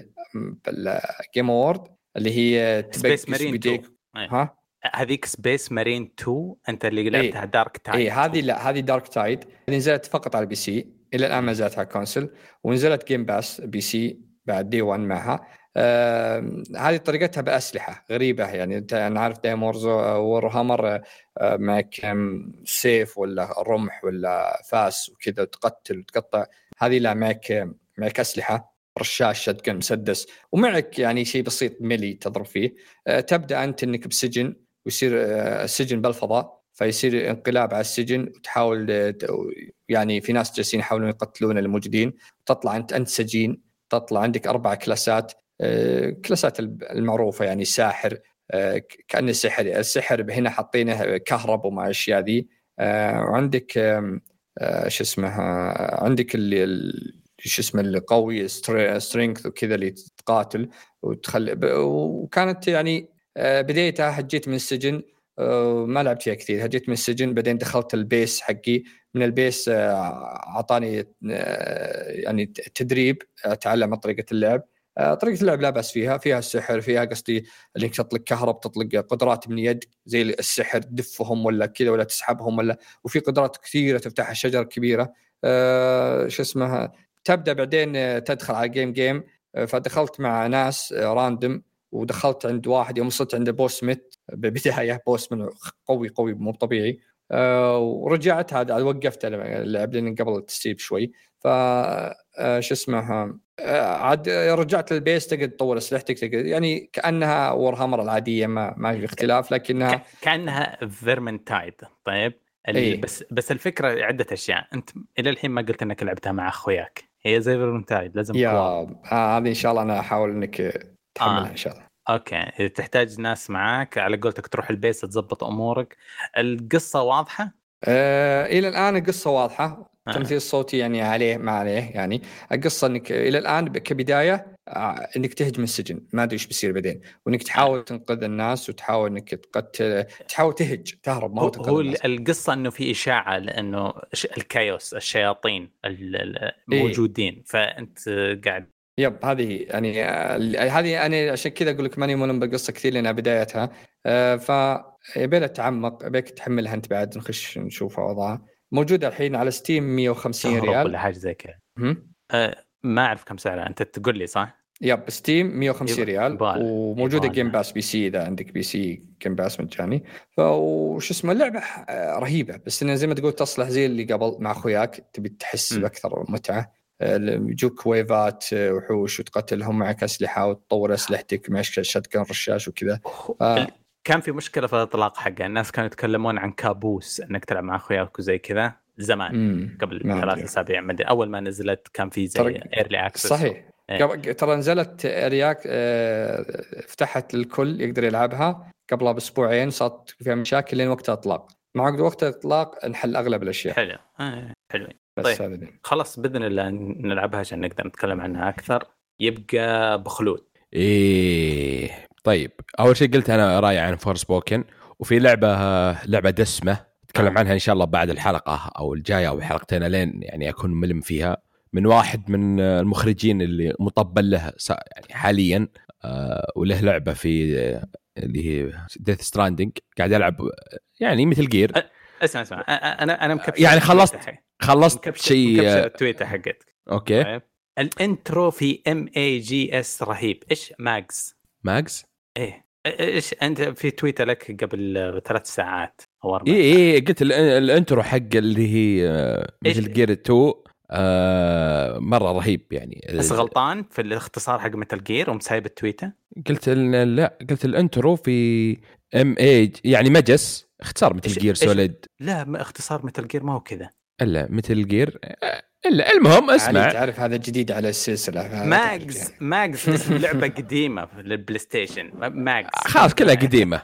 بالجيم اوورد اللي هي سبيس مارين 2. ها هذيك سبيس مارين 2 انت اللي لعبتها دارك تايد. هذه لا، هذه دارك تايد اللي نزلت فقط على البي سي، الى الان ما زالت على الكونسل، ونزلت جيم باس بي سي بعد دي 1 معها. هذه طريقتها بأسلحة غريبة، يعني انت نعرف دايمورز وورهامر معك سيف ولا رمح ولا فاس وكذا تقتل وتقطع، هذه لا، معك أسلحة، رشاش، شتقن، مسدس، ومعك يعني شيء بسيط ميلي تضرب فيه. تبدأ أنت أنك بسجن، ويصير السجن بالفضاء، فيصير انقلاب على السجن، وتحاول يعني في ناس جالسين يحاولون يقتلون الموجودين، تطلع أنت سجين، تطلع عندك 4 كلاسات، كلاسات المعروفة، يعني ساحر، كأن السحر هنا حاطينه كهرب ومع أشياء ذي، وعندك شو اسمه، عندك شو اسمه القوي سترينث وكذا اللي تقاتل وتخلي. وكانت يعني بدايتها هجيت من السجن، ما لعبت فيها كثير، هجيت من السجن بعدين دخلت البيس حقي، من البيس عطاني يعني تدريب اتعلم طريقة اللعب. طريقة اللعب لا بأس فيها السحر، فيها قصدي اللي تطلق كهرب، تطلق قدرات من يد زي السحر تدفهم ولا كذا ولا تسحبهم ولا، وفي قدرات كثيرة تفتح الشجرة كبيرة. شو اسمها، تبدأ بعدين تدخل على جيم. فدخلت مع ناس راندم، ودخلت عند واحد يوم وصلت عند بوس ميت ببداية، بوس من قوي مو طبيعي. ورجعت هذا وقفت اللعب لأن قبل التسريب شوي. شو اسمها، عاد رجعت للبيس، تقدر تطور اسلحتك، يعني كأنها وورهامر العادية، ما في اختلاف، لكنها كأنها فيرمنتايد. طيب بس الفكرة عدة أشياء. أنت إلى الحين ما قلت أنك لعبتها مع أخوياك، هي زي فيرمنتايد لازم هذه إن شاء الله أنا أحاول أنك تحملها إن شاء الله. اوكي، اذا تحتاج ناس معاك على قولتك تروح البيس تضبط امورك. القصه واضحه الى الان القصه واضحه، التمثيل الصوتي يعني عليه ما عليه. يعني القصه انك الى الان كبدايه انك تهجم السجن، ما ادري ايش بيصير بعدين، وانك تحاول تنقذ الناس وتحاول انك تقتل، تحاول تهرب، ما هو هو الناس. القصه انه في اشاعه لانه الكايوس الشياطين الموجودين، فانت قاعد يب هذه يعني هذه انا عشان كذا اقول لك ماني ملم بالقصه كثير لانها بدايتها. فيبي تعمق، يبيك تحملها انت بعد، نخش نشوف وضعها. موجوده الحين على ستيم 150 ريال ولا حاجه زي كذا. ما اعرف كم سعرها، انت تقول لي صح؟ يب ستيم 150 ريال، وموجوده جيم باس بي سي اذا عندك بي سي جيم باس مجاني. فوش اسمه اللعبه رهيبه، بس انها زي ما تقول تصلح زي اللي قبل مع اخوياك، تبي تحس باكثر متعه. يجوك ويفات وحوش وتقتلهم، معك اسلحه وتطور اسلحتك، معك شتكن رشاش وكذا. كان في مشكله في الاطلاق حقه، الناس كانوا يتكلمون عن كابوس انك تلعب مع اخوياك وزي كذا زمان قبل 3 أسابيع مدري اول ما نزلت كان في زي ايرلي اكسس. صحيح ترى نزلت ارياك فتحت للكل يقدر يلعبها قبلها باسبوعين، صارت فيها مشاكل لين وقت الاطلاق. مع وقت الاطلاق نحل اغلب الاشياء. حلو حلوين. طيب خلاص باذن الله نلعبها عشان نقدر نتكلم عنها اكثر. يبقى بخلود. طيب اول شيء قلت انا رايي عن فورسبوكن، وفي لعبه دسمه اتكلم عنها ان شاء الله بعد الحلقه او الجايه او الحلقتين لين يعني اكون ملم فيها، من واحد من المخرجين اللي مطبل له يعني حاليا، وله لعبه في اللي هي ديث ستراندنج، قاعد يلعب يعني مثل جير. اسمع انا مكبش يعني خلصت شيء التويتر حقتك. اوكي طيب. الانترو في MAGS رهيب. ايش ماجز ايه ايش انت في تويتر لك قبل 3 ساعات او 4 ايه قلت الانترو حق اللي هي مثل جير 2 مره رهيب يعني. بس غلطان في الاختصار حق متل جير ومسايب التويتر. قلت الانترو في MA يعني مجس اختصار متل جير سوليد. لا اختصار متل جير ما هو كذا. الا متل جير الا المهم اسمع، تعرف هذا جديد على السلسله. ماجز اسم لعبه قديمه للبلاي ستيشن. ماجز خلاص كلها قديمه.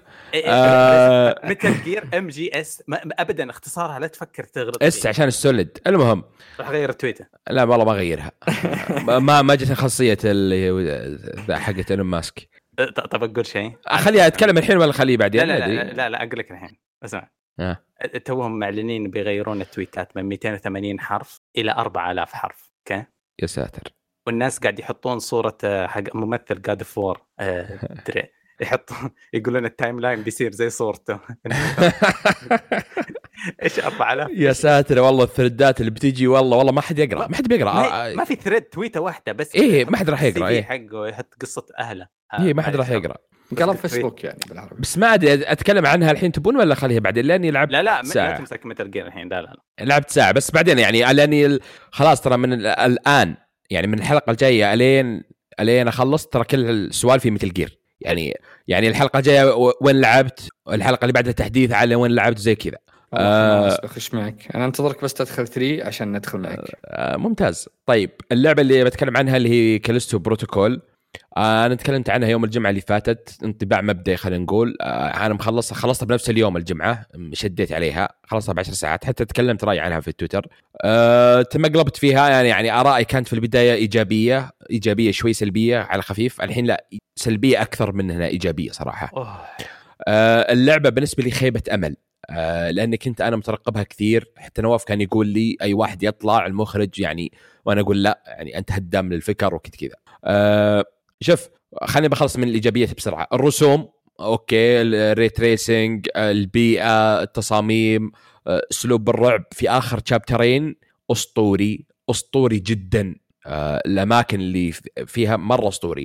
متل جير MGS ابدا اختصارها لا تفكر تغلط اس عشان السوليد. المهم راح اغير التويتر. لا والله ما اغيرها. ما جت خاصيه اللي حقت ايلون ماسك. طب اقول شيء اخليها اتكلم الحين ولا خليه بعدين؟ لا اقول لك الحين. اسمع توهم معلنين بيغيرون التويتات من 280 حرف الى 4000 حرف. اوكي يا ساتر. والناس قاعد يحطون صوره حق ممثل جاد اوف وور يقولون التايم لاين بيصير زي صورته. ايش 4000 يا ساتر والله الثريدات اللي بتيجي والله ما حد يقرا، ما حد بيقرا. ما في ثريد تويته واحده بس. ايه ما حد راح يقرا. ايه حقه يحط قصه اهله. ايه ما حد راح يقرا. قال فيسبوك يعني بالعربي. بس ما ادري اتكلم عنها الحين تبون ولا خليها بعدين؟ لاني لعبت لا ما تمسك متل جير الحين. لا لعبت ساعه بس بعدين يعني لاني خلاص ترى من الان يعني من الحلقه الجايه الين اخلص ترى كل السؤال في متل جير يعني الحلقه الجايه وين لعبت، الحلقه اللي بعدها تحديث على وين لعبت زي كذا. بخش معك انا انتظرك بس تدخل 3 عشان ندخل معك. ممتاز. طيب اللعبه اللي بتكلم عنها اللي هي كاليستو بروتوكول. انا تكلمت عنها يوم الجمعه اللي فاتت، انطباع مبدئي خلينا نقول. انا خلصتها بنفس اليوم الجمعه، شديت عليها خلصتها ب10 ساعات، حتى تكلمت راي عنها في التويتر. تمقلبت فيها يعني ارائي كانت في البدايه ايجابيه شوي، سلبيه على خفيف. الحين لا، سلبيه اكثر منها ايجابيه صراحه. اللعبه بالنسبه لي خيبه امل، لأني كنت أنا مترقبها كثير. حتى نواف كان يقول لي أي واحد يطلع المخرج يعني، وأنا أقول لا يعني أنت هدام للفكر وكذا. شوف خليني بخلص من الإيجابيات بسرعة. الرسوم أوكي، الريت ريسينج، البيئة، التصاميم، أسلوب الرعب في آخر شابترين أسطوري جدا. الأماكن اللي فيها مرة أسطوري.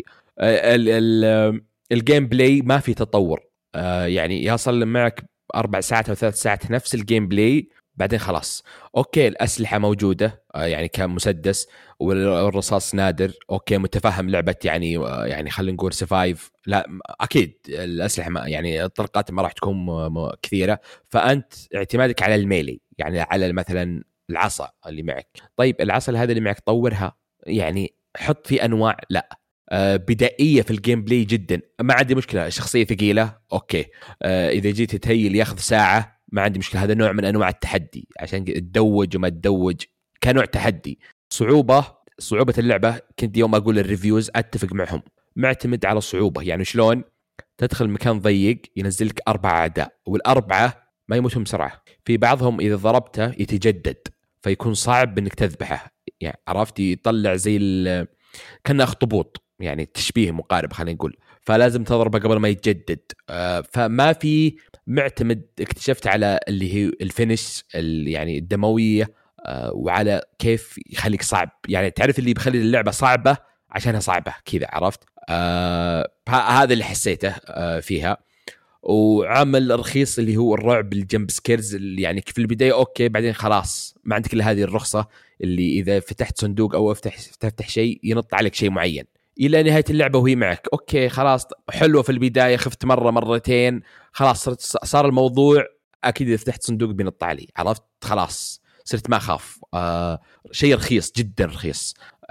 الجيم بلاي ما في تطور، يعني يصل معك 4 ساعات أو 3 ساعات نفس الجيم بلاي، بعدين خلاص. أوكي الأسلحة موجودة يعني كان مسدس والرصاص نادر. أوكي متفهم لعبة يعني خلينا نقول سفايف، لا أكيد الأسلحة يعني الطلقات ما راح تكون كثيرة، فأنت اعتمادك على الميلي يعني على مثلا العصا اللي معك. طيب العصا هذا اللي معك طورها، يعني حط في أنواع. لا بدائية في الجيم بلاي جدا. ما عندي مشكلة الشخصية ثقيلة أوكي، إذا جيت تهيل ياخذ ساعة ما عندي مشكله، هذا نوع من انواع التحدي عشان تدوج وما تدوج كنوع تحدي. صعوبه اللعبه كنت يوم اقول الريفيوز اتفق معهم، معتمد على الصعوبه. يعني شلون تدخل مكان ضيق ينزل لك 4 أعداء والأربعة ما يموتون بسرعة، في بعضهم إذا ضربته يتجدد فيكون صعب إنك تذبحه، يعني عرفت يطلع زي كأنه أخطبوط، يعني تشبيه مقارب خلينا نقول، فلازم تضربه قبل ما يتجدد. فما في معتمد، اكتشفت على اللي هي الفينش يعني الدموية، وعلى كيف يخليك صعب، يعني تعرف اللي بيخلي اللعبة صعبة عشانها صعبة كذا، عرفت؟ هذا اللي حسيته فيها. وعامل رخيص اللي هو الرعب الجمب سكيرز، اللي يعني في البداية أوكي، بعدين خلاص ما عندك إلا هذه الرخصة اللي إذا فتحت صندوق أو تفتح شيء ينط عليك شيء معين إلى نهاية اللعبة وهي معك. أوكي خلاص حلوة في البداية، خفت مرة مرتين خلاص صار الموضوع أكيد إذا فتحت صندوق بينط علي، عرفت؟ خلاص صرت ما أخاف. شيء رخيص جدا رخيص.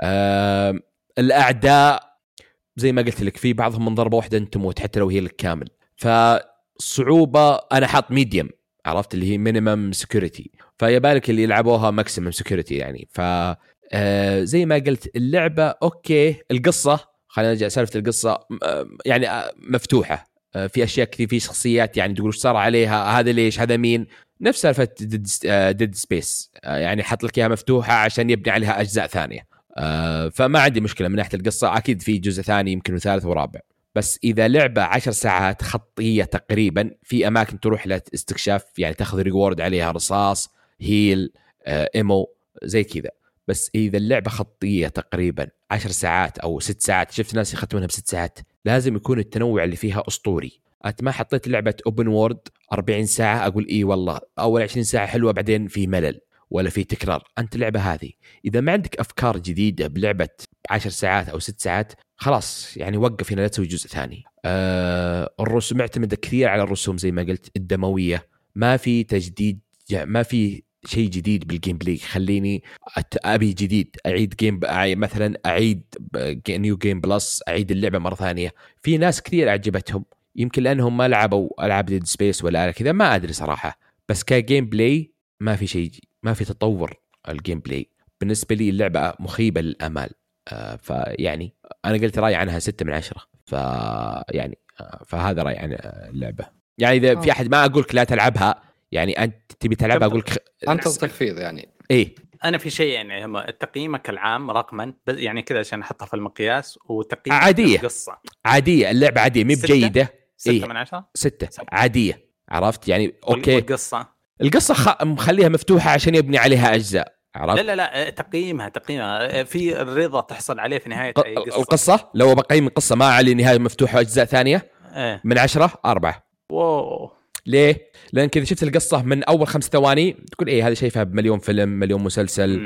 الأعداء زي ما قلت لك في بعضهم من ضربة واحدة أنت تموت حتى لو هي لك كامل. فالصعوبة أنا حاط ميديم، عرفت اللي هي مينيمم سيكوريتي، فيبالك اللي يلعبوها ماكسيمم سيكوريتي يعني. زي ما قلت اللعبة أوكي. القصة خلينا نرجع سالفة القصة، يعني مفتوحة، في أشياء كثير، في شخصيات يعني تقول صار عليها هذا ليش هذا مين، نفس سالفة ديد سبيس، يعني حط لك إياها مفتوحة عشان يبني عليها أجزاء ثانية. فما عندي مشكلة من ناحية القصة، أكيد في جزء ثاني يمكن ثالث ورابع. بس إذا لعبة 10 ساعات خطية تقريبا، في أماكن تروح لاستكشاف يعني تأخذ ريورد عليها، رصاص، هيل، إيمو زي كذا. بس إذا اللعبة خطية تقريبا 10 ساعات أو 6 ساعات، شفت ناس يختمونها ب6 ساعات، لازم يكون التنوع اللي فيها أسطوري. أنت ما حطيت لعبة أوبن وورد 40 ساعة أقول إيه والله أول 20 ساعة حلوة بعدين في ملل ولا في تكرار. أنت اللعبة هذه إذا ما عندك أفكار جديدة بلعبة 10 ساعات أو 6 ساعات خلاص يعني وقف هنا، لا تسوي جزء ثاني. الرسوم معتمدة كثير على الرسوم زي ما قلت، الدموية، ما في تجديد، ما في شيء جديد بالجيم بلاي. خليني أبي جديد، أعيد جيم مثلا، أعيد نيو جيم بلس، أعيد اللعبة مرة ثانية. في ناس كثير أعجبتهم يمكن لأنهم ما لعبوا ألعاب ديد سبيس ولا كذا، ما أدري صراحة، بس كجيم بلاي ما في شيء، ما في تطور. الجيم بلاي بالنسبة لي اللعبة مخيبة للأمال. فيعني أنا قلت رأي عنها 6/10. فيعني فهذا رأي عن اللعبة. يعني إذا في أحد ما أقولك لا تلعبها، يعني أنت تبي تلعبها أقولك أنت التخفيض يعني إيه. أنا في شيء يعني تقييمك العام رقما يعني كذا عشان أحطها في المقياس، وتقييم عادية القصة عادية، اللعبة عادية مي بجيدة. 6/10 6 عادية، عرفت يعني أوكي. القصة مخليها مفتوحة عشان يبني عليها أجزاء، عرفت؟ لا تقييمها في الرضا تحصل عليه في نهاية أي قصة. القصة لو بقيم القصة ما علي نهاية مفتوحة أجزاء ثانية من 10 4. واو. ليه؟ لأن كذا شفت القصة من أول 5 ثواني تقول إيه هذا شايفها بمليون فيلم مليون مسلسل.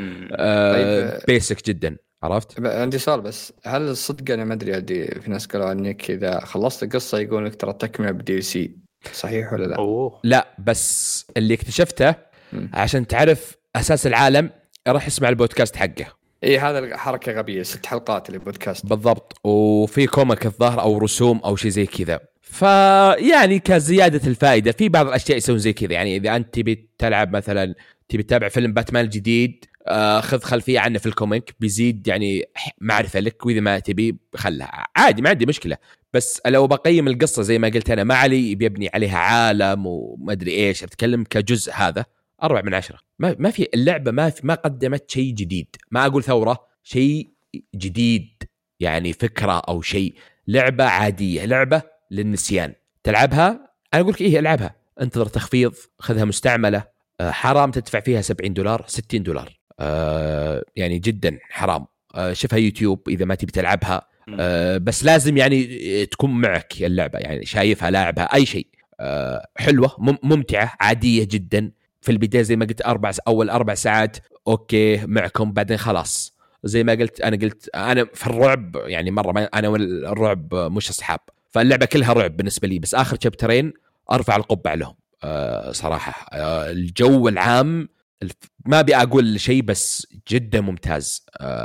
بيسك جدا، عرفت؟ عندي سؤال بس، هل الصدق أنا ما أدري في ناس قالوا عنك إذا خلصت القصة يقول لك ترى تكمل بدي سي، صحيح ولا لا؟ لا بس اللي اكتشفته عشان تعرف أساس العالم راح يسمع البودكاست حقه. إيه هذا حركة غبية، 6 حلقات البودكاست بالضبط، وفي كوميك الظاهر أو رسوم أو شيء زي كذا. فيعني كزيادة الفائدة في بعض الأشياء يسوون زي كذا. يعني إذا أنت تبي تلعب مثلا تبي تتابع فيلم باتمان الجديد، خذ خلفية عنه في الكوميك بيزيد يعني معرفة لك، وإذا ما تبي خلها عادي ما عندي مشكلة. بس لو بقيم القصة زي ما قلت أنا ما علي بيبني عليها عالم وما أدري إيش، أتكلم كجزء هذا 4/10. ما في اللعبة ما قدمت شيء جديد، ما أقول ثورة، شيء جديد يعني فكرة أو شيء. لعبة عادية، لعبة للنسيان تلعبها. أنا أقولك إيه ألعبها، انتظر تخفيض، خذها مستعملة، حرام تدفع فيها $70 $60، يعني جدا حرام. شوفها يوتيوب إذا ما تبي تلعبها، بس لازم يعني تكون معك اللعبة، يعني شايفها لاعبها أي شيء. حلوة ممتعة عادية جدا. في البداية زي ما قلت أول 4 ساعات أوكي معكم، بعدين خلاص زي ما قلت أنا في الرعب يعني مرة أنا والرعب مش أصحاب، فاللعبة كلها رعب بالنسبة لي، بس آخر شابترين أرفع القبعة لهم. صراحة الجو العام ما أبي أقول شيء بس جدا ممتاز.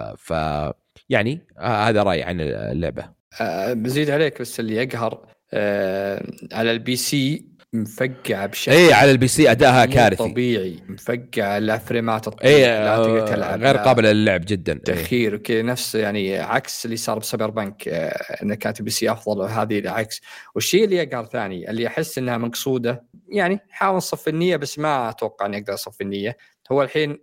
يعني هذا رأي عن اللعبة. بزيد عليك بس اللي يقهر على البي سي مفقعه بشكل على البي سي ادائها كارثي طبيعي، مفقعه الفريمات لا تقدر تلعب، غير قابله للعب جدا، تأخير وكذا، نفس يعني عكس اللي صار بسايبر بانك انه كانت بي سي افضل، وهذه العكس. والشيء اللي يقهر ثاني اللي احس انها مقصوده، يعني حاول نصف النيه بس ما اتوقع ان يقدر يصف النيه، هو الحين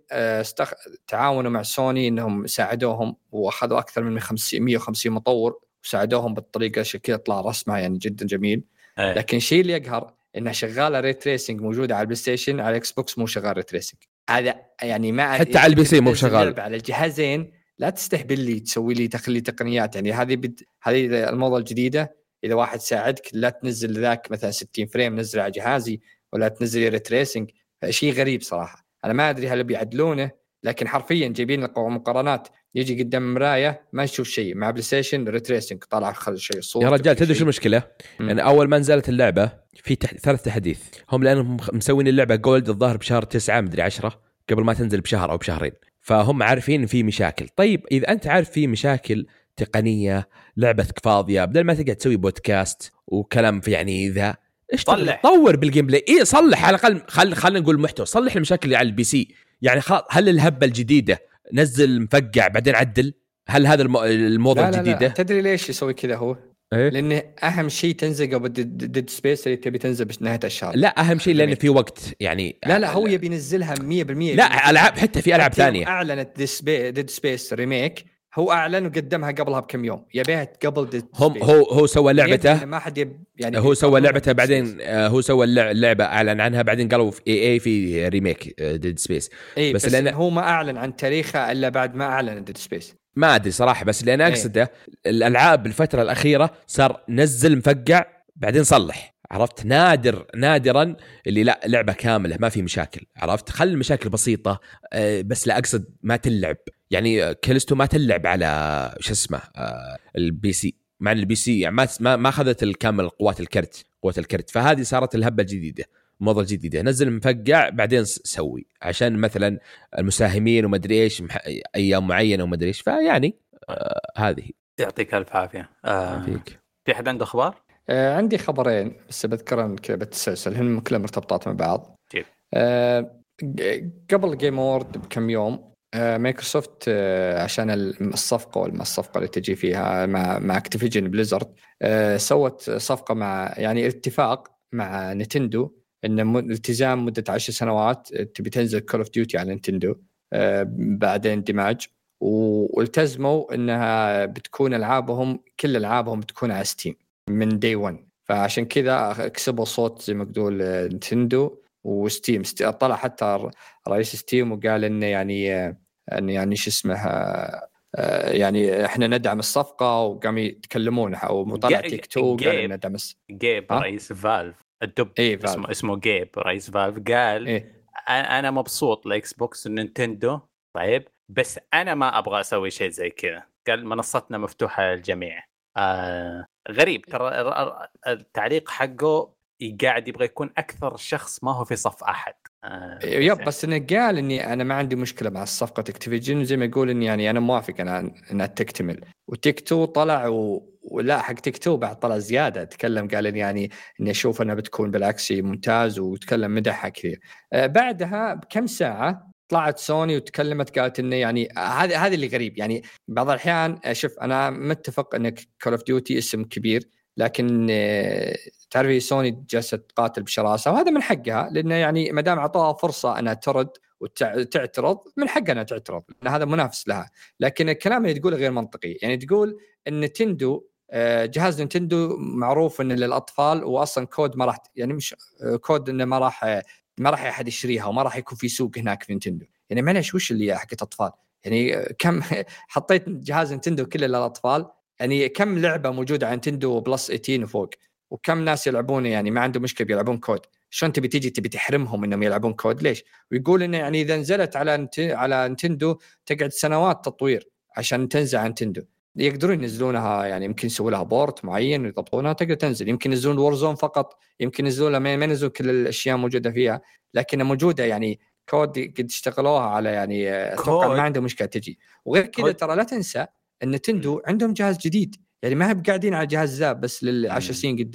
تعاونوا مع سوني انهم ساعدوهم واخذوا اكثر من 150 مطور وساعدوهم بالطريقه كذا طلع رسمها يعني جدا جميل. لكن الشيء اللي يقهر انها شغاله ري تريسنج موجوده على البلاي ستيشن، على الاكس بوكس مو شغال ري تريسنج. هذا يعني ما حتى على البي سي مو شغال على الجهازين. لا تستهبل لي تسوي لي تخلي تقنيات، يعني هذه هذه الموضه الجديده. اذا واحد ساعدك لا تنزل ذاك مثلا 60 فريم نزل على جهازي، ولا تنزل ري تريسنج، شيء غريب صراحه. انا ما ادري هل بيعدلونه، لكن حرفيا جايبين مقارنات، يجي قدام مرايه ما يشوف شيء، مع بلاي ستيشن ري تريسنج طالع خل شيء صوت. يا رجال تدري شو المشكله؟ يعني اول ما نزلت اللعبه في 3 تحديث، هم لانهم مسوين اللعبه جولد الظاهر بشهر 9 مدري 10 قبل ما تنزل بشهر او بشهرين، فهم عارفين في مشاكل. طيب اذا انت عارف في مشاكل تقنيه، لعبتك فاضيه، بدل ما تقعد تسوي بودكاست وكلام في يعني ذا، اشتغل طور بالجيم بلاي، صلح على الاقل، خلينا نقول محتوى، صلح المشاكل اللي على البي سي. يعني هل الهبه الجديده نزل مفقع بعدين عدل؟ هل هذا الموضوع الجديده؟ لا. تدري ليش يسوي كذا هو؟ لأنه أهم شيء تنزل قبل ديد سبيس اللي تبي تنزل بنهاية الشهر. لا أهم شيء لأن في وقت يعني. لا هو يبي ينزلها 100%. لا ألعاب، حتى في ألعاب ثانية أعلنت ديد سبيس ريميك، هو أعلن وقدمها قبلها بكم يوم، يبيها قبل ديد سبيس. هو سوى لعبته، ما حد يعني هو سوى لعبته بعدين هو سوى اللعبة أعلن عنها، بعدين قالوا في اي في ريميك ديد سبيس. بس لأن هو ما أعلن عن تاريخها إلا بعد ما أعلن ديد سبيس. ما أدري صراحة، بس اللي أنا أقصده الألعاب بالفترة الأخيرة صار نزل مفقع بعدين صلح، عرفت؟ نادرا اللي لا لعبة كاملة ما في مشاكل، عرفت؟ خل المشاكل بسيطة بس. لا أقصد ما تلعب، يعني كالستو ما تلعب على شو اسمه البي سي، مع البي سي يعني ما أخذت الكامل قوة الكرت، فهذه صارت الهبة الجديدة، الموضة الجديدة، نزل مفقع بعدين سوي عشان مثلا المساهمين ومدري ايش ايام معينه ومدري ايش، فيعني هذه. يعطيك الف عافيه. فيك. في حد عنده اخبار؟ عندي خبرين بس بذكرهم كذا بالتسلسل، هم كلهم مرتبطات مع بعض. قبل جيم وورد بكم يوم مايكروسوفت عشان الصفقه اللي تجي فيها مع اكتيفيجن بليزرد، سوت صفقه مع يعني اتفاق مع نينتندو ان التزام مده 10 سنوات تبي تنزل كول اوف ديوتي على نينتندو بعدين اندماج، والتزموا انها بتكون كل العابهم بتكون على ستيم من داي 1. فعشان كذا كسبوا صوت زي ما تقول نينتندو وستيم. طلع حتى رئيس ستيم وقال انه يعني شو اسمه يعني احنا ندعم الصفقه، وقام يتكلمون او مطلع تيك تو قال ندعم جيب رئيس فالف الدب اسمه جيب رئيس فالف قال انا مبسوط لاكس بوكس ونينتندو، طيب بس انا ما ابغى اسوي شيء زي كذا. قال منصتنا مفتوحه للجميع. غريب ترى التعليق حقه، قاعد يبغى يكون اكثر شخص ما هو في صف احد. بس انه قال اني انا ما عندي مشكله مع الصفقه اكتيفيجن، زي ما يقول اني يعني انا موافق انها تكتمل. وتيك تو طلع ولا حق تيك تو بعد طلع زياده، تكلم قال اني اشوف انها بتكون بالعكس ممتاز، وتكلم مدحها كثير. بعدها بكم ساعه طلعت سوني وتكلمت قالت انه يعني هذا اللي غريب. يعني بعض الاحيان شوف انا متفق ان كول اوف ديوتي اسم كبير، لكن تعرفي سوني جالسه تقاتل بشراسه، وهذا من حقها، لانه يعني ما دام اعطوها فرصه انها ترد وتعترض من حقها انها تعترض، لان هذا منافس لها. لكن الكلام اللي تقوله غير منطقي. يعني تقول ان نينتندو جهاز نينتندو معروف انه للاطفال، واصلا كود ما راح يعني مش كود انه ما راح احد يشتريها وما راح يكون في سوق هناك في نينتندو. يعني معليش وش اللي حقت اطفال؟ يعني كم حطيت جهاز نينتندو كله للاطفال؟ يعني كم لعبه موجوده على نينتندو بلس 18 وفوق، وكم ناس يلعبون يعني ما عنده مشكله بيلعبون كود. شلون تبي تحرمهم انهم يلعبون كود؟ ليش؟ ويقول انه يعني اذا نزلت على نينتندو تقعد سنوات تطوير عشان تنزل على نينتندو. يقدرون ينزلونها، يعني يمكن يسووا لها بورت معين ويضبطونها تقدر تنزل، يمكن ينزلون وورزون فقط، يمكن ينزلون ما ينزلون كل الاشياء موجوده فيها، لكن موجوده يعني كود قد اشتغلوها على يعني اتوقع ما عنده مشكله تجي. وغير كذا ترى لا تنسى ان نينتندو عندهم جهاز جديد، يعني ما هم قاعدين على جهاز ذا بس لل10 سنين قدام.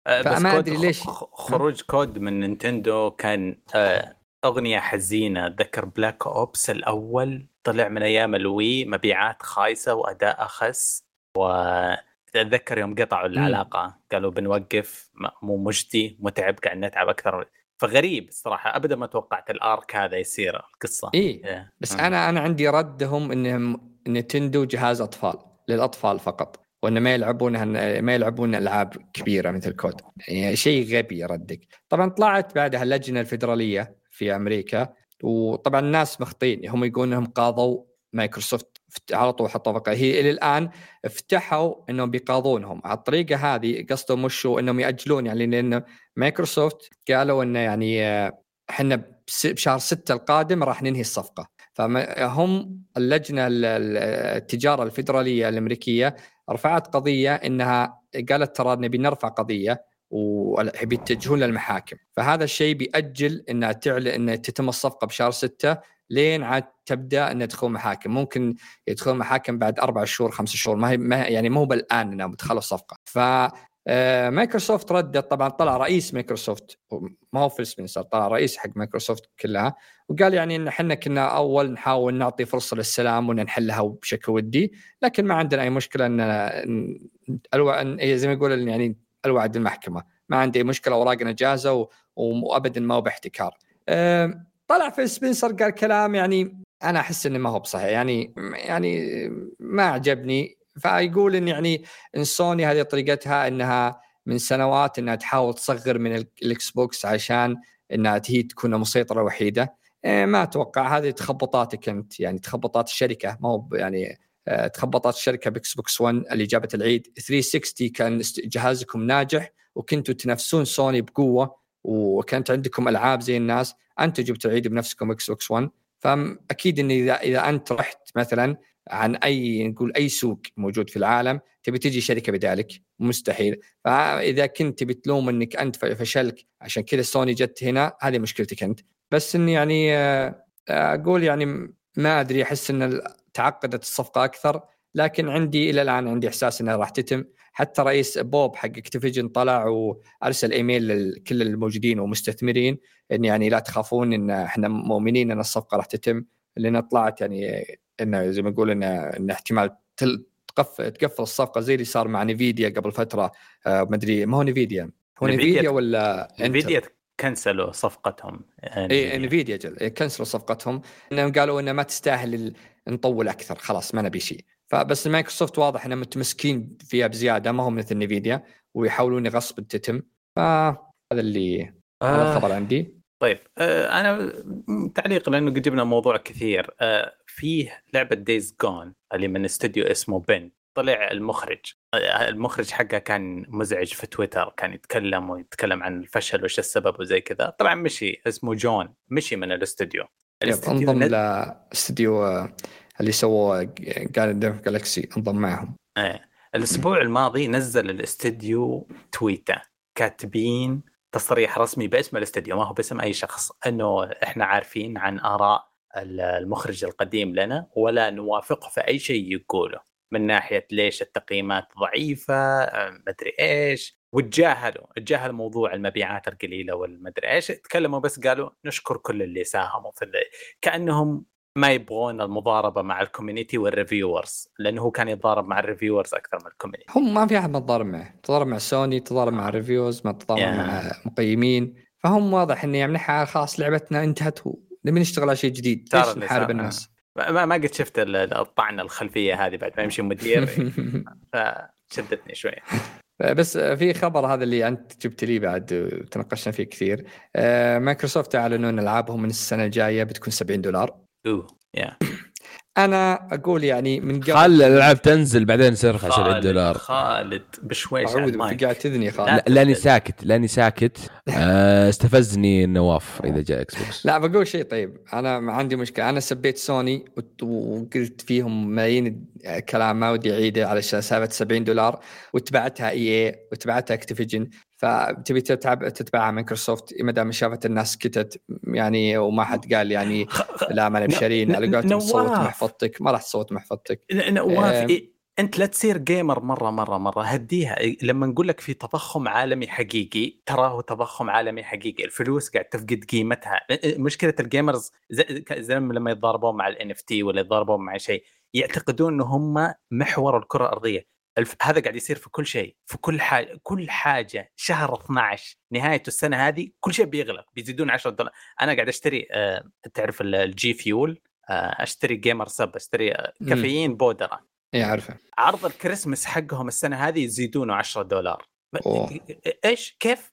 بس فما كود ادري ليش خروج كود من نينتندو كان اغنيه حزينه. اتذكر بلاك اوبس الاول طلع من ايام الوي، مبيعات خايسه واداء اخس، واتذكر يوم قطعوا العلاقه قالوا بنوقف، مو مجدي، متعب، قاعد نتعب اكثر. فغريب الصراحه، ابدا ما توقعت الارك هذا يصير القصه. إيه. بس انا عندي ردهم انهم نينتندو جهاز اطفال للاطفال فقط، وان ما يلعبون العاب كبيره مثل كود. يعني شيء غبي ردك. طبعا طلعت بعدها اللجنه الفيدراليه في امريكا، وطبعا الناس مخطئين، هم يقولون انهم قاضوا مايكروسوفت على طول، حطوا هي الى الان فتحوا انهم بيقاضونهم على الطريقه هذه. قصدهم مشوا انهم ياجلون، يعني لان مايكروسوفت قالوا انه يعني احنا بشهر 6 القادم راح ننهي الصفقة. فهم اللجنة التجارة الفيدرالية الأمريكية رفعت قضية، إنها قالت ترى نبي نرفع قضية وبيتجهون للمحاكم. فهذا الشيء بيأجل إنها تعلن إن تتم الصفقة بشهر 6 لين عاد تبدأ إن تدخل محاكم. ممكن يدخل محاكم بعد 4 شهور 5 شهور، يعني مو بالآن إنها بتخلص الصفقة. مايكروسوفت ردت. طبعا طلع رئيس مايكروسوفت، ما هو فيل سبنسر، طلع رئيس حق مايكروسوفت كلها، وقال يعني ان احنا كنا اول نحاول نعطي فرصه للسلام ونحلها بشكل ودي، لكن ما عندنا اي مشكله ان زي ما يقول يعني الوعد المحكمه، ما عندي مشكله، اوراقنا جاهزه وابدا ما هو باحتكار. طلع فيل سبنسر قال كلام يعني انا احس انه ما هو بصحيح، يعني ما عجبني. فيقول ان يعني ان سوني هذه طريقتها انها من سنوات انها تحاول تصغر من الاكس بوكس عشان انها هي تكون مسيطره وحيده. ما اتوقع هذه تخبطاتك انت، يعني تخبطات الشركه، ما هو يعني تخبطات الشركه باكس بوكس 1 اللي جابت العيد. 360 كان جهازكم ناجح وكنتوا تنافسون سوني بقوه، وكانت عندكم العاب زي الناس، انتوا جبتوا العيد بنفسكم اكس بوكس 1. فاكيد ان اذا انت رحت مثلا عن نقول اي سوق موجود في العالم تبي تجي شركه بدالك، مستحيل. فاذا كنت بتلوم انك انت فشلك عشان كذا سوني جت هنا، هذه مشكلتك انت. بس اني يعني اقول يعني ما ادري، احس ان تعقدت الصفقه اكثر، لكن عندي الى الان عندي احساس انها راح تتم. حتى رئيس بوب حق اكتيفيجن طلع وارسل ايميل لكل الموجودين ومستثمرين ان يعني لا تخافون، ان احنا مؤمنين ان الصفقه راح تتم. لان طلعت يعني انه زي ما نقول ان احتمال تقفل الصفقه زي اللي صار مع نيفيديا قبل فتره. ما ادري، ما هو نيفيديا، هو نيفيديا ولا نيفيديا كنسلوا صفقتهم. اي نيفيديا كنسلوا صفقتهم، انهم قالوا انه ما تستاهل نطول اكثر، خلاص ما نبي شيء. فبس مايكروسوفت واضح انهم متمسكين فيها بزياده، ما هم مثل نيفيديا ويحاولون غصب تتم. فهذا اللي هذا الخبر عندي. طيب انا تعليق لانه قد جبنا موضوع كثير. فيه لعبه دايز جون اللي من استوديو اسمه بن، طلع المخرج حقه كان مزعج في تويتر، كان يتكلم عن الفشل وش السبب وزي كذا. طبعا مشي، اسمه جون، مشي من الاستوديو انضم لاستوديو اللي سووا جالكسي، انضم معهم. الاسبوع الماضي نزل الاستوديو تويتر كاتبين تصريح رسمي باسم الاستوديو، ما هو باسم اي شخص، انه احنا عارفين عن اراء المخرج القديم لنا ولا نوافقه في اي شيء يقوله، من ناحيه ليش التقييمات ضعيفه، مدري ايش، وتجاهلوا موضوع المبيعات القليله والمدري ايش. تكلموا بس قالوا نشكر كل اللي ساهموا في كانهم ما يبغون المضاربه مع الكوميونتي والريفيورز، لانه هو كان يتضارب مع الريفيورز اكثر من الكوميونتي. هم ما في احد متضارب معه، تضارب مع سوني، تضارب مع الريفيورز، ما تضارب مع مقيمين. فهم واضح انه يعني خلاص لعبتنا انتهت ونبي نشتغل على شيء جديد، ليش نحارب الناس؟ ما قد شفت الطعنه الخلفيه هذه بعد ما يمشي مدير فشدتني شويه. بس في خبر هذا اللي أنت جبت لي بعد تناقشنا فيه كثير. مايكروسوفت أعلنوا أن ألعابهم من السنة الجاية بتكون $70. أنا أقول يعني من قبل خال الألعاب تنزل بعدين سرخ $70. خالد بشويش قاعد تذني خالد. لاني ساكت استفزني نواف إذا جاء إكس بوكس. لا بقول شيء. طيب أنا ما عندي مشكلة، أنا سبيت سوني وقلت فيهم ملايين كلام ما ودي أعيده على سالفة $70، واتبعتها EA واتبعتها اكتيفيجن. فتبي تتبعها مايكروسوفت ما دام شافت الناس سكتت يعني، وما حد قال يعني لا ما نبشرين على قولتهم صوت محفظتك، ما راح تصوت محفظتك. نواف انت لا تصير جيمر مره هديها. لما نقول لك في تضخم عالمي حقيقي، تراه تضخم عالمي حقيقي، الفلوس قاعد تفقد قيمتها. مشكله الجيمرز زي لما يتضاربون مع الان اف تي ولا يتضاربون مع شيء، يعتقدون ان هم محور الكره الارضيه. هذا قاعد يصير في كل شيء، في كل حاجه. شهر 12 نهايه السنه هذه كل شيء بيغلى، بيزيدون $10. انا قاعد اشتري تعرف الجي فيول، اشتري جيمر سب، اشتري كافيين بودره. اي عارفه. عرض الكريسماس حقهم السنة هذه يزيدونه $10. ايش كيف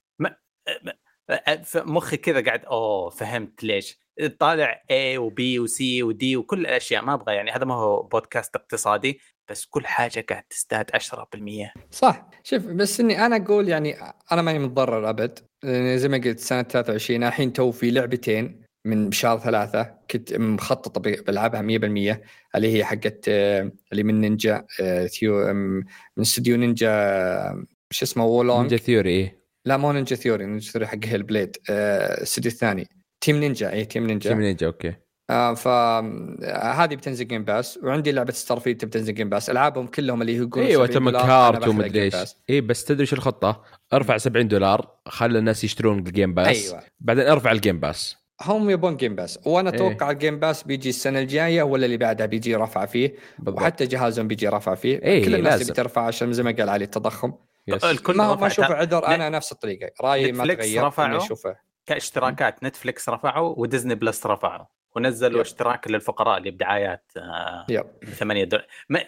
مخي كذا قاعد فهمت ليش. طالع A و B و C و D وكل الاشياء. ما ابغى يعني، هذا ما هو بودكاست اقتصادي، بس كل حاجة قاعد تزداد 10%. صح. شوف بس اني انا اقول يعني انا ماني متضرر ابد، زي ما قلت سنة 23 الحين تو في لعبتين من شهر 3 كنت مخطط بلعبها 100%، اللي هي حقت اللي من نينجا من استوديو نينجا، شو اسمه، وولونج نينجا ثيوري. لا مو نينجا ثيوري، نينجا ثيوري حق هيل بليد، استوديو الثاني تيم نينجا. تيم نينجا اوكي. فهذه بتنزل جيم باس، وعندي لعبه ستارفيلد بتنزل جيم باس. العابهم كلهم اللي يقولون ايوه تم كارت ومدري ايش. اي بس تدري شو الخطه؟ ارفع $70، خلي الناس يشترون الجيم باس. أيوة. بعدين ارفع الجيم باس. هم يبون جيم باس، وانا اتوقع الجيم باس بيجي السنه الجايه ولا اللي بعدها بيجي رفع فيه بالضبط. وحتى جهازهم بيجي رفع فيه. كل الناس بترفع عشان زي ما قال علي التضخم. الكل ما اشوف عذر. انا نفس الطريقه رايي ما تغير. انا اشوفه كاشتراكات. نتفليكس رفعوا وديزني بلس رفعوا ونزلوا اشتراك للفقراء اللي بدعايات $8.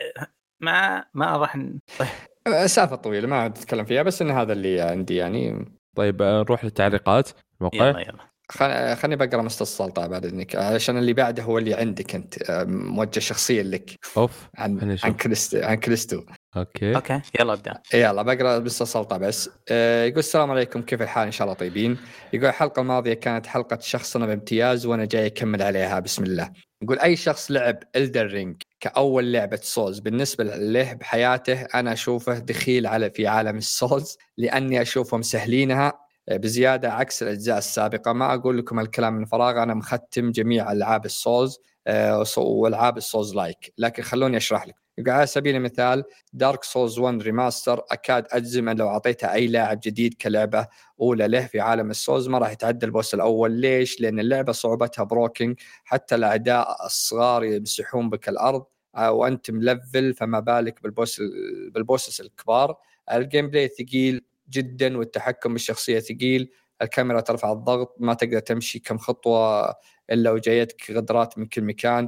ما راح سالفه طويله ما اتكلم فيها، بس ان هذا اللي عندي يعني. طيب نروح للتعليقات الموقع. يلا خليني بقرا مستصل طبعا بعد اذنك، عشان اللي بعده هو اللي عندك انت، موجه شخصيا لك. عن كريستو. اوكي يلا ابدا. يلا بقرا مستصل طبعا بس. يقول السلام عليكم، كيف الحال؟ ان شاء الله طيبين. يقول الحلقه الماضيه كانت حلقه شخصنا بامتياز وانا جاي اكمل عليها. بسم الله. يقول اي شخص لعب إلدر رينج كأول لعبة سولز بالنسبة له بحياته، أنا أشوفه دخيل في عالم السولز، لأني أشوفهم سهلينها بزيادة عكس الأجزاء السابقة. ما أقول لكم الكلام من فراغ، أنا مختم جميع ألعاب السولز والعاب السولز لايك، لكن خلوني أشرح لكم. يقول على سبيل المثال دارك سولز 1 ريماستر، أكاد أجزم أن لو أعطيته أي لاعب جديد كلعبة أولى له في عالم السولز ما راح يتعدى البوس الأول. ليش؟ لأن اللعبة صعوبتها بروكينج، حتى الأعداء الصغار يمسحون بك الأرض وأنت ملفل، فما بالك بالبوسس الكبار. الجيم بلاي ثقيل جدا والتحكم بالشخصية ثقيل، الكاميرا ترفع الضغط، ما تقدر تمشي كم خطوة إلا وجايتك غدرات من كل مكان.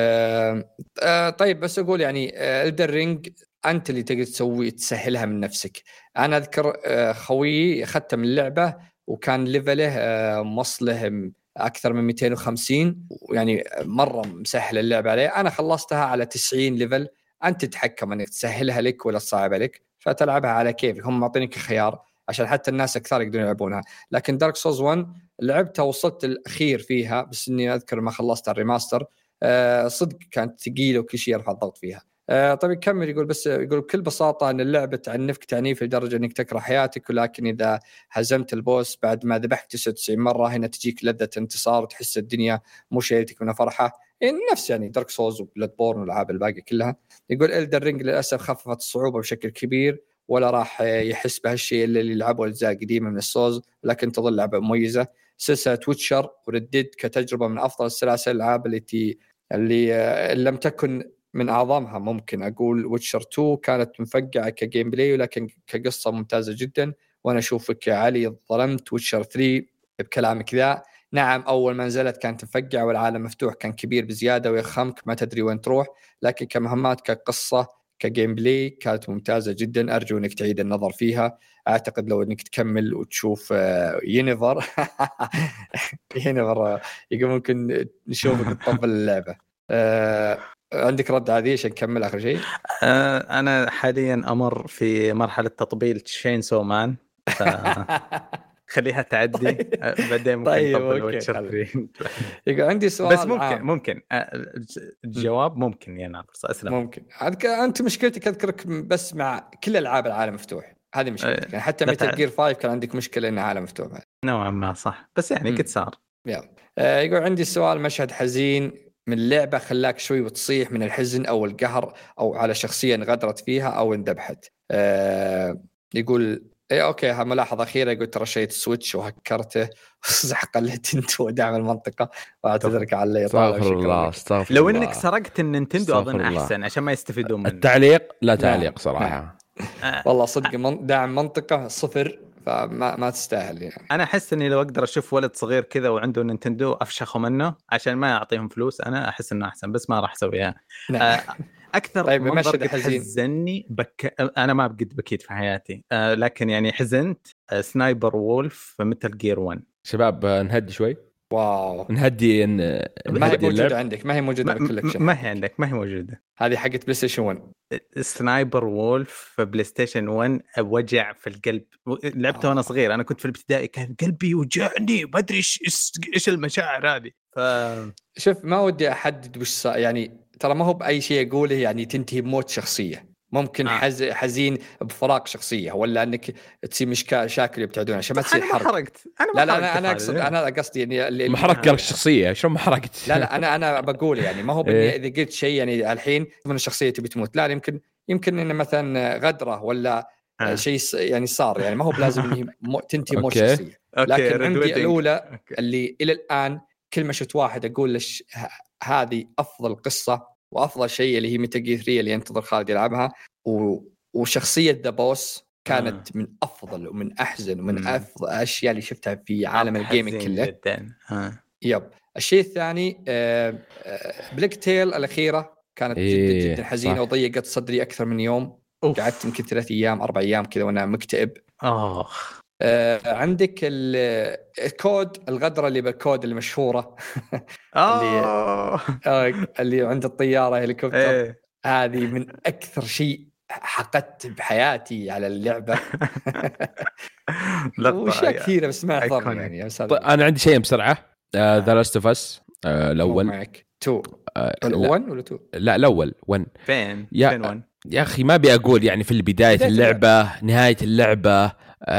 طيب بس أقول يعني إلدر رينج أنت اللي تقدر تسهلها من نفسك. أنا أذكر خويي ختم اللعبة وكان ليفله مصله أكثر من 250، يعني مرة مسهل اللعبة عليه. أنا خلصتها على 90 ليفل. أنت تتحكم أنك تسهلها لك ولا تصعب عليك، فتلعبها على كيفك. هم معطينك خيار عشان حتى الناس أكثر يقدرون يلعبونها. لكن دارك سولز 1 لعبتها وصلت الأخير فيها، بس إني أذكر ما خلصت الريماستر. صدق كانت ثقيلة وكل شيء يرفع الضغط فيها. طيب يكمل يقول بس يقول بكل بساطة أن اللعبة تعنفك تعنيف لدرجة أنك تكره حياتك، ولكن إذا هزمت البوس بعد ما ذبحت 99 مرة هنا تجيك لذة انتصار وتحس الدنيا مو شايلتك من فرحة. نفس يعني دارك سولز وبلاد بورن والألعاب الباقية كلها. يقول إلدر رينج للأسف خففت الصعوبة بشكل كبير، ولا راح يحس بهالشيء إلا اللي يلعبوا الأجزاء القديمة من السولز، لكن تظل لعبة مميزة. سلسلة ويتشر وردد كتجربة من أفضل السلاسل الألعاب اللي لم تكن من أعظمها. ممكن أقول ويتشر 2 كانت مفقعة كجيم بلاي، ولكن كقصة ممتازة جدا. وأنا أشوفك يا علي ظلمت ويتشر 3 بكلامك ذا. نعم أول ما نزلت كانت مفقعة والعالم مفتوح كان كبير بزيادة ويخمك ما تدري وين تروح، لكن كمهمات كقصة كجيم بلاي كانت ممتازة جدا. أرجو أنك تعيد النظر فيها. أعتقد لو أنك تكمل وتشوف ينيفر ينيفر يقول ممكن نشوفك تطبل اللعبة. عندك رد عادي عشان نكمل آخر شيء؟ أنا حاليا أمر في مرحلة تطبيل شين سومان خليها تعدي. بعدين ممكن نطبل ويتشر. يقول عندي سؤال بس ممكن الجواب ممكن يا ناقص أسلم. ممكن أنت مشكلتك أذكرك بس مع كل ألعاب العالم مفتوح، هذه مشكلتك. يعني حتى ميتال جير 5 كان عندك مشكلة إن عالم مفتوح نوعا ما صح، بس يعني قد صار. يقول عندي سؤال، مشهد حزين من لعبة خلاك شوي وتصيح من الحزن أو القهر أو على شخصية انغدرت فيها أو انذبحت. يقول إيه أوكي، ملاحظة أخيرة، يقول ترى شيء سويتش وهكرته وزحق النينتندو ودعم المنطقة، وأعتذرك على اللي يطالع. استغفر الله استغفر لو الله. انك سرقت النينتندو اظن احسن عشان ما يستفيدون منه. التعليق لا تعليق صراحة. والله صدق دعم منطقة 0، فما تستاهل يعني. انا احس اني لو اقدر اشوف ولد صغير كذا وعنده نينتندو افشخه منه عشان ما يعطيهم فلوس، انا احس انه احسن، بس ما راح اسويها. اكثر طيب منظر مشهد قد حزين. حزني انا ما قد بكيت في حياتي، لكن يعني حزنت سنايبر وولف في ميتال جير 1. شباب نهدي شوي، واو نهدي ما هي موجودة عندك، ما هي موجودة بالكولكشن، ما هي عندك، ما هي موجودة. هذه حقت بلاي ستيشن 1. سنايبر وولف في بلاي ستيشن 1 وجع في القلب. لعبته وانا صغير، انا كنت في الابتدائي كان قلبي يوجعني، ما ادري ايش المشاعر هذه. شوف ما ودي احدد وش يعني ترى ما هو باي شيء اقوله يعني تنتهي بموت شخصيه، ممكن حزين بفراق شخصيه، ولا انك تصير مشاكل يبتعدون عشان ما تصير حرق. انا اقصد انا قصدي يعني اللي محرق الشخصيه. شو ما حرقت؟ لا انا بقول يعني ما هو اذا قلت شيء يعني الحين من الشخصيه تبي تموت، لا يمكن انه مثلا غدره ولا شيء يعني صار، يعني ما هو بلازم تنتهي موت شخصيه. لكن عندي الاولى اللي الى الان كل ما شفت واحد اقول لش هذه افضل قصه وافضل شيء اللي هي ميتال جير 3 اللي ينتظر خالد يلعبها، وشخصيه ذا بوس كانت من افضل ومن احزن ومن افضل الاشياء اللي شفتها في عالم الجيمنج كله. يب. الشيء الثاني بلاك تيل الاخيره كانت جدا جدا حزينه وضيقت صدري اكثر من يوم. قعدت يمكن 3 أيام 4 أيام كذا وانا مكتئب. عندك الكود الغدرة اللي بالكود المشهورة اللي عند الطيارة هليكوبتر. هذه من أكثر شيء حقدت بحياتي على اللعبة. وشيء كثيرة بس ما أحضر يعني. أنا عندي شيء بسرعة. The Last of Us الأول معك 2 الأول ولا 2؟ لا الأول 1. فين 1 يا أخي ما بيقول يعني في بداية اللعبة نهاية اللعبة.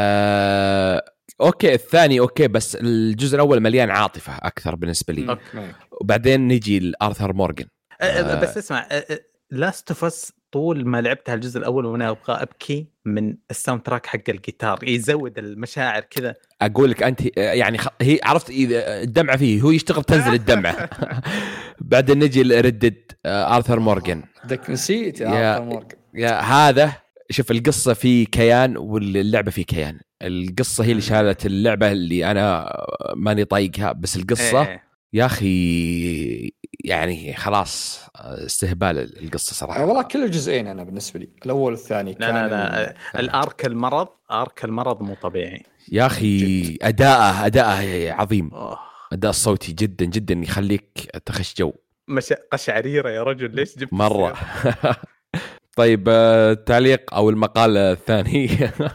أوكي الثاني أوكي، بس الجزء الأول مليان عاطفة أكثر بالنسبة لي. وبعدين نجي لآرثر مورغان. بس اسمع لاست اوف اس طول ما لعبتها الجزء الأول وأنا أبغى أبكي من الساوند تراك حق الجيتار يزود المشاعر كذا. أقول لك أنت يعني هي عرفت إذا الدمعة فيه هو يشتغل تنزل الدمعة. بعدين نجي لردد آرثر مورغان. دك نسيت يا آرثر مورغان. يا هذا شوف القصة في كيان واللعبة في كيان. القصة هي اللي شالت اللعبة اللي أنا ماني طايقها، بس القصة يا أخي يعني خلاص استهبال القصة صراحة. والله كل الجزئين أنا بالنسبة لي الأول والثاني لا الأرك المرض مو طبيعي يا أخي. أداءه عظيم. أداء الصوتي جدا جدا يخليك تخش جو. مش قشعريرة يا رجل، ليش جبت مرة. طيب التعليق أو المقال الثاني.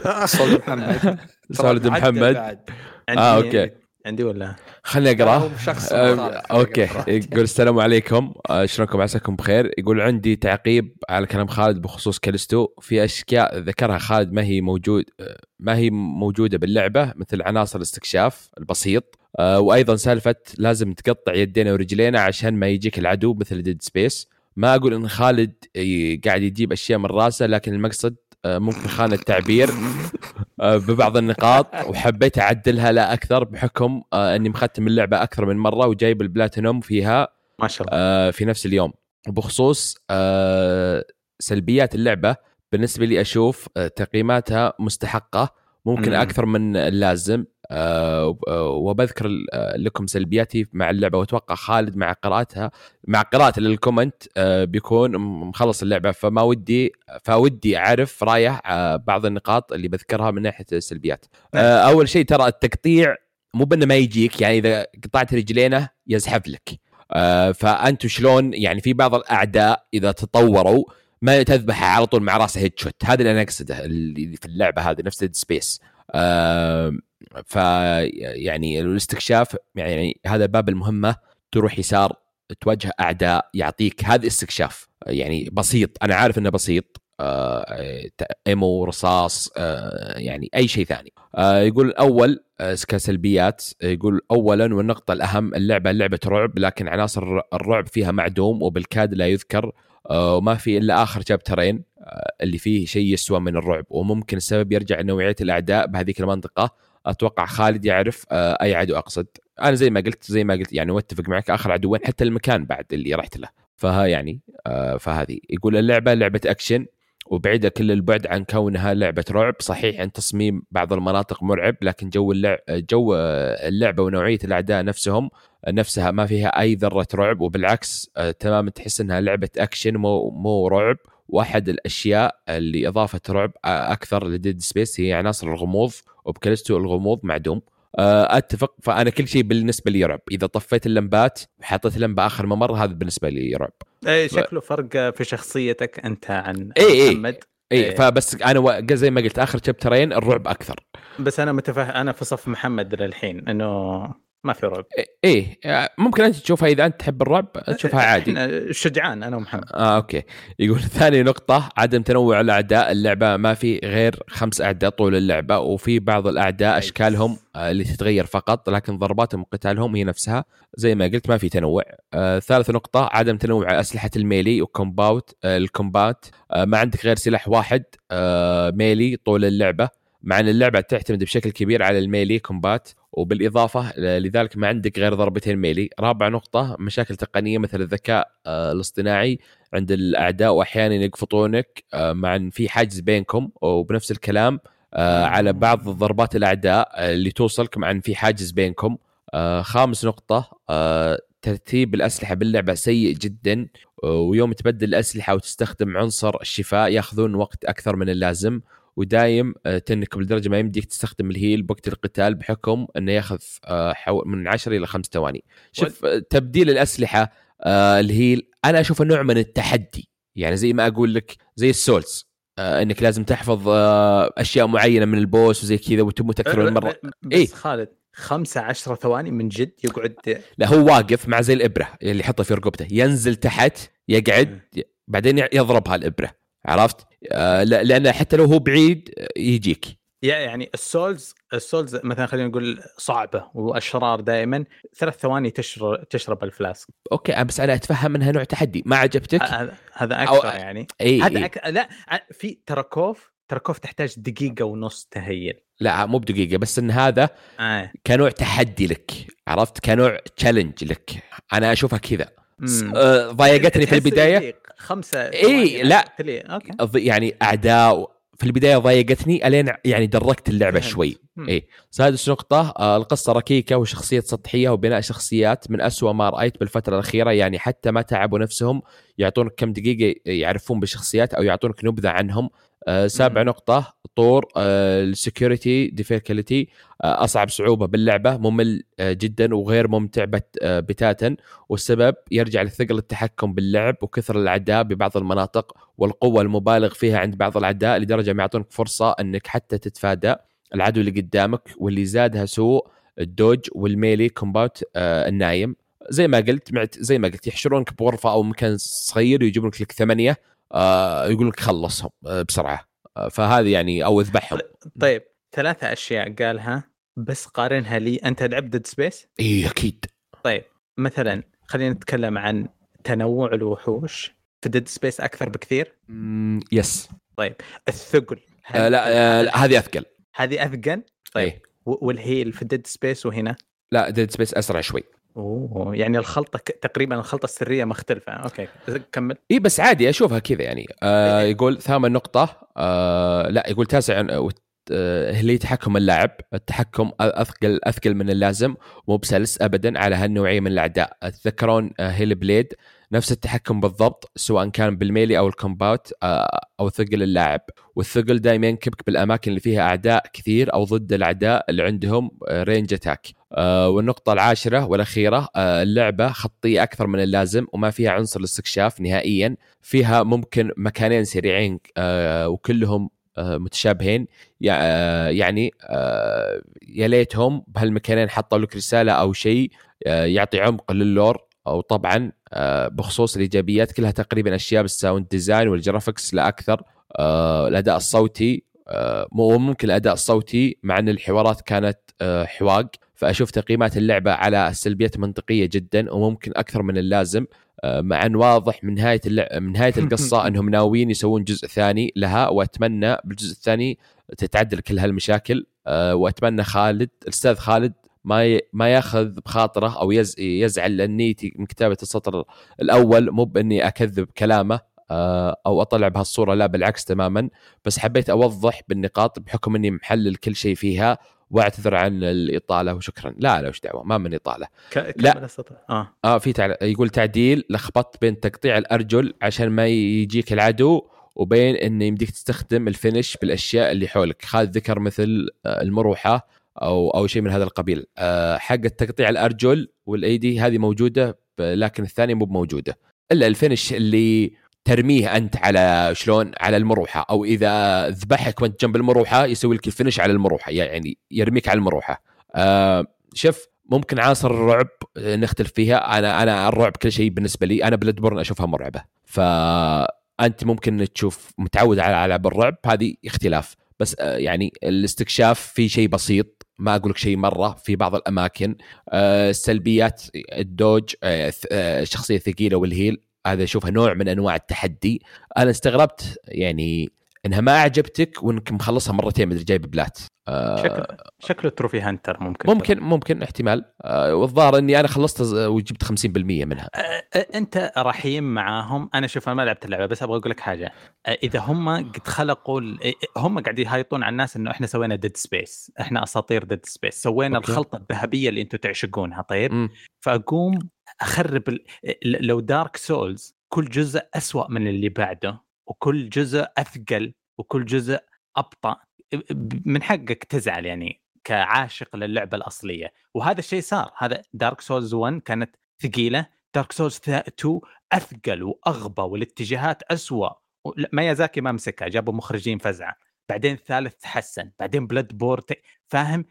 صالح محمد. أوكي عندي ولا خلني أقرأ. أوكي. يقول السلام عليكم، شلونكم؟ عساكم بخير. يقول عندي تعقيب على كلام خالد بخصوص كاليستو. في أشياء ذكرها خالد ما هي موجودة باللعبة، مثل عناصر الاستكشاف البسيط، وأيضا سالفة لازم تقطع يدينا ورجلينا عشان ما يجيك العدو مثل ديد سبيس. ما أقول إن خالد قاعد يجيب أشياء من راسه، لكن المقصد ممكن خان التعبير ببعض النقاط، وحبيت أعدلها لا أكثر بحكم أني مختم اللعبة أكثر من مرة وجايب البلاتينوم فيها ما شاء الله في نفس اليوم. وبخصوص سلبيات اللعبة بالنسبة لي أشوف تقييماتها مستحقة ممكن أكثر من اللازم، وبذكر لكم سلبياتي مع اللعبة، وأتوقع خالد مع قراءة للكومنت بيكون مخلص اللعبة، فودي أعرف رأيه بعض النقاط اللي بذكرها من ناحية السلبيات. أول شيء ترى التقطيع مو بأنه ما يجيك، يعني إذا قطعت رجلينه يزحف لك، فأنتوا شلون يعني في بعض الأعداء إذا تطوروا ما تذبح على طول مع راسه هيد شوت. هذا اللي أنا أقصده اللي في اللعبة هذه نفس ديد سبيس. يعني الاستكشاف يعني هذا باب المهمة، تروح يسار تواجه أعداء يعطيك هذا استكشاف يعني بسيط. أنا عارف إنه بسيط ايمو رصاص يعني اي شيء ثاني. يقول اول كسلبيات، يقول اولا والنقطه الاهم، اللعبه لعبه رعب لكن عناصر الرعب فيها معدوم وبالكاد لا يذكر، وما في الا اخر شابترين اللي فيه شيء يسوى من الرعب، وممكن السبب يرجع لنوعيه الاعداء بهذيك المنطقه. اتوقع خالد يعرف اي عدو اقصد. انا زي ما قلت يعني واتفق معك، اخر عدوين حتى المكان بعد اللي رحت له. فها يعني فهذه. يقول اللعبه لعبه اكشن وبعيده كل البعد عن كونها لعبه رعب. صحيح ان تصميم بعض المناطق مرعب، لكن جو اللعبه ونوعيه الاعداء نفسها ما فيها اي ذره رعب، وبالعكس تماما تحس انها لعبه اكشن مو رعب. واحد الاشياء اللي اضافت رعب اكثر لديد سبيس هي عناصر الغموض، وبكاليستو الغموض معدوم. اتفق. فانا كل شيء بالنسبه لي رعب. اذا طفيت اللمبات وحطيت لمبه اخر ممر، هذا بالنسبه لي رعب. شكله فرق في شخصيتك انت عن محمد. فبس انا زي ما قلت اخر شابترين الرعب اكثر. بس انا متفهم، انا في صف محمد للحين انه ما في رعب. ممكن انت تشوفها اذا انت تحب الرعب تشوفها عادي. شجعان انا ومحمد. اوكي. يقول ثاني نقطة عدم تنوع الأعداء. اللعبة ما في غير 5 أعداء طول اللعبة، وفي بعض الأعداء أشكالهم اللي تتغير فقط، لكن ضرباتهم وقتالهم هي نفسها. زي ما قلت ما في تنوع. ثالث نقطة عدم تنوع أسلحة الميلي الكومبات. ما عندك غير سلاح واحد ميلي طول اللعبة، مع أن اللعبة تعتمد بشكل كبير على الميلي كومبات، وبالإضافة لذلك ما عندك غير ضربتين ميلي. رابع نقطة مشاكل تقنية مثل الذكاء الاصطناعي عند الأعداء، وأحيانا يقفطونك مع أن في حاجز بينكم، وبنفس الكلام على بعض ضربات الأعداء اللي توصلك مع أن في حاجز بينكم. خامس نقطة ترتيب الأسلحة باللعبة سيء جدا، ويوم تبدل الأسلحة وتستخدم عنصر الشفاء يأخذون وقت أكثر من اللازم، ودايم تنك بالدرجة ما يمديك تستخدم الهيل بوقت القتال بحكم أنه يأخذ من 10 إلى 5 ثواني. شوف تبديل الأسلحة الهيل أنا أشوف نوع من التحدي، يعني زي ما أقول لك زي السولز أنك لازم تحفظ أشياء معينة من البوس وزي كذا وتموت أكثر من مرة. بس خالد 15 ثواني من جد يقعد؟ لا هو واقف مع زي الإبرة اللي يحطها في رقبته، ينزل تحت يقعد بعدين يضربها الإبرة، عرفت؟ لأن حتى لو هو بعيد يجيك. يعني السولز مثلا خلينا نقول صعبة وأشرار دائما 3 ثواني تشرب الفلاسك. أوكي بس أنا أتفهم أنها نوع تحدي. ما عجبتك؟ هذا أكثر يعني. هذا لا في تراكوف تحتاج 1.5 دقيقة تهيل. لا مو بدقيقة، بس إن هذا كنوع تحدي لك، عرفت؟ كنوع تشالنج لك. أنا أشوفها كذا. ضايقتني في البداية 5 لا أوكي. يعني أعداء في البداية ضايقتني ألين يعني دركت اللعبة شوي. سادس نقطة القصة ركيكة وشخصية سطحية وبناء شخصيات من أسوأ ما رأيت بالفترة الأخيرة، يعني حتى ما تعبوا نفسهم يعطونك كم دقيقة يعرفون بالشخصيات أو يعطونك نبذة عنهم. سابع نقطة طور السكيورتي ديفيكاليتي أصعب صعوبة باللعبة، ممل جدا وغير ممتع بتاتا، والسبب يرجع لثقل التحكم باللعب وكثر الأعداء ببعض المناطق والقوة المبالغ فيها عند بعض الأعداء لدرجة ما يعطونك فرصة أنك حتى تتفادى العدو اللي قدامك. واللي زادها سوء الدوج والميلي كومبات النايم. زي ما قلت يحشرونك بغرفة أو مكان صغير ويجيبونك لك 8 يقول لك خلصهم بسرعة. فهذه يعني أو اذبحهم. طيب 3 أشياء قالها بس قارنها لي. أنت لعبت ديد سبيس؟ إيه أكيد. طيب مثلا خلينا نتكلم عن تنوع الوحوش في ديد سبيس أكثر بكثير. يس. طيب الثقل لا هذه أثقل. هذه أثقل. طيب إيه. والهيل في ديد سبيس وهنا لا ديد سبيس أسرع شوي. يعني الخلطة تقريبا الخلطة السرية مختلفة. أوكي كمل. إيه بس عادي أشوفها كذا يعني. يقول 8 نقطة لا يقول 9 هي تحكم اللاعب. التحكم أثقل من اللازم ومو بسلس أبدا على هالنوعية من الأعداء. تذكرون هيل بليد نفس التحكم بالضبط سواء كان بالميلي أو الكومبات أو ثقل اللاعب. والثقل دائما ينكبك بالأماكن اللي فيها أعداء كثير أو ضد الأعداء اللي عندهم رينج أتاك. والنقطة 10 والأخيرة اللعبة خطية أكثر من اللازم وما فيها عنصر الاستكشاف نهائيا. فيها ممكن مكانين سريعين وكلهم متشابهين، يعني يا ليتهم بهالمكانين حطوا لك رسالة أو شيء يعطي عمق لللور. أو طبعا بخصوص الإيجابيات كلها تقريبا أشياء بالساوند ديزاين والجرافيكس لا أكثر. الاداء الصوتي ممكن الاداء الصوتي مع ان الحوارات كانت حواق. فاشوف تقييمات اللعبه على السلبيات منطقيه جدا وممكن اكثر من اللازم، مع ان واضح من نهايه القصه انهم ناويين يسوون جزء ثاني لها، واتمنى بالجزء الثاني تتعدل كل هالمشاكل. واتمنى الاستاذ خالد ما ياخذ بخاطره او يزعل لنيتي من كتابه السطر الاول، مو باني اكذب كلامه او اطلع بهالصوره، لا بالعكس تماما، بس حبيت اوضح بالنقاط بحكم اني محلل كل شيء فيها، واعتذر عن الاطاله وشكرا. لا وش دعوه، ما من اطاله. لا في يقول تعديل لخبطت بين تقطيع الارجل عشان ما يجيك العدو وبين ان يمديك تستخدم الفينش بالاشياء اللي حولك. خالد ذكر مثل المروحه او شيء من هذا القبيل. حق تقطيع الارجل والايدي هذه موجوده، لكن الثانيه مو موجوده. الا الفينش اللي ترميه انت على شلون على المروحه، او اذا ذبحك وانت جنب المروحه يسوي لك الفينش على المروحه، يعني يرميك على المروحه. شوف ممكن عناصر الرعب نختلف فيها. انا الرعب كل شيء بالنسبه لي، انا بلدبورن اشوفها مرعبه، فانت ممكن تشوف متعود على لعب الرعب، هذه اختلاف. بس يعني الاستكشاف في شيء بسيط، ما اقول لك شيء مره في بعض الاماكن. السلبيات الدوج، شخصيه ثقيله والهيل، هذا اشوفها نوع من انواع التحدي. انا استغربت يعني انها ما اعجبتك وانك مخلصها مرتين مدري جايب بلات. شكله تروفي هانتر ممكن احتمال. والظاهر اني انا خلصت وجبت 50% منها. انت رحيم معاهم. انا شوف انا ما لعبت اللعبه، بس ابغى اقول لك حاجه. اذا هم قد خلقوا هم قاعدين يهايطون على الناس انه احنا سوينا ديد سبيس، احنا اساطير ديد سبيس، سوينا الخلطه الذهبيه اللي انتم تعشقونها. طيب فاقوم اخرب لو دارك سولز كل جزء أسوأ من اللي بعده، وكل جزء أثقل، وكل جزء أبطأ، من حقك تزعل يعني كعاشق للعبة الأصلية. وهذا الشيء صار. هذا دارك سولز 1 كانت ثقيلة، دارك سولز 2 أثقل وأغبى والاتجاهات أسوأ. ميازاكي ما مسكها، جابوا مخرجين فزعة. بعدين الثالث تحسن، بعدين بلاد بورن. فاهم؟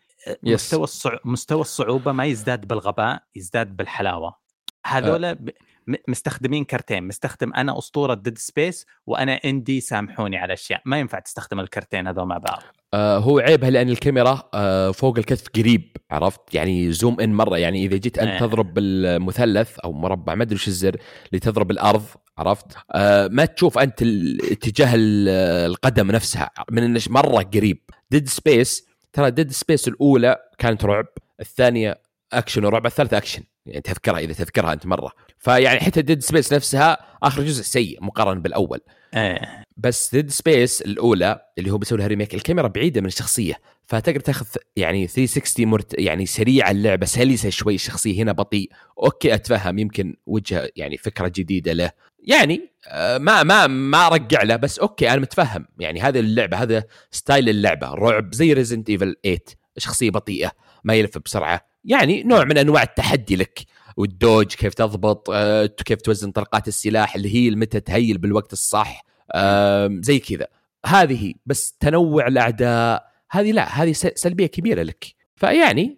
مستوى الصعوبة ما يزداد بالغباء، يزداد بالحلاوة. هذولا مستخدمين كرتين. مستخدم أنا أسطورة ديد سبيس وأنا إندي، سامحوني على أشياء ما ينفع تستخدم الكرتين هذول مع بعض. هو عيبها لأن الكاميرا فوق الكتف قريب، عرفت يعني زوم إن مرة. يعني إذا جيت أنت تضرب بالمثلث أو مربع ما أدري وش الزر اللي تضرب الأرض، عرفت ما تشوف أنت اتجاه القدم نفسها من مرة قريب. ديد سبيس ترى ديد سبيس الأولى كانت رعب، الثانية أكشن ورعب، الثالثة أكشن يعني تذكرها إذا تذكرها أنت مرة. فيعني حتى ديد سبيس نفسها آخر جزء سيء مقارنة بالأول. بس ديد سبيس الأولى اللي هو بيسوي لها ريميك، الكاميرا بعيدة من الشخصية، فتقدر تاخذ يعني 360 يعني سريع اللعبة، سلسة شوي، الشخصية هنا بطيء. أوكي أتفهم يمكن وجهة يعني فكرة جديدة له، يعني ما رجع له، بس أوكي أنا متفهم. يعني هذه اللعبة، هذا ستايل اللعبة رعب زي ريزنت إيفل 8، شخصية بطيئة ما يلف بسرعة، يعني نوع من أنواع التحدي لك. والدوج كيف تضبط، كيف توزن طلقات السلاح، اللي هي متى تهيل بالوقت الصح، زي كذا. هذه بس تنوع الأعداء هذه لا، هذه سلبية كبيرة لك. فيعني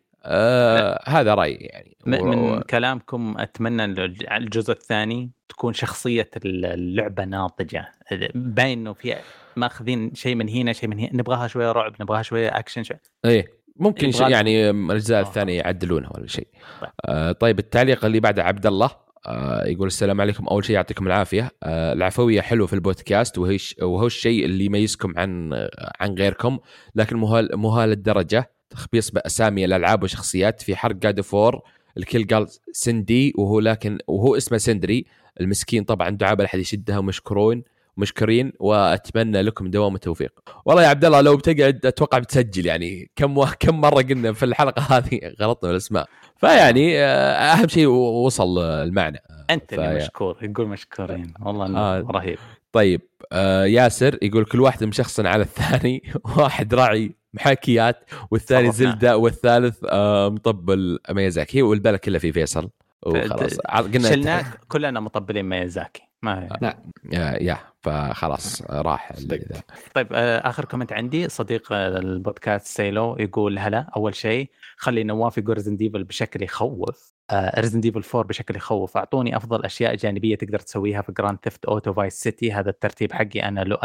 هذا رأيي يعني. من كلامكم أتمنى الجزء الثاني تكون شخصية اللعبة ناضجة، باين إنه في ماخذين شيء من هنا شيء من هنا، نبغاها شوية رعب، نبغاها شوية أكشن شوية. ممكن يعني الأجزاء الثانية يعدلونها ولا شيء. طيب التعليق اللي بعد عبد الله يقول السلام عليكم. أول شيء يعطيكم العافية. العفوية حلوة في البودكاست، وهو الشيء اللي يميزكم عن غيركم، لكن مو هالدرجة تخبيص بأسامي الألعاب وشخصيات. في حرق جاد فور الكل قال سندي وهو اسمه سندري المسكين. طبعا دعاء لا أحد يشدها، مشكورين وأتمنى لكم دوام التوفيق. والله يا عبد الله لو بتقعد أتوقع بتسجل، يعني كم مرة قلنا في الحلقة هذه غلطنا بالاسماء. فيعني أهم شيء وصل المعنى. أنت مشكور، يقول مشكورين والله رهيب. طيب ياسر يقول كل واحد مشخصن على الثاني، واحد راعي محاكيات والثاني زلدة والثالث مطبل ميازاكي، والبالة كلها في فيصل وخلاص قلنا كلنا مطبلين ميازاكي ما يا فخلاص راح. طيب آخر كومنت عندي صديق البودكاست سيلو يقول هلا. أول شيء خلي نواف يقول ريزدنت ايفل بشكل يخوف، ريزدنت ايفل 4 بشكل يخوف. أعطوني أفضل أشياء جانبية تقدر تسويها في جراند ثيفت أوتو فايس سيتي. هذا الترتيب حقي أنا لؤي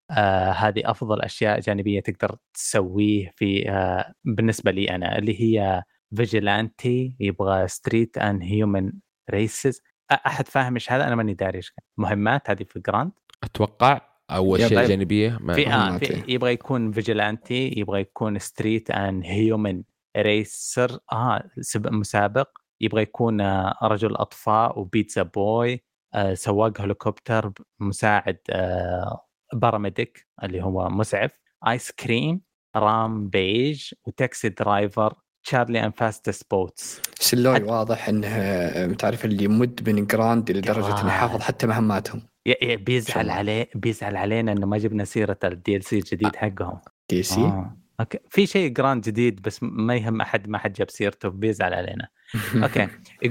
هذه افضل اشياء جانبيه تقدر تسويه في بالنسبه لي انا، اللي هي فيجيلانتي، يبغى ستريت اند هيومن ريسز. احد فاهم ايش هذا؟ انا ماني داري ايش مهمات هذه في جراند. اتوقع اول شيء طيب. جانبيه في يبغى يكون فيجيلانتي، يبغى يكون ستريت اند هيومن ريسر، مسابق، يبغى يكون رجل اطفاء وبيتزا بوي، سواق هليكوبتر، مساعد باراميديك اللي هو مسعف، ايس كريم، رام بيج، وتاكسي درايفر، تشارلي ان فاستست بوتس. سلوي واضح انه تعرف اللي يمد من جراند لدرجه انه حافظ حتى مهماتهم. بيزعل علينا انه ما جبنا سيره الدي ال سي الجديد حقهم. دي سي اوكي، في شيء جراند جديد بس ما يهم احد، ما حد جاب سيرته، بيزعل علينا. اوكي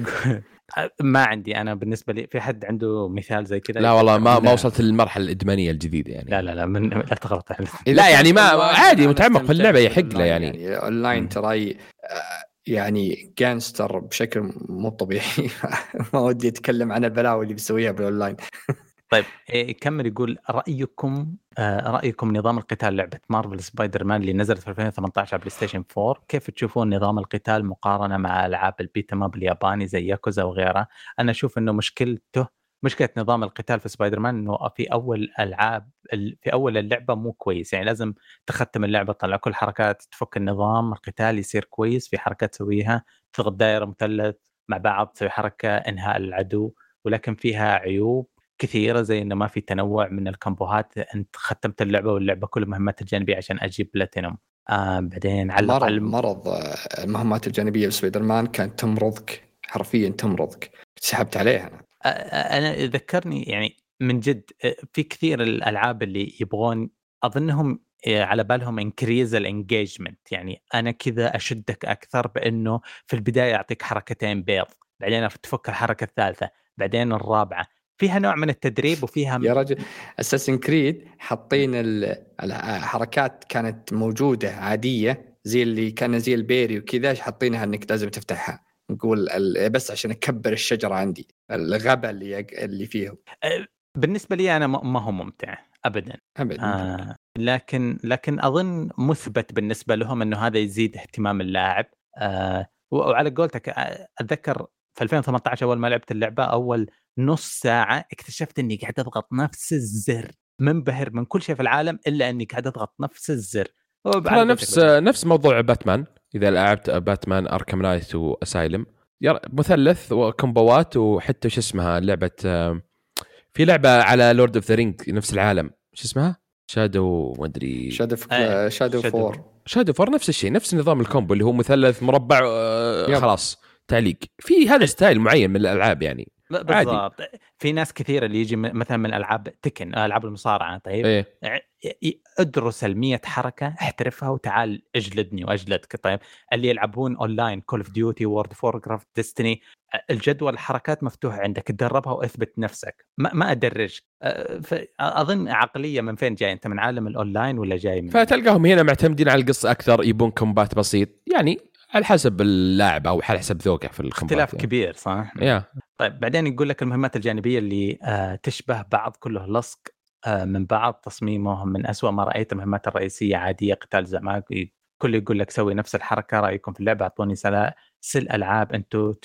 ما عندي انا بالنسبه لي. في حد عنده مثال زي كذا؟ لا والله ما وصلت للمرحله الادمانيه الجديده يعني. لا لا تغلط. لا يعني ما عادي متعمق في اللعبه يحق له يعني اونلاين ترى يعني جانستر بشكل مو طبيعي. ما ودي اتكلم عن البلاوي اللي بيسويها بالاونلاين. طيب كمل. يقول رأيكم نظام القتال لعبة مارفل سبايدر مان اللي نزلت في 2018 على بلاي ستيشن 4، كيف تشوفون نظام القتال مقارنة مع ألعاب البيتا ماب الياباني زي ياكوزا وغيرها؟ أنا أشوف إنه مشكلة نظام القتال في سبايدر مان إنه في أول اللعبة مو كويس، يعني لازم تختم اللعبة تطلع كل حركات، تفك النظام القتال يصير كويس، في حركات تسويها تضغط دائرة مثلث مع بعض تسوي حركة إنهاء العدو، ولكن فيها عيوب كثيرة زي إنه ما في تنوع من الكمبوهات. أنت ختمت اللعبة واللعبة كل مهمات الجانبية عشان أجيب بلاتينوم. بعدين مرض المهمات الجانبية بسبايدر مان كانت تمرضك، حرفيا تمرضك، سحبت عليها. أنا ذكرني يعني من جد في كثير الألعاب اللي يبغون أظنهم على بالهم انكريز الانجيجمنت، يعني أنا كذا أشدك أكثر بأنه في البداية أعطيك حركتين بيض، بعدين تفك الحركة الثالثة، بعدين الرابعة، فيها نوع من التدريب وفيها يا رجل أساسن كريد حاطين الحركات كانت موجودة عادية زي اللي كان زي البيري وكذا، حاطينها انك لازم تفتحها، نقول بس عشان اكبر الشجرة عندي، الغباء اللي فيهم. بالنسبة لي أنا ما هو ممتع أبدا. لكن أظن مثبت بالنسبة لهم أنه هذا يزيد اهتمام اللاعب. وعلى قولتك أتذكر في 2018 أول ما لعبت اللعبة أول نص ساعة اكتشفت أني قاعد أضغط نفس الزر، منبهر من كل شيء في العالم إلا أني قاعد أضغط نفس الزر. ترى نفس موضوع باتمان، إذا لعبت باتمان أركام نايت وأسايلم مثلث وكمبوات، وحتى شو اسمها لعبة، في لعبة على لورد اوف ذا رينج نفس العالم، شو اسمها؟ شادو ما ادري، شادو فور نفس الشيء، نفس نظام الكومبو اللي هو مثلث مربع خلاص تعليق في هذا ستايل معين من الالعاب يعني. بالضبط. في ناس كثيره اللي يجي مثلا من العاب تكن، العاب المصارعه، طيب إيه؟ ادرس 100 حركه احترفها وتعال اجلدني واجلدك. طيب اللي يلعبون اونلاين كول اوف ديوتي، وورد اوف ووركرافت، ديستني، الجدول الحركات مفتوحه عندك، تدربها واثبت نفسك، ما ادرج. اظن عقليه من فين جاي؟ انت من عالم الاونلاين ولا جاي من؟ فتلقاهم هنا معتمدين على القصه اكثر، يبون كومبات بسيط يعني على حسب اللاعب او على حسب ذوقه في الكومبات، اختلاف يعني كبير صح. طيب بعدين يقول لك المهمات الجانبيه اللي تشبه بعض، كله لصق من بعض، تصميمهم من أسوأ ما رأيت. المهمات الرئيسية عادية، قتال زعماء، كل يقول لك سوي نفس الحركة، رأيكم في اللعبة؟ أعطوني سل ألعاب أنتوا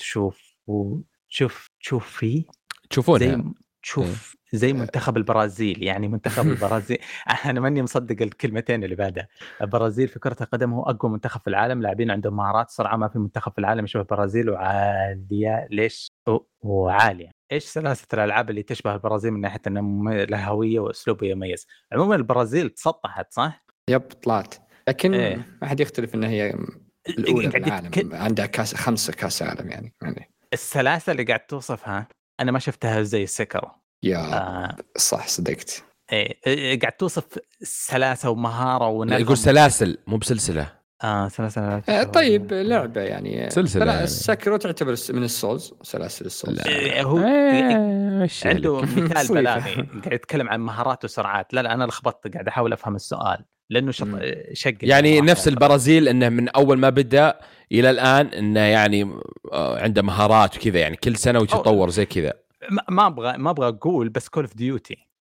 تشوف زي منتخب البرازيل. يعني منتخب البرازيل أنا ماني مصدق الكلمتين اللي بعدها. البرازيل في كرة القدم هو أقوى منتخب في العالم، لاعبين عندهم مهارات سرعة ما في منتخب في العالم يشبه البرازيل، وعالية. ليش وعالية؟ إيش سلاسة الألعاب اللي تشبه البرازيل من ناحية أنها لها هوية وأسلوب يميز؟ عموما البرازيل تسطحت صح؟ يب طلعت، لكن ما حد يختلف أنها هي الأولى في العالم، عندها 5 كاس عالم يعني. السلاسة اللي قاعد توصفها أنا ما شفتها زي السكر. يا صح صدقت. قاعد توصف سلاسة ومهارة ونغم. يقول سلاسل مو بسلسلة. سلاسل. طيب لعبة يعني سلسلة يعني. السكر تعتبر من السولز، سلاسل السولز. هو عنده مثال بلاغي قاعد يتكلم عن مهارات وسرعات. لا أنا لخبطت، قاعد أحاول أفهم السؤال لأنه شق يعني نفس البرازيل إنه من أول ما بدأ إلى الآن إنه يعني عنده مهارات وكذا، يعني كل سنة ويتطور زي كذا. ما أبغى أقول بس كول اوف ديوتي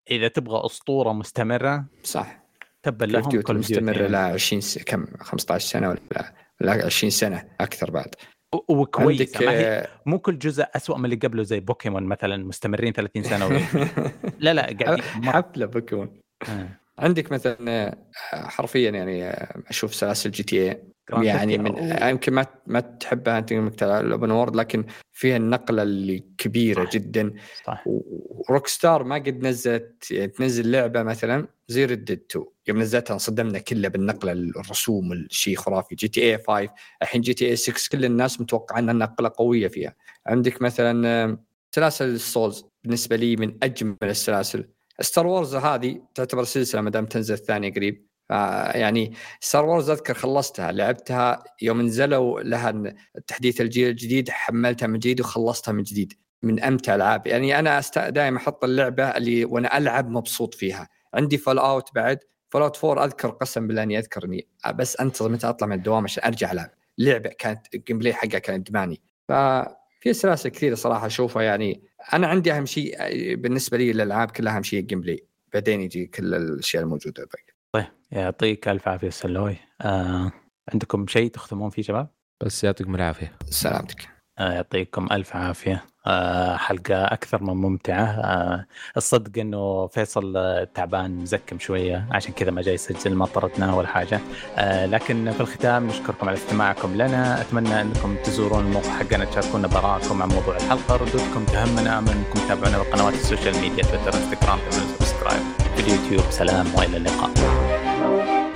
اذا تبغى اسطوره مستمره صح، تبا لهم كل مستمره ل 20 كم 15 سنه ولا 20 سنه اكثر بعد، وكويسه. ما هي مو كل جزء أسوأ من اللي قبله زي بوكيمون مثلا مستمرين 30 سنه لا قاعد حفله بوكيمون. عندك مثلا حرفيا يعني اشوف سلاسل جي تي اي يعني من يمكن ما تحبها انت الاوبن وورد، لكن فيها النقله اللي كبيره صح. جدا صح. وروك ستار ما قد نزلت يعني تنزل لعبه مثلا زي ريد 2 يوم نزلتها انصدمنا كلها بالنقله، الرسوم الشيء خرافي. جي تي اي 5 الحين جي تي اي 6 كل الناس متوقع انها نقله قويه فيها. عندك مثلا سلاسل السولز بالنسبه لي من اجمل السلاسل. ستار وورز هذه تعتبر سلسله ما دام تنزل الثانيه قريب، يعني ستار وورز أذكر خلصتها لعبتها يوم نزلوا لها تحديث الجيل الجديد، حملتها من جديد وخلصتها من جديد. من أمتع الألعاب يعني أنا دائما أحط اللعبة اللي وأنا ألعب مبسوط فيها. عندي فول أوت بعد، فول أوت 4 أذكر قسم بالله أني أذكرني بس أنتظر متى أطلع من الدوام عشان أرجع ألعب لعبة كانت الجيم بلاي حقها كان إدماني. ففي سلاسل كثيرة صراحة أشوفها. يعني أنا عندي أهم شيء بالنسبة لي للألعاب كلها أهم شيء الجيم بلاي، بعدين يجي كل الأشياء الموجودة باقي. طيب يعطيك ألف عافية سلوي. عندكم شيء تختمون فيه شباب؟ بس يعطيكم العافية. سلامتك. يعطيكم ألف عافية. حلقة أكثر من ممتعة. الصدق أنه فيصل تعبان مزكم شوية عشان كذا ما جاي يسجل، ما طردناه ولا حاجة. لكن في الختام نشكركم على استماعكم لنا. أتمنى أنكم تزورون الموقع حقنا تشاركونا براءكم عن موضوع الحلقة، ردودكم تهمنا. أنكم تتابعونا بقنوات السوشيال ميديا تويتر انستغرام، تعملوا سبسكرايب في اليوتيوب. سلام وإلى اللقاء.